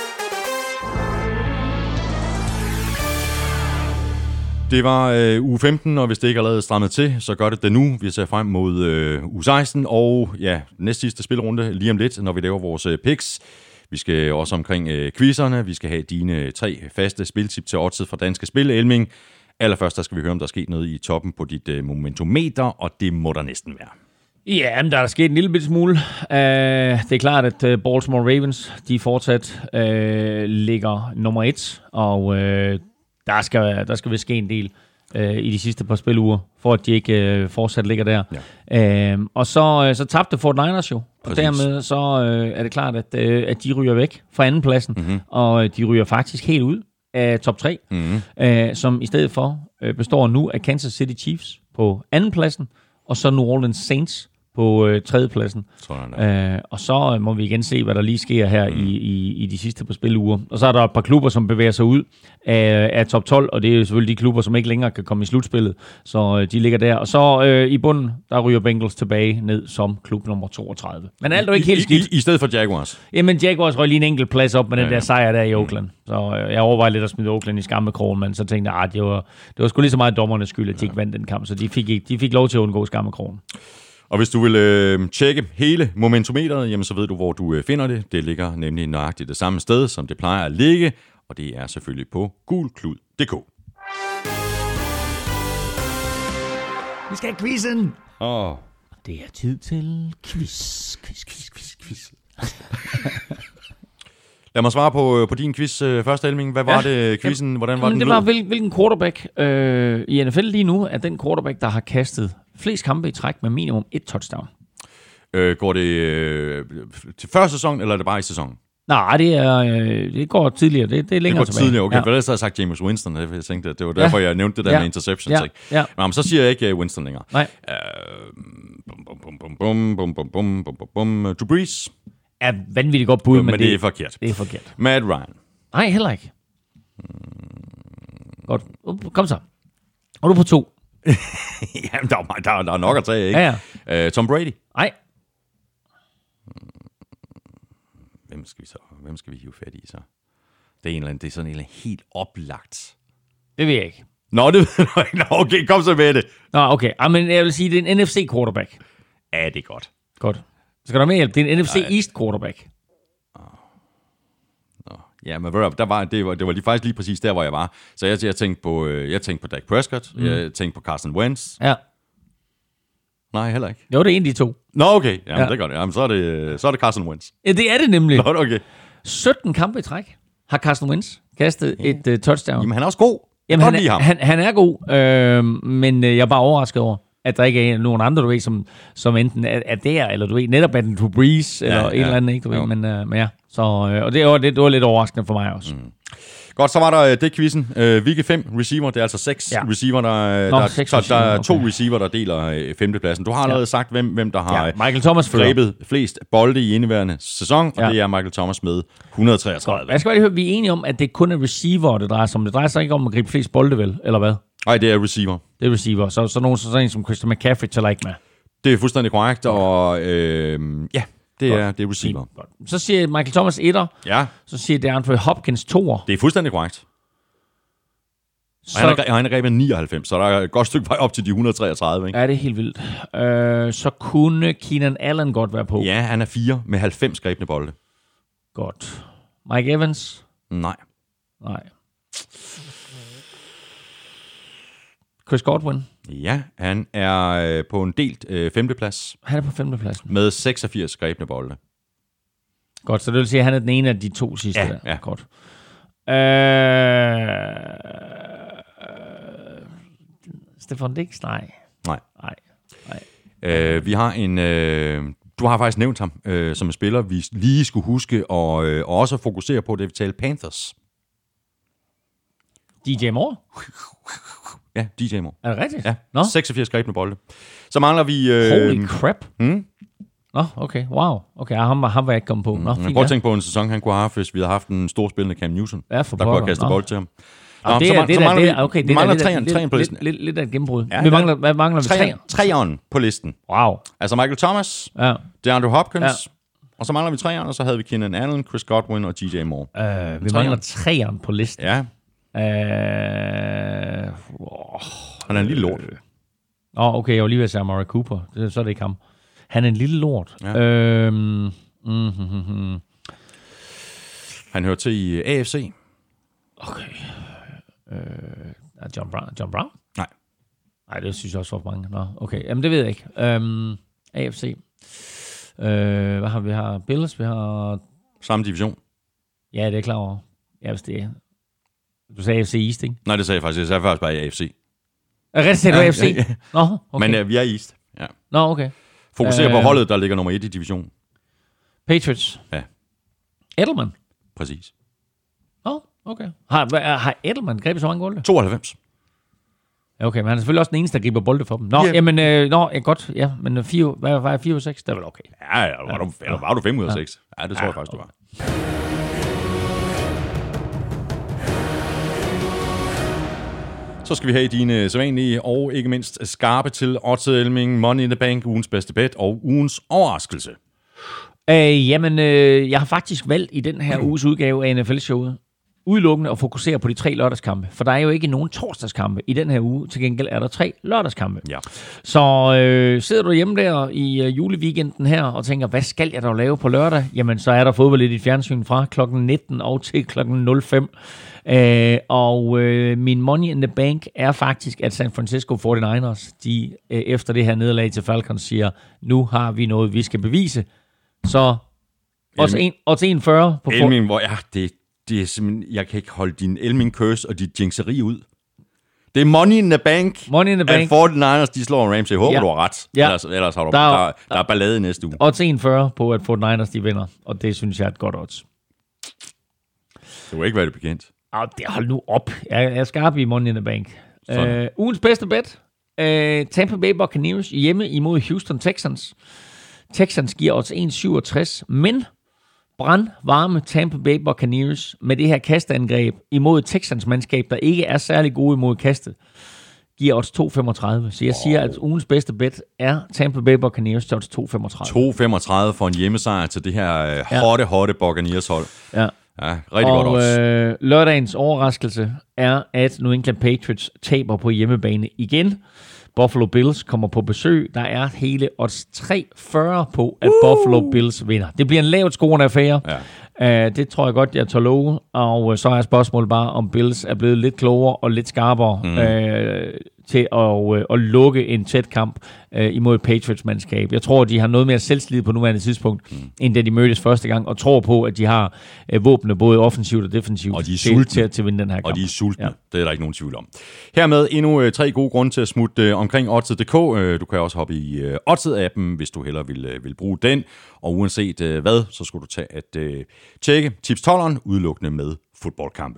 Det var øh, uge femten, og hvis det ikke er allerede strammet til, så gør det det nu. Vi ser frem mod øh, uge seksten, og ja, næst sidste spilrunde lige om lidt, når vi laver vores øh, picks. Vi skal også omkring øh, quizerne. Vi skal have dine tre faste spiltip til oddset fra Danske Spil, Elming. Allerførst der skal vi høre, om der er sket noget i toppen på dit øh, momentometer, og det må der næsten være. Ja, men der er sket en lille bit smule. Uh, det er klart, at uh, Baltimore Ravens, de fortsat uh, ligger nummer et, og uh, der skal der skal vist ske en del uh, i de sidste par spiluger, for at de ikke uh, fortsat ligger der. Ja. Uh, og så, uh, så tabte Fort Niners jo, og dermed så uh, er det klart, at, uh, at de ryger væk fra andenpladsen, mm-hmm. og de ryger faktisk helt ud af top tre, mm-hmm. uh, som i stedet for uh, består nu af Kansas City Chiefs på andenpladsen, og så New Orleans Saints på øh, tredjepladsen. Øh, og så må vi igen se, hvad der lige sker her mm. i, i, i de sidste par spiluger. Og så er der et par klubber, som bevæger sig ud af, af top tolv, og det er jo selvfølgelig de klubber, som ikke længere kan komme i slutspillet. Så øh, de ligger der. Og så øh, i bunden, der ryger Bengals tilbage ned som klub nummer toogtredive. Men alt er jo ikke helt skidt. I, i, I stedet for Jaguars? Jamen, Jaguars røg lige en enkelt plads op med den ja, ja. der sejr der i Oakland. Så øh, jeg overvejede lidt at smide Oakland i skammekrogen, men så tænkte jeg, at det var, det var sgu lige så meget dommernes skyld, at de ikke vandt den kamp. Så de fik, ikke, de fik lov til at undgå skammekrogen. Og hvis du vil øh, tjekke hele momentometeret, jamen så ved du, hvor du øh, finder det. Det ligger nemlig nøjagtigt det samme sted, som det plejer at ligge, og det er selvfølgelig på gulklud punktum d k. Vi skal have quizzen! Åh, Det er tid til quiz, quiz, quiz, quiz, quiz. Lad mig svare på, på din quiz øh, første, Elming. Hvad var ja. det, quizzen? Hvordan var Jamen, den? Det var, hvil, hvilken quarterback øh, i N F L lige nu er den quarterback, der har kastet flest kampe i træk med minimum et touchdown. Øh, går det øh, til første sæson, eller er det bare i sæsonen? Nej, det, er, øh, det går tidligere. Det, det er længere det går tilbage. tidligere, okay. Ja. For ellers havde jeg sagt James Winston. Jeg tænkte, at det var derfor, ja. jeg nævnte det der ja. med interceptions. Ja. Ikke? Ja. Nå, så siger jeg ikke Winston længere. Nej. Uh, bum, bum, bum, bum, bum, bum, bum, bum, bum. Drew Brees. Er vanvittigt godt bud, jo, men, men det, det er forkert. Det er forkert. Matt Ryan. Nej, heller ikke. Hmm. Godt. Kom så. Og du på to. Jamen, der er, der, der er nok at tage, ikke? Ja, ja. Uh, Tom Brady. Nej. Hvem skal vi så? Hvem skal vi hive fat i så? Det er en eller anden, det er sådan en eller anden helt oplagt. Det ved jeg ikke. Nå, det ved jeg ikke. Nå, okay, kom så med det. Nå, okay. Ah, men jeg vil sige, det er en N F C quarterback. Ja, det er godt. Godt. Skal der med hjælp? Det er en N F C Ej. East quarterback. Nå. Ja, men der var, det, var, det var lige, faktisk lige præcis der, hvor jeg var. Så jeg, jeg, tænkte, på, jeg tænkte på Dak Prescott. Mm. Jeg tænkte på Carson Wentz. Ja. Nej, heller ikke. Jo, det er en af de to. Nå, okay. Jamen, Ja. det er godt. Jamen, så er det, så er det Carson Wentz. Ja, det er det nemlig. Nå, okay. sytten kampe i træk har Carson Wentz kastet ja. et uh, touchdown. Jamen, han er også god. Jamen, han, er, ham. han, han er god, øh, men øh, jeg er bare overrasket over, at der ikke er nogen andre, du ved, som, som enten er, er der, eller du ved, netop er den Drew Brees, eller ja, en ja. eller anden, ikke, du ved, men, øh, men ja. Så, øh, og det var, det, det var lidt overraskende for mig også. Mm. Godt, så var der det quizzen. Uh, Week fem receiver, det er altså seks ja. receiver, der, Nå, der, seks der, receiver, der er to okay. receiver, der deler uh, femtepladsen. Du har allerede ja. sagt, hvem, hvem der har ja, Michael Thomas grebet flest bolde i indeværende sæson, ja. og det er Michael Thomas med et hundrede og treogtredive. Jeg skal bare lige høre, vi er enige om, at det kun er receiver, det drejer sig om. Det drejer sig ikke om at gribe flest bolde, vel? Eller hvad? Nej, det er receiver. Det er receiver. Så, så nogen sådan en som Christian McCaffrey tæller ikke med. Det er fuldstændig korrekt, og øh, ja, det er, det er receiver. Godt. Så siger Michael Thomas etter. Ja. Så siger DeAndre Hopkins toer. Det er fuldstændig korrekt. Så... Og han har, han har grebet nioghalvfems, så der er et godt stykke vej op til de et hundrede og treogtredive, ikke? Ja, det er helt vildt. Øh, så kunne Keenan Allen godt være på. Ja, han er fire med halvfems grebne bolde. Godt. Mike Evans? Nej. Nej. Chris Godwin? Ja, han er øh, på en delt øh, femteplads. Han er på femtepladsen. Med seksogfirs grebne bolde. Godt, så det vil sige, at han er den ene af de to sidste ja, der. Ja, godt. Øh... Stefan Diggs? Nej. Nej. Nej. Nej. Øh, vi har en... Øh, du har faktisk nævnt ham øh, som en spiller, vi lige skulle huske og, øh, og også fokusere på, det vi talte Panthers. D J Moore? Ja, D J Moore. Er det rigtigt? Ja, Nå? seksogfirs grebne bolde. Så mangler vi... Øh, Holy crap. Hmm? Nå, okay. Wow. Okay, ham, ham var jeg ikke kommet på. Nå, mm, fint, prøv at ja. tænke på en sæson, han kunne have haft, hvis vi havde haft en stor spillende Cam Newton. Ja, for der kunne have pokker. kastet bold til ham. Nå, det er, det er, det er, okay, det er mangler lidt, træeren, lidt, træeren på listen. lidt, lidt, lidt af et gennembrud. Ja, vi mangler, hvad mangler vi? Træeren? Træeren på listen. Wow. Altså Michael Thomas, ja. DeAndre Hopkins, ja. og så mangler vi træeren, og så havde vi Keenan Allen, Chris Godwin og D J Moore. Uh, vi træeren. mangler træeren på listen. Ja. Uh, oh, Han er en lille lort. Åh, oh, okay, jeg var lige ved at sige Amari Cooper. Det, så er det ikke ham. Han er en lille lort. Ja. Uh, mm-hmm. Han hører til i A F C. Okay. Uh, John Brown? John Brown? Nej. Nej, det synes jeg også var mange. Nå, okay. Jamen, det ved jeg ikke. Um, A F C. Uh, hvad har vi? Vi har Bills, vi har... Samme division. Ja, det er klar over. Ja, hvis det er... Du sagde A F C East, ikke? Nej, det sagde jeg faktisk. Jeg sagde faktisk bare A F C. Er det sagde du ja, A F C? Ja, ja. Nå, okay. Men uh, vi er East. Ja. Nå, okay. Fokuser uh, på holdet, der ligger nummer et i divisionen. Patriots. Ja. Edelman. Præcis. Nå, okay. Har, har Edelman grebet så mange bolde? tooghalvfems. Ja, okay, men han er selvfølgelig også den eneste, der griber bolde for dem. Nå, yeah. jamen, øh, nå, ja, godt. Ja, men fire, hvad var jeg? fire ud af seks? Det er vel okay. Ja, ja, var, ja. Du, eller var du fem ud af seks? Ja, det tror ja, jeg faktisk, okay. du var. Så skal vi have dine sædvanlige og ikke mindst skarpe til odds-elming, Money in the Bank, ugens bedste bet og ugens overraskelse. Øh, jamen, øh, jeg har faktisk valgt i den her uges udgave af N F L-showet udelukkende at fokusere på de tre lørdagskampe, for der er jo ikke nogen torsdagskampe i den her uge. Til gengæld er der tre lørdagskampe. Ja. Så øh, sidder du hjemme der i øh, juleweekenden her og tænker, hvad skal jeg dog lave på lørdag? Jamen, så er der fodbold i dit fjernsyn fra klokken nitten og til klokken nul fem. Øh, og øh, min money in the bank er faktisk, at San Francisco forty-niners, de øh, efter det her nederlag til Falcons siger, nu har vi noget, vi skal bevise. Så også en, også en fyrre på Elming, hvor er det, det er simpelthen, jeg kan ikke holde din Elming curse og dit jinxeri ud. Det er money in the bank. Money in the bank. At forty-niners, de slår Rams. Jeg håber, ja. du har ret. Ja. Ellers, ellers har du, der, der, der, der er ballade næste uge. Odds en fyrre på, at forty-niners, de vinder. Og det synes jeg er et godt odds. Det må ikke være det bekendt. Oh, det hold nu op. Jeg, jeg skal op i Money in the Bank. Uh, ugens bedste bet. Uh, Tampa Bay Buccaneers hjemme imod Houston Texans. Texans giver odds en syvogtres, men brandvarme Tampa Bay Buccaneers med det her kasteangreb imod Texans mandskab, der ikke er særlig gode imod kastet, giver odds to femogtredive. Så jeg wow. siger, at ugens bedste bet er Tampa Bay Buccaneers til odds to femogtredive. to femogtredive for en hjemmesejr til det her uh, ja. hotte, hotte Buccaneers hold. Ja. Ja, rigtig og, godt også. Øh, lørdagens overraskelse er, at New England Patriots taber på hjemmebane igen. Buffalo Bills kommer på besøg. Der er hele odds tre fyrre på, at uh! Buffalo Bills vinder. Det bliver en lavt scorende affære. Ja. Uh, det tror jeg godt, jeg tør love. Og uh, så er spørgsmålet bare, om Bills er blevet lidt klogere og lidt skarpere mm. uh, til at, uh, at lukke en tæt kamp uh, imod Patriots-mandskab. Jeg tror, de har noget mere selvslid på nuværende tidspunkt, mm. end da de mødtes første gang, og tror på, at de har uh, våbne både offensivt og defensivt og de er til, til, til at vinde den her kamp. Og de er sultne. Ja. Det er der ikke nogen tvivl om. Hermed endnu uh, tre gode grunde til at smutte uh, omkring oddset punktum d k. Uh, du kan også hoppe i uh, oddset-appen, hvis du hellere vil, uh, vil bruge den. Og uanset uh, hvad, så skulle du tage at uh, tjekke tipstolleren udelukkende med fodboldkampe.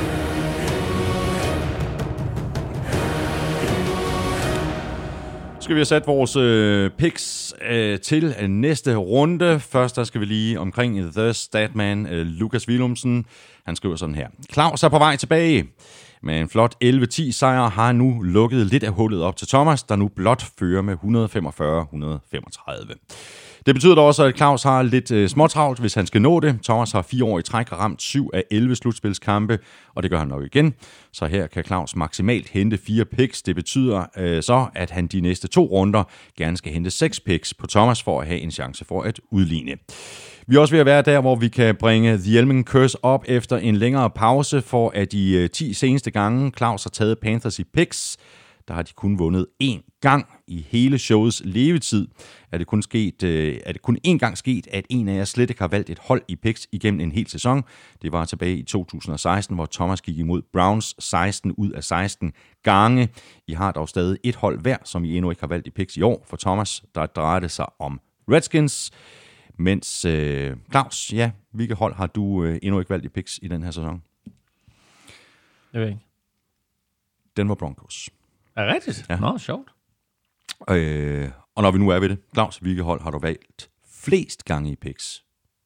Så skal vi have sat vores øh, picks øh, til øh, næste runde. Først der skal vi lige omkring The Statman, øh, Lukas Willumsen. Han skriver sådan her. Claus er på vej tilbage. Med en flot elleve ti sejr har han nu lukket lidt af hullet op til Thomas, der nu blot fører med et hundrede femogfyrre til et hundrede femogtredive. Det betyder da også, at Claus har lidt øh, småtravlt, hvis han skal nå det. Thomas har fire år i træk ramt syv af elleve slutspilskampe, og det gør han nok igen. Så her kan Claus maksimalt hente fire picks. Det betyder øh, så, at han de næste to runder gerne skal hente seks picks på Thomas for at have en chance for at udligne. Vi er også ved at være der, hvor vi kan bringe The Elming Curse op efter en længere pause, for at de øh, ti seneste gange Claus har taget Panthers i picks, der har de kun vundet én gang i hele showets levetid. Er det kun sket, øh, er det kun én gang sket, at en af jer slet ikke har valgt et hold i picks igennem en hel sæson. Det var tilbage i to tusind og seksten, hvor Thomas gik imod Browns seksten ud af seksten gange. I har dog stadig et hold hver, som I endnu ikke har valgt i picks i år. For Thomas, der drejer det sig om Redskins. Mens øh, Claus, ja, hvilke hold har du øh, endnu ikke valgt i picks i den her sæson? Jeg ved ikke. Denver Broncos. Er det rigtigt? Ja. Nå, sjovt. Øh, og når vi nu er ved det, Claus, hvilke hold har du valgt flest gange i picks?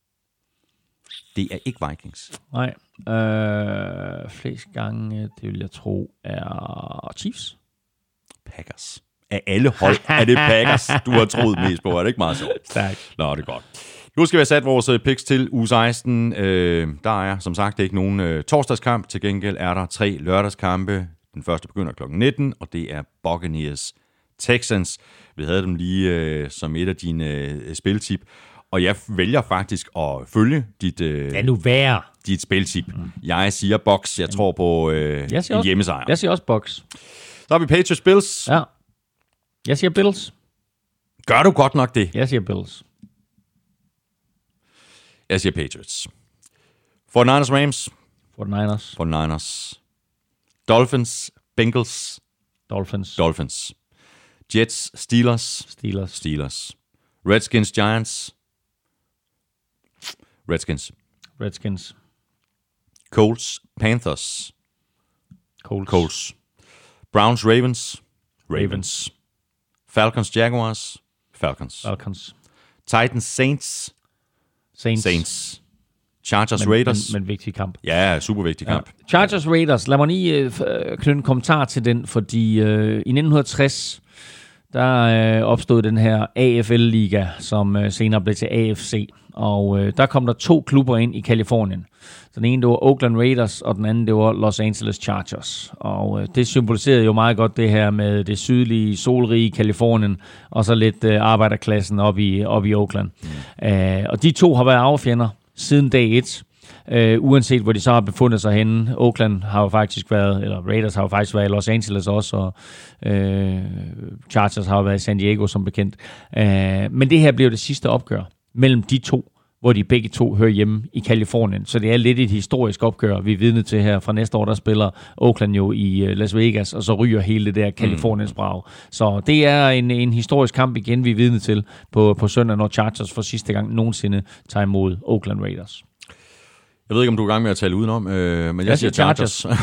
Det er ikke Vikings. Nej. Øh, flest gange, det vil jeg tro, er Chiefs. Packers. Af alle hold er det Packers, du har troet mest på. Er det ikke meget sjovt? Tak. Nå, det er godt. Nu skal vi have sat vores picks til uge seksten. Øh, der er som sagt ikke nogen øh, torsdagskamp. Til gengæld er der tre lørdagskampe. Den første begynder klokken nitten, og det er Buccaneers Texans. Vi havde dem lige øh, som et af dine øh, spiltip. Og jeg vælger faktisk at følge dit, øh, ja, nu være. dit spiltip. Mm. Jeg siger Bucs. Jeg tror på øh, jeg en hjemmesejr. Jeg siger også Bucs. Så har vi Patriots Bills. Ja. Jeg siger Bills. Gør du godt nok det? Jeg siger Bills. Jeg siger Patriots. forty-niners Rams. forty-niners. forty-niners. Dolphins Bengals. Dolphins. Dolphins. Jets Steelers. Steelers. Steelers. Redskins Giants. Redskins. Redskins. Colts Panthers. Colts. Colts. Browns Ravens. Ravens. Ravens. Falcons Jaguars. Falcons. Falcons. Titans Saints. Saints. Saints. Chargers men, Raiders. Men, men vigtig kamp. Ja, super vigtig kamp. Ja. Chargers Raiders. Lad mig lige øh, knytte en kommentar til den, fordi øh, i nitten tres, der øh, opstod den her A F L-liga, som øh, senere blev til A F C. Og øh, der kom der to klubber ind i Kalifornien. Så den ene, det var Oakland Raiders, og den anden, det var Los Angeles Chargers. Og øh, det symboliserede jo meget godt det her med det sydlige, solrige Kalifornien, og så lidt øh, arbejderklassen op i, op i Oakland. Mm. Øh, og de to har været arvefjender siden dag et. Uh, uanset hvor de så har befundet sig henne. Oakland har jo faktisk været, eller Raiders har jo faktisk været i Los Angeles også, og uh, Chargers har jo været i San Diego som bekendt. Uh, men det her bliver det sidste opgør mellem de to, hvor de begge to hører hjemme i Kalifornien. Så det er lidt et historisk opgør, vi er vidne til her. Fra næste år, der spiller Oakland jo i Las Vegas, og så ryger hele det der Kaliforniens brag. Så det er en, en historisk kamp igen, vi er vidne til på, på søndag, når Chargers for sidste gang nogensinde tager imod Oakland Raiders. Jeg ved ikke, om du er i gang med at tale udenom, øh, men jeg, jeg siger Chargers. Chargers.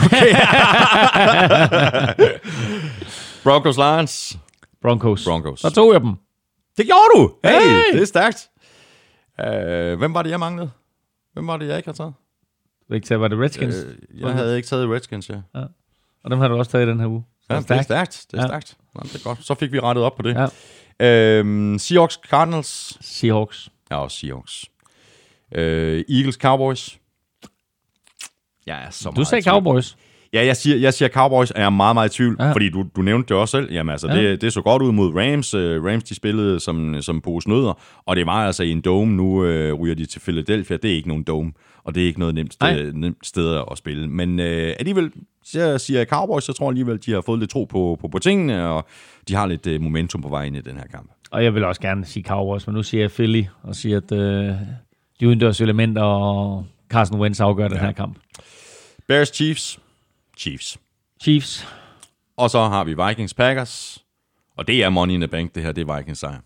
Broncos Lions. Broncos. Broncos. Så tog jeg dem. Det gjorde du! Hey, hey! Det er stærkt. Uh, hvem var det, jeg manglede? Hvem var det, jeg ikke har taget? Du ikke taget, var det Redskins? Uh, jeg havde ikke taget Redskins, ja. ja. Og dem har du også taget i den her uge. Så ja, det er stærkt. Det er ja. stærkt. Nå, det er godt. Så fik vi rettet op på det. Ja. Uh, Seahawks Cardinals. Seahawks. Ja, også Seahawks. Uh, Eagles Cowboys. Jeg er så du sagde Cowboys. Ja, jeg siger, jeg siger Cowboys, og jeg er meget, meget i tvivl, ja. fordi du, du nævnte det også selv. Jamen altså, ja. det, det så godt ud mod Rams. Uh, Rams, de spillede som, som pose nødder, og det var altså i en dome. Nu uh, ryger de til Philadelphia. Det er ikke nogen dome, og det er ikke noget nemt sted, nemt sted at spille. Men uh, alligevel, så siger jeg Cowboys, så tror jeg alligevel, de har fået lidt tro på, på, på tingene, og de har lidt uh, momentum på vej ind i den her kamp. Og jeg vil også gerne sige Cowboys, men nu siger jeg Philly, og siger, at uh, de udendørs elementer og Carson Wentz afgør ja. den her kamp. Bears Chiefs. Chiefs. Chiefs. Og så har vi Vikings Packers. Og det er Money in the Bank, det her. Det er Vikings sejr.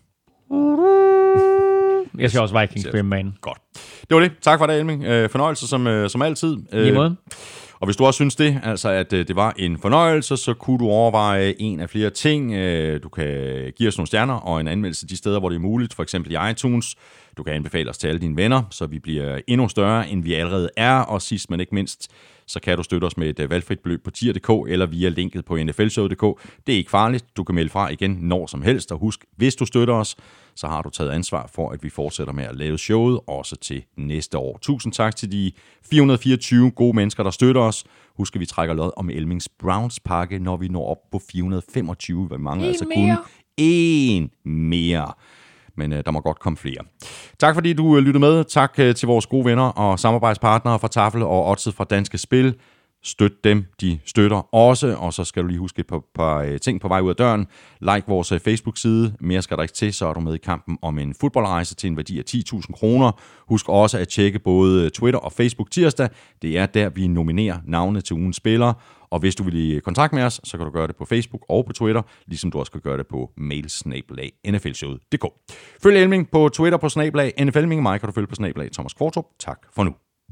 Jeg siger også Vikings på hjemmebane. Godt. Det var det. Tak for det, Elming. Øh, fornøjelse som, øh, som altid. Øh, I måde. Og hvis du også synes det, altså at øh, det var en fornøjelse, så kunne du overveje en af flere ting. Øh, du kan give os nogle stjerner og en anmeldelse de steder, hvor det er muligt. For eksempel i iTunes. Du kan anbefale os til alle dine venner, så vi bliver endnu større, end vi allerede er. Og sidst, men ikke mindst, så kan du støtte os med et valgfrit beløb på tier punktum d k eller via linket på n f l show punktum d k. Det er ikke farligt. Du kan melde fra igen når som helst. Og husk, hvis du støtter os, så har du taget ansvar for, at vi fortsætter med at lave showet, også til næste år. Tusind tak til de fire hundrede og fireogtyve gode mennesker, der støtter os. Husk, at vi trækker lod om Elmings Browns pakke, når vi når op på fire hundrede og femogtyve. Vi mangler altså kun én mere. Men øh, der må godt komme flere. Tak fordi du øh, lyttede med. Tak øh, til vores gode venner og samarbejdspartnere fra Tafel og Oddset fra Danske Spil. Støt dem, de støtter også. Og så skal du lige huske et par, par øh, ting på vej ud af døren. Like vores øh, Facebook-side. Mere skal der ikke til, så er du med i kampen om en fodboldrejse til en værdi af ti tusind kroner. Husk også at tjekke både Twitter og Facebook tirsdag. Det er der, vi nominerer navne til ugens spillere. Og hvis du vil i kontakt med os, så kan du gøre det på Facebook og på Twitter, ligesom du også kan gøre det på mail snabel-a n f l showet punktum d k. Følg Elming på Twitter på snabel-a N F L Elming, mig kan du følge på snabel-a Thomas Kvartrup. Tak for nu.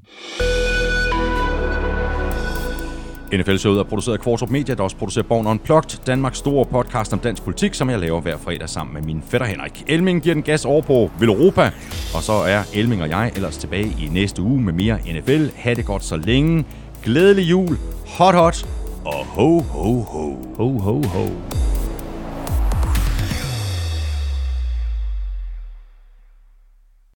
N F L-showet er produceret af Kvartrup Media, der også producerer Born Unplugged, Danmarks store podcast om dansk politik, som jeg laver hver fredag sammen med min fætter Henrik. Elming giver den gas over på Villeuropa, og så er Elming og jeg ellers tilbage i næste uge med mere N F L. Ha' det godt så længe. Glædelig jul, hot hot, og ho ho ho. Ho ho ho.